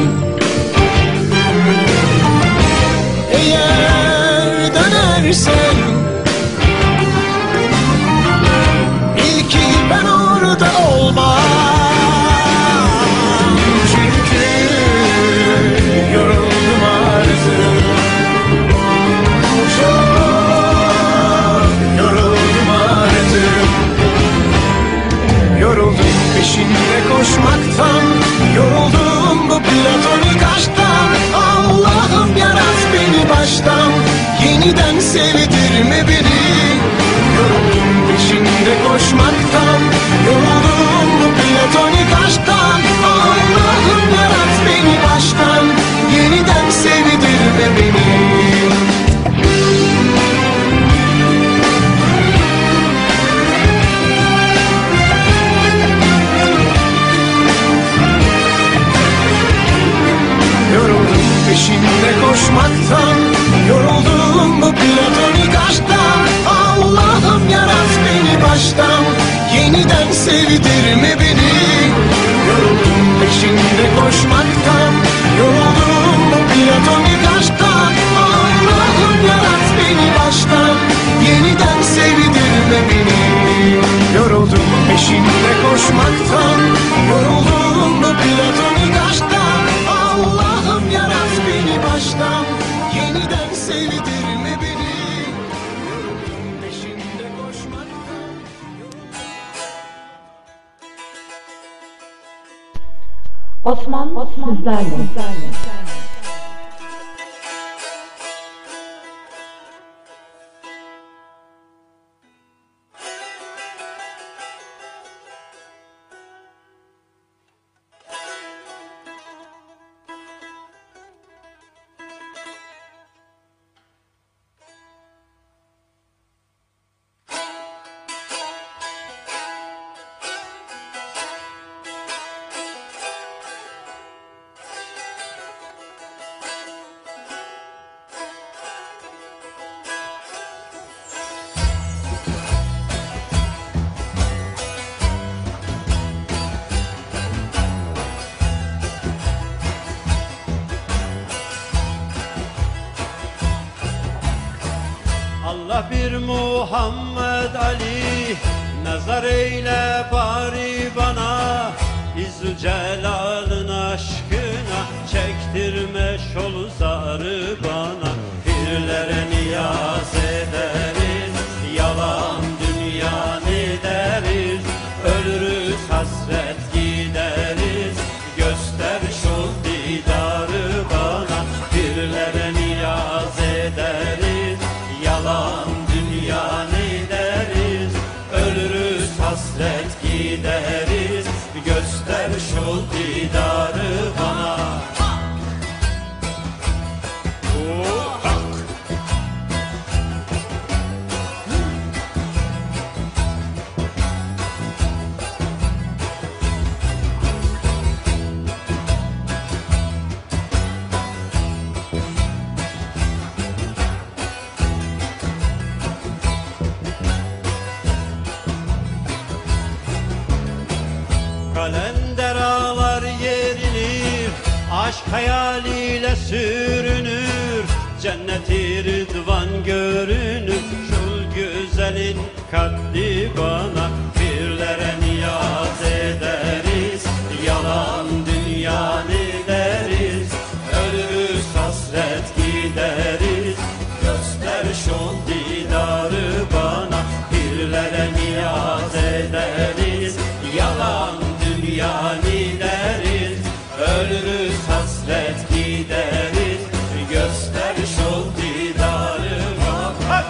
Eğer dönersen bil ki ben orada olmam. Çünkü yoruldum artık, çok yoruldum artık. Yoruldum peşinde koşmaktan, yoruldum bu platonik aşktan. Allah'ım yarat beni baştan, yeniden sevdirme beni. Yoruldum peşinde koşmaktan, yoruldum bu platonik aşktan. Allah'ım yarat beni baştan, yeniden sevdirme beni. Yoruldum peşinde koşmaktan, Osman, Osman sizlerle. sizlerle. Allah bir Muhammed Ali, nazar eyle bari bana. İzzü Celal'ın aşkına çektirme şolu zarı bana. Pirlere niyaz ederiz, yalan dünya ne deriz. Ölürüz hasret gideriz, göster şol didarı bana. Pirlere niyaz ederiz, yalan dünya ne deriz. Ölürüz hasret gideriz, göster şol didarı bana. Kalender ağlar yerini, aşk hayaliyle sürünür. Cenneti rıdvan görünür, şul güzelin kaddi bana. Pirlere niyaz ederiz, yalan dünya ne deriz. Ölürüz hasret gideriz, göster şol didarı bana. Pirlere niyaz ederiz, yalan dünya ne deriz. Ölürüz hasret gideriz, göster şol didarı bana.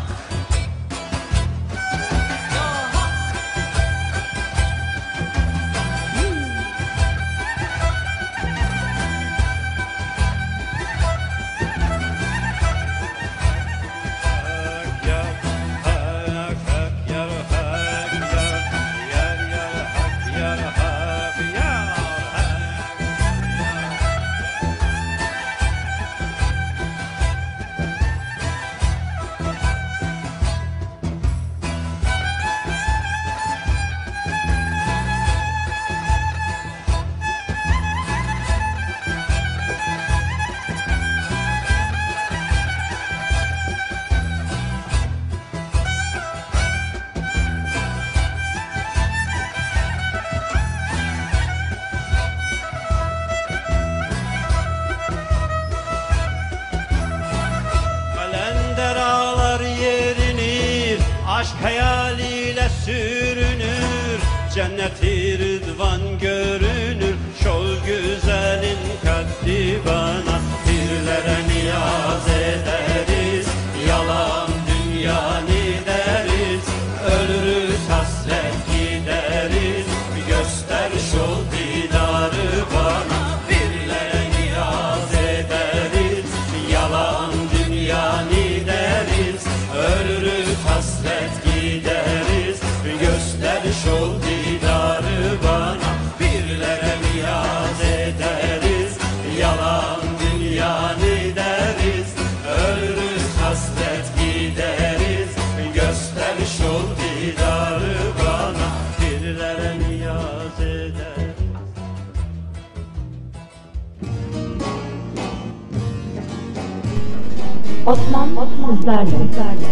Aşk hayaliyle sürünür, cenneti rıdvan görünür. Şol güzelin kaddi bana. Pirlere niyaz ederiz, yalan dünya ne deriz. Ölürüz hasret gideriz, göster şol didarı bana. Pirlere niyaz ederiz, yalan dünya ne deriz. Ölürüz hasret gideriz, göster şol didarı bana. Pirlere niyaz ederiz, yalan dünya ne deriz. Ölürüz hasret gideriz, göster şol didarı bana. Pirlere niyaz ederiz. Osman, Osman sizlerle.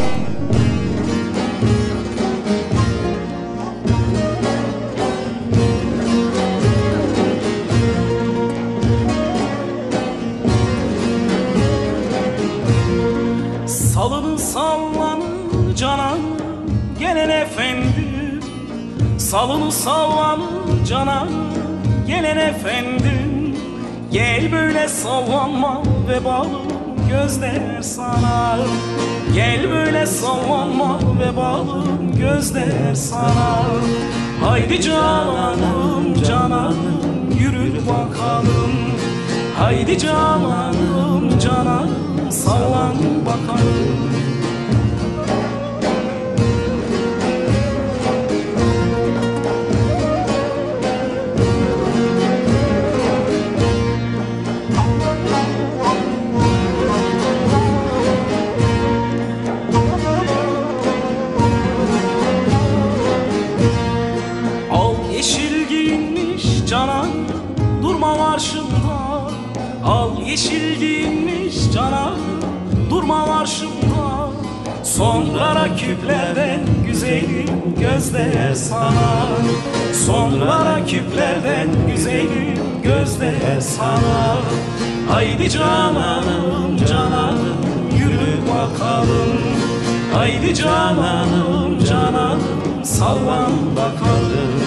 Salını sallanı canan gelen efendim. Salını sallanı canan gelen efendim. Gel böyle sallanma ve bağlı gözler sana. Gel böyle sallanma ve bağlı gözler sana. Haydi cananım cananım yürü bakalım. Haydi cananım cananım sallan bakalım. Al yeşil giyinmiş cana, durma karşımda. Sonra rakiplerden güzelim gözler sana. Sonra rakiplerden güzelim gözler sana. Haydi cananım cananım yürü bakalım. Haydi cananım cananım sallan bakalım.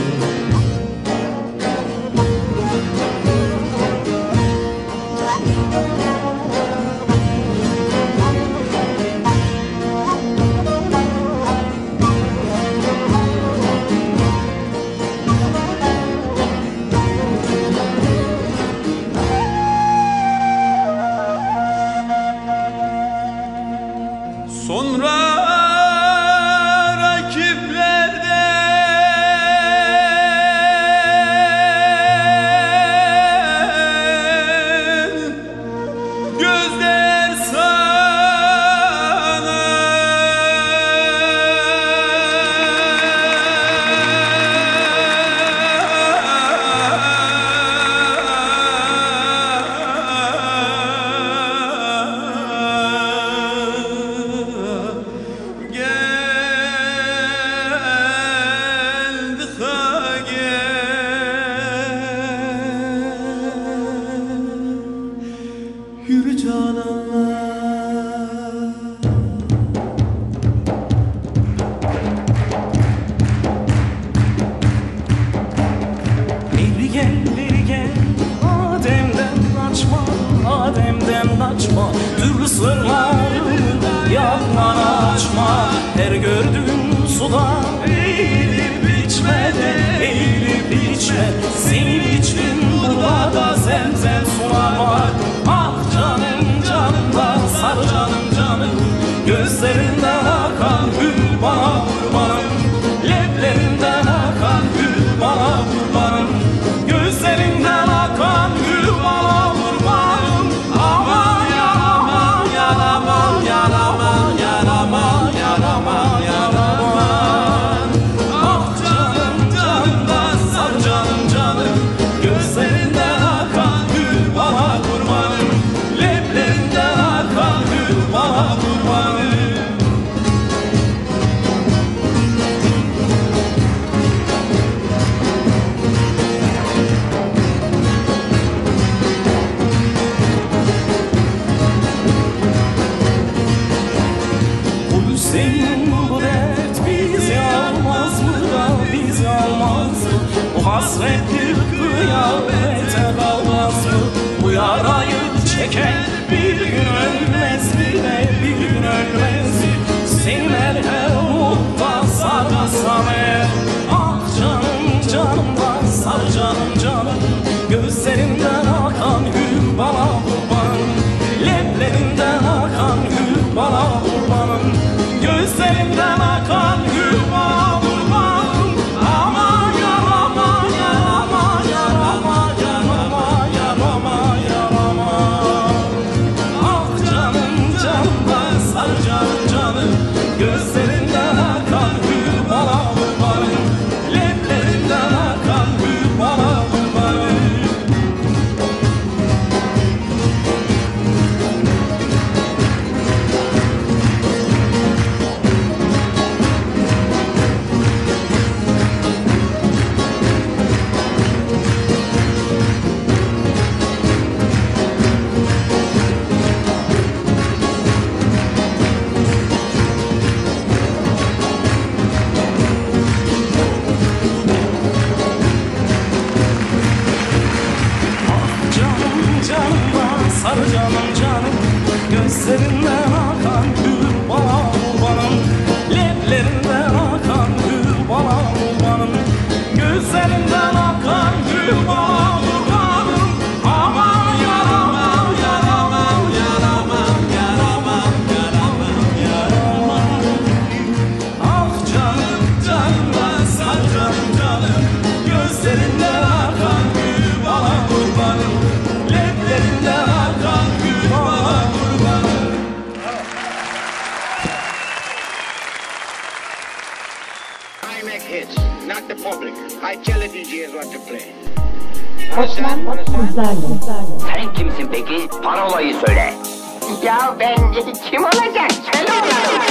hits, not the public. I tell the D Js what to play. Osman sizlerle. Sen kimsin peki? Parolayı söyle. Ya ben kim olacak? Söyle ona.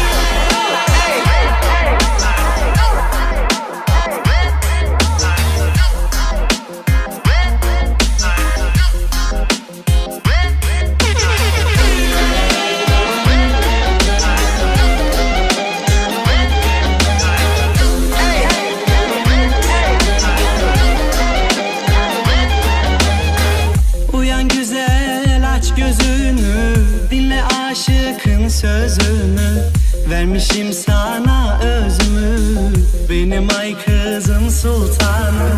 Sözümü vermişim sana özümü, benim ay kızım sultanım.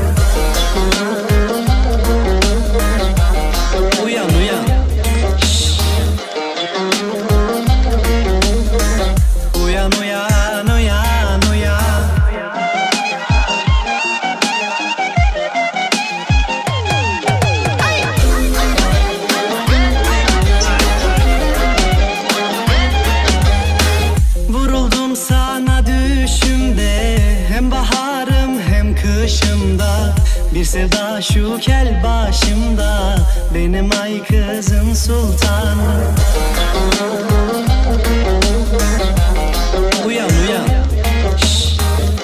Uyan uyan. Şşş. Uyan uyan uyan uyan. Bir sevda şu kel başımda, benim ay kızım sultanım. Uyan uyan. Şşş.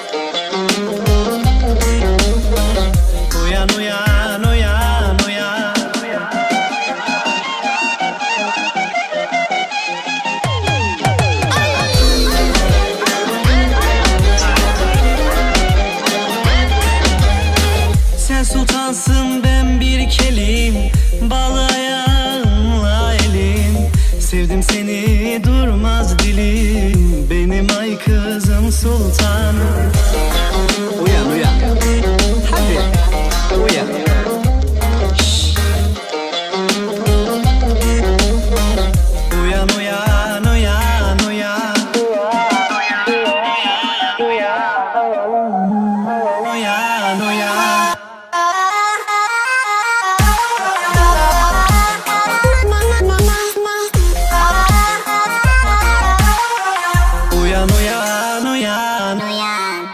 Uyan uyan uyan uyan. Sen sultansın, ben bir kelim, bağlı ayağınla elim. Sevdim seni, durmaz dilim, benim ay kızım sultanım. Uyan uyan. Hadi uyan. Şşş. Uyan uyan uyan uyan. Uyan uyan. Uyan uyan uyan uyan.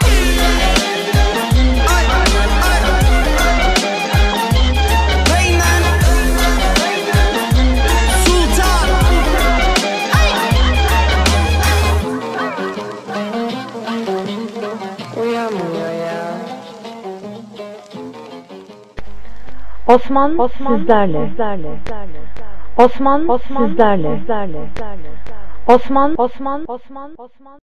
Reymen Sultan. Uyanmıyor ya. Osman sizlerle. Osman sizlerle. Osman Osman Osman Osman